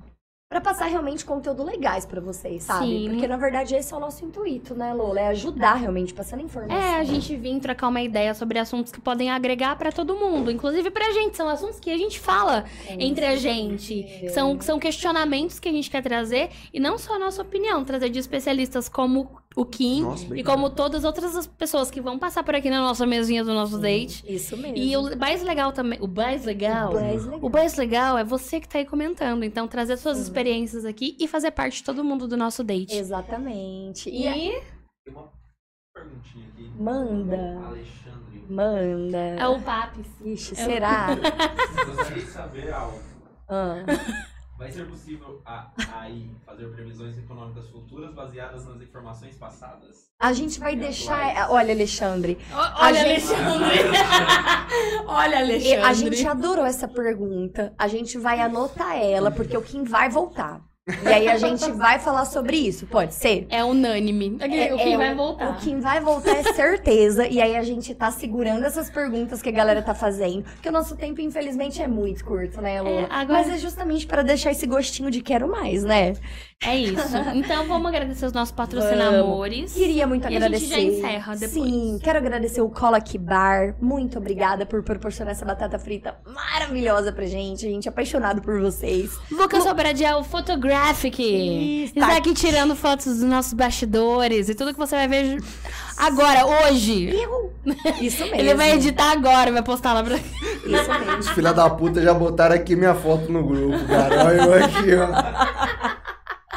Pra passar realmente conteúdo legais pra vocês, sabe? Sim. Porque, na verdade, esse é o nosso intuito, né, Lola? É ajudar realmente, passando informação. É, a gente vir trocar uma ideia sobre assuntos que podem agregar pra todo mundo, inclusive pra gente. São assuntos que a gente fala É, entre a gente. São, são questionamentos que a gente quer trazer e não só a nossa opinião, trazer de especialistas como o Kim Nossa, e obrigado. como todas as outras pessoas que vão passar por aqui na nossa mesinha do nosso date. Isso mesmo. E o mais legal também, o mais legal, O mais legal. o mais legal é você que tá aí comentando. Então, trazer suas experiências aqui e fazer parte de todo mundo do nosso date. Exatamente. E, E Tem uma perguntinha aqui. Manda. Alexandre. Manda. é o Papis. Ixi, será? Gostaria de saber algo. Ah. Vai ser possível a, aí fazer previsões econômicas futuras baseadas nas informações passadas? A gente vai deixar... Olha, Alexandre. Olha, gente- Alexandre. Olha, E Alexandre. a gente adorou essa pergunta. A gente vai anotar ela, porque o Kim vai voltar. E aí a gente vai falar sobre isso, pode ser? É unânime. É- o Kim é, vai o- voltar. O Kim vai voltar, é certeza. E aí a gente tá segurando essas perguntas que a galera tá fazendo. Porque o nosso tempo, infelizmente, é muito curto, né, Lula? É, agora- Mas é justamente para deixar esse gostinho de quero mais, né? É isso. Então vamos agradecer os nossos patrocinadores. Queria muito E a agradecer. gente já encerra depois. Sim, quero agradecer o Cola Aqui Bar. Muito obrigada por proporcionar essa batata frita maravilhosa pra gente. A gente é apaixonado por vocês. Lucas Sobradiel Photographic. Isso, Está tá aqui tirando fotos dos nossos bastidores e tudo que você vai ver agora, hoje. Isso mesmo. Ele vai editar agora, vai postar lá pra... Isso mesmo. Os filha da puta já botaram aqui minha foto no grupo, cara. Olha eu aqui, ó.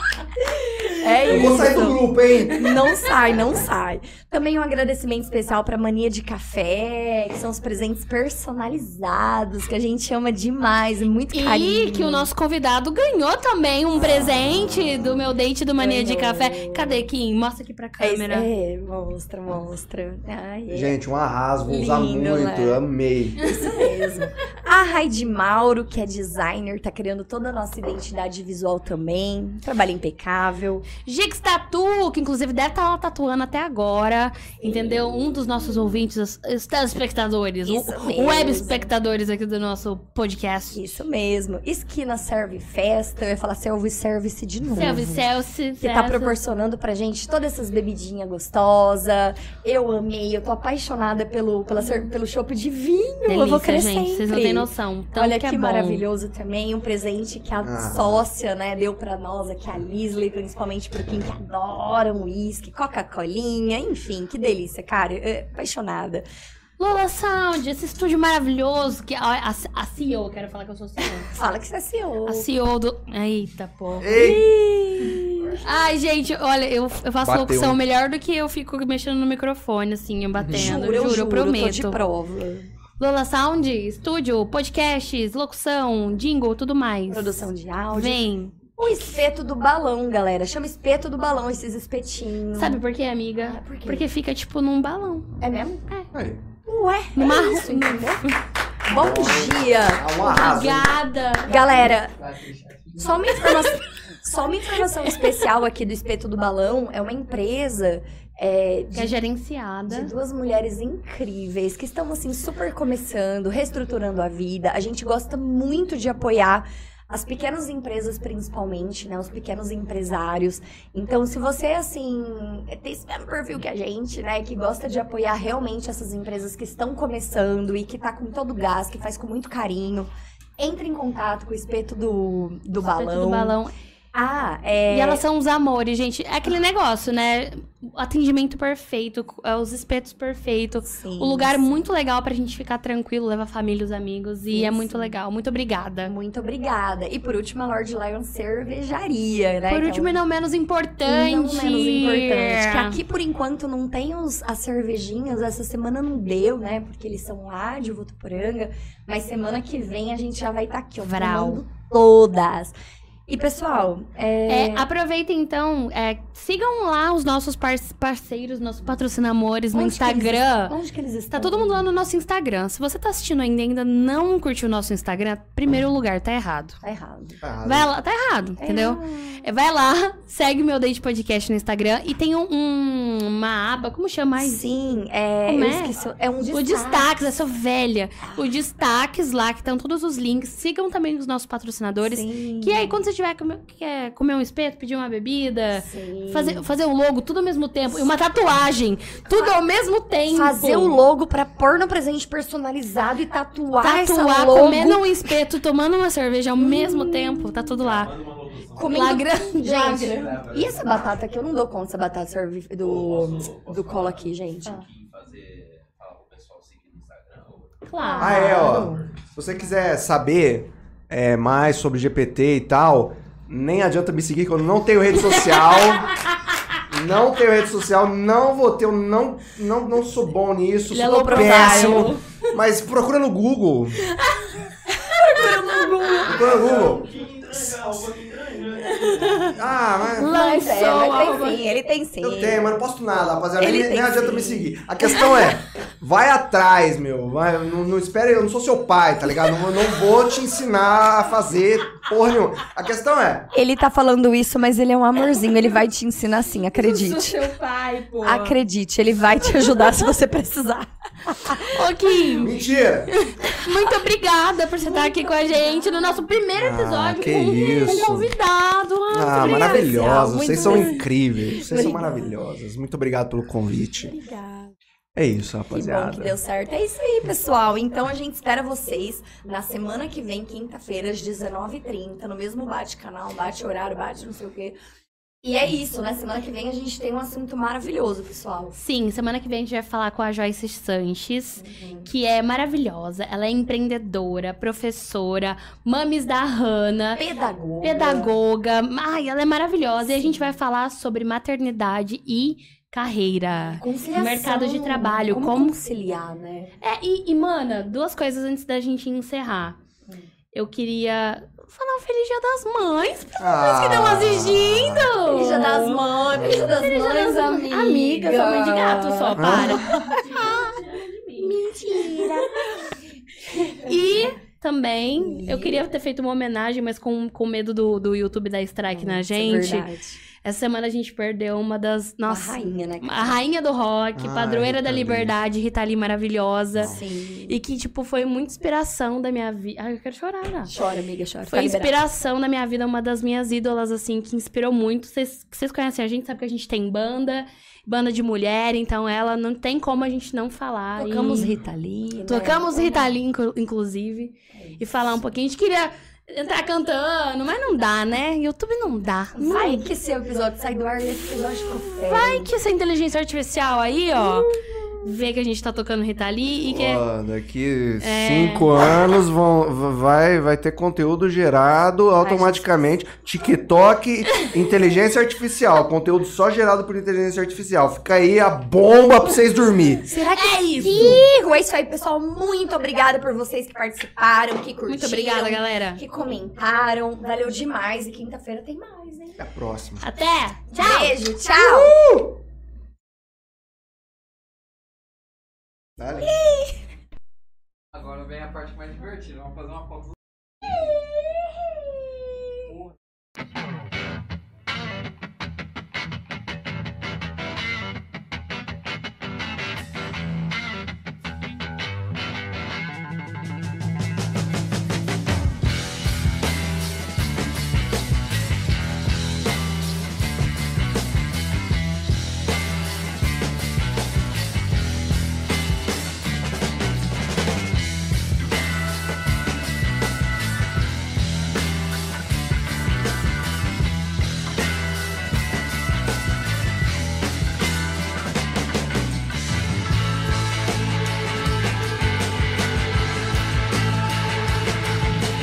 É Eu vou sair do isso. grupo, hein? Não sai, não sai. Também um agradecimento especial pra Mania de Café, que são os presentes personalizados, que a gente ama demais, muito carinho. E que o nosso convidado ganhou também um presente do meu date do Mania de Ganhou. Café. Cadê, Kim? Mostra aqui pra É, câmera. é, mostra, mostra. Ai, é. Gente, um arraso, vou usar Lindo, muito, né? amei. Isso mesmo. A Raide Mauro, que é designer, tá criando toda a nossa identidade visual também. Trabalho impecável. Gix Tatu, que inclusive deve estar lá tatuando até agora, entendeu? Um dos nossos ouvintes, os os telespectadores, Isso o- mesmo. web espectadores aqui do nosso podcast. Isso mesmo. Esquina Serve Festa, eu ia falar Serve Service de novo. Selfie, selfie, Que tá proporcionando pra gente todas essas bebidinhas gostosas. Eu amei, eu tô apaixonada pelo, pela, cer- pelo chopp de vinho. eu vou Delícia, querer gente, sempre. vocês não têm noção. Tanto Olha que, que, é bom. maravilhoso também, um presente que a Ah. sócia, né, deu pra nós aqui, a Lisley, principalmente pro quem que adora um uísque, Coca-Colinha, enfim, que delícia, cara, eu- apaixonada. Lola Sound, esse estúdio maravilhoso, que a, a, a C E O, quero falar que eu sou C E O. Fala que você é C E O. A C E O do... Eita, porra. Ei! Ai, gente, olha, eu, eu faço Bateu. locução melhor do que eu fico mexendo no microfone, assim, eu batendo. Juro, Juro, eu eu, juro, prometo. eu tô de prova. Lola Sound, estúdio, podcasts, locução, jingle, tudo mais. Produção de áudio. Vem. O espeto do balão, galera. Chama espeto do balão, esses espetinhos. Sabe por quê, amiga? Ah, por quê? Porque fica, tipo, num balão. É mesmo? Aí, Ué, Numa é ru- isso, entendeu? Bom dia. tá um arraso, hein? Obrigada. Galera, só uma informação, só uma informação especial aqui do Espeto do Balão. É uma empresa é, Que é de, gerenciada. de duas mulheres incríveis que estão, assim, super começando, reestruturando a vida. A gente gosta muito de apoiar as pequenas empresas, principalmente, né? Os pequenos empresários. Então, se você, assim, tem esse mesmo perfil que a gente, né? Que gosta de apoiar realmente essas empresas que estão começando e que tá com todo o gás, que faz com muito carinho, entre em contato com o Espeto do, do Balão. Do balão. Ah, é... E elas são os amores, gente. É aquele negócio, né? O atendimento perfeito, é, os espetos perfeitos. Sim, O lugar sim. muito legal pra gente ficar tranquilo, levar a família, os amigos. E Sim, é muito sim. legal. Muito obrigada. Muito obrigada. E por último, a Lord Lion Cervejaria, né? Por que é último um- e não menos importante. Não menos importante. Que aqui, por enquanto, não tem os, as cervejinhas. Essa semana não deu, né? Porque eles são lá de Votuporanga. Mas semana que vem a gente já vai estar aqui, ó. Vral. tomando todas. E, pessoal, é... É, aproveitem então, é, sigam lá os nossos par- parceiros, nossos patrocinadores no onde que eles Instagram. estão? onde que eles estão? Tá todo mundo lá no nosso Instagram. Se você tá assistindo ainda e ainda não curtiu o nosso Instagram, primeiro lugar, tá errado. Tá errado. Arrasa. Vai lá, tá errado, Tá entendeu? errado. É, vai lá, segue o meu Date Podcast no Instagram e tem um, um- uma aba, como chama mais? Sim, é... Como eu é? esqueci. É um O destaque. Destaques, eu sou velha. O Destaques lá, que estão todos os links. Sigam também os nossos patrocinadores. Sim. Que aí, quando você tiver comer, quer comer um espeto, pedir uma bebida, Sim. fazer, fazer o logo tudo ao mesmo tempo. E uma tatuagem, tudo ao mesmo tempo. Fazer o logo pra pôr no presente personalizado e tatuar, Tatuar, essa logo. comendo um espeto, tomando uma cerveja ao mesmo tempo. Tá tudo lá. Manda uma locução. Comendo... Lagra... Gente, Lagra. e essa batata aqui? Eu não dou conta dessa batata servi- do, Posso- posso do colo falar? aqui, gente. Aqui, fazer, falar pro pessoal seguir no Instagram. ou- Claro. Ah, é, ó. Se você quiser saber é, mais sobre G P T e tal, nem adianta me seguir, que eu não tenho rede social. Não tenho rede social, não vou ter, eu não, não, não sou bom nisso, Ele é sou low péssimo. profile. Mas procura no Google. Procura no Google. Ah, mas... Mas é, Lançou mas arroba- tem sim, ele tem sim. Eu tenho, mas não posto nada, rapaziada. Ele Nem, nem tem adianta sim. me seguir. A questão é, vai atrás, meu. Vai, não, não espere, eu não sou seu pai, tá ligado? Não, não vou te ensinar a fazer porra nenhuma. A questão é, Ele tá falando isso, mas ele é um amorzinho, ele vai te ensinar sim, Sou acredite. seu pai, pô. Acredite, ele vai te ajudar se você precisar. Ô, Kim, mentira. muito obrigada por você estar aqui com a gente no nosso primeiro Ah, episódio que com isso. um convidado. Ah, muito Ah, obrigada. maravilhosos. Muito Vocês são obrigada. incríveis. Vocês são Obrigada. maravilhosas. Muito obrigado pelo convite. Obrigada. É isso, Que bom rapaziada. que deu certo. É isso aí, pessoal. Então a gente espera vocês na semana que vem, quinta-feira, às dezenove e trinta, no mesmo bate-canal, bate-horário, bate não sei o quê. E é isso, né? Semana que vem a gente tem um assunto maravilhoso, pessoal. Sim, semana que vem a gente vai falar com a Joyce Sanches, Uhum. que é maravilhosa. Ela é empreendedora, professora, mames da Hannah, Pedagoga. pedagoga. Ai, ela é maravilhosa. E a gente vai falar sobre maternidade e carreira. Conciliação. Mercado de trabalho, Como, como- conciliar, né? É, e, e, mana, duas coisas antes da gente encerrar. Eu queria falar um Feliz Dia das Mães pra vocês que estão Ah. assistindo. Feliz Dia das Mães, Feliz Dia das Feliz Dia Mães, das amiga. Amiga, sou mãe de gato só, para. Mentira. E também, eu queria ter feito uma homenagem, mas com, com medo do, do YouTube dar strike na Isso é gente. verdade. Essa semana a gente perdeu uma das... Uma Nossa, rainha, né? a rainha do rock, Ai, padroeira Rita da Lee. liberdade, Rita Lee maravilhosa. Sim. E que, tipo, foi muita inspiração da minha vida. Ai, eu quero chorar, né? Chora, amiga, chora. Foi Fica liberada. inspiração na minha vida, uma das minhas ídolas, assim, que inspirou muito. Vocês vocês conhecem a gente, sabe que a gente tem banda, banda de mulher, então ela não tem como a gente não falar. Tocamos e... Rita Lee, né? Tocamos Rita Lee, inclu- inclusive, e falar um pouquinho. A gente queria entrar cantando, mas não dá, né? YouTube não dá. Vai Não. que esse episódio sai do ar e esse episódio ficou feio. Vai que essa inteligência artificial aí, ó, vê que a gente tá tocando Rita Lee e que... Ó, daqui É. cinco anos vão, vai, vai ter conteúdo gerado automaticamente. TikTok, inteligência artificial. Conteúdo só gerado por inteligência artificial. Fica aí a bomba pra vocês dormir. Será que É isso! Ih, é isso aí, pessoal. Muito obrigada por vocês que participaram, que curtiram. Muito obrigada, galera. Que comentaram. Valeu demais. E quinta-feira tem mais, hein? Até a próxima. Até! Tchau! Beijo, tchau! Dale. Agora vem a parte mais divertida. Vamos fazer uma pausa.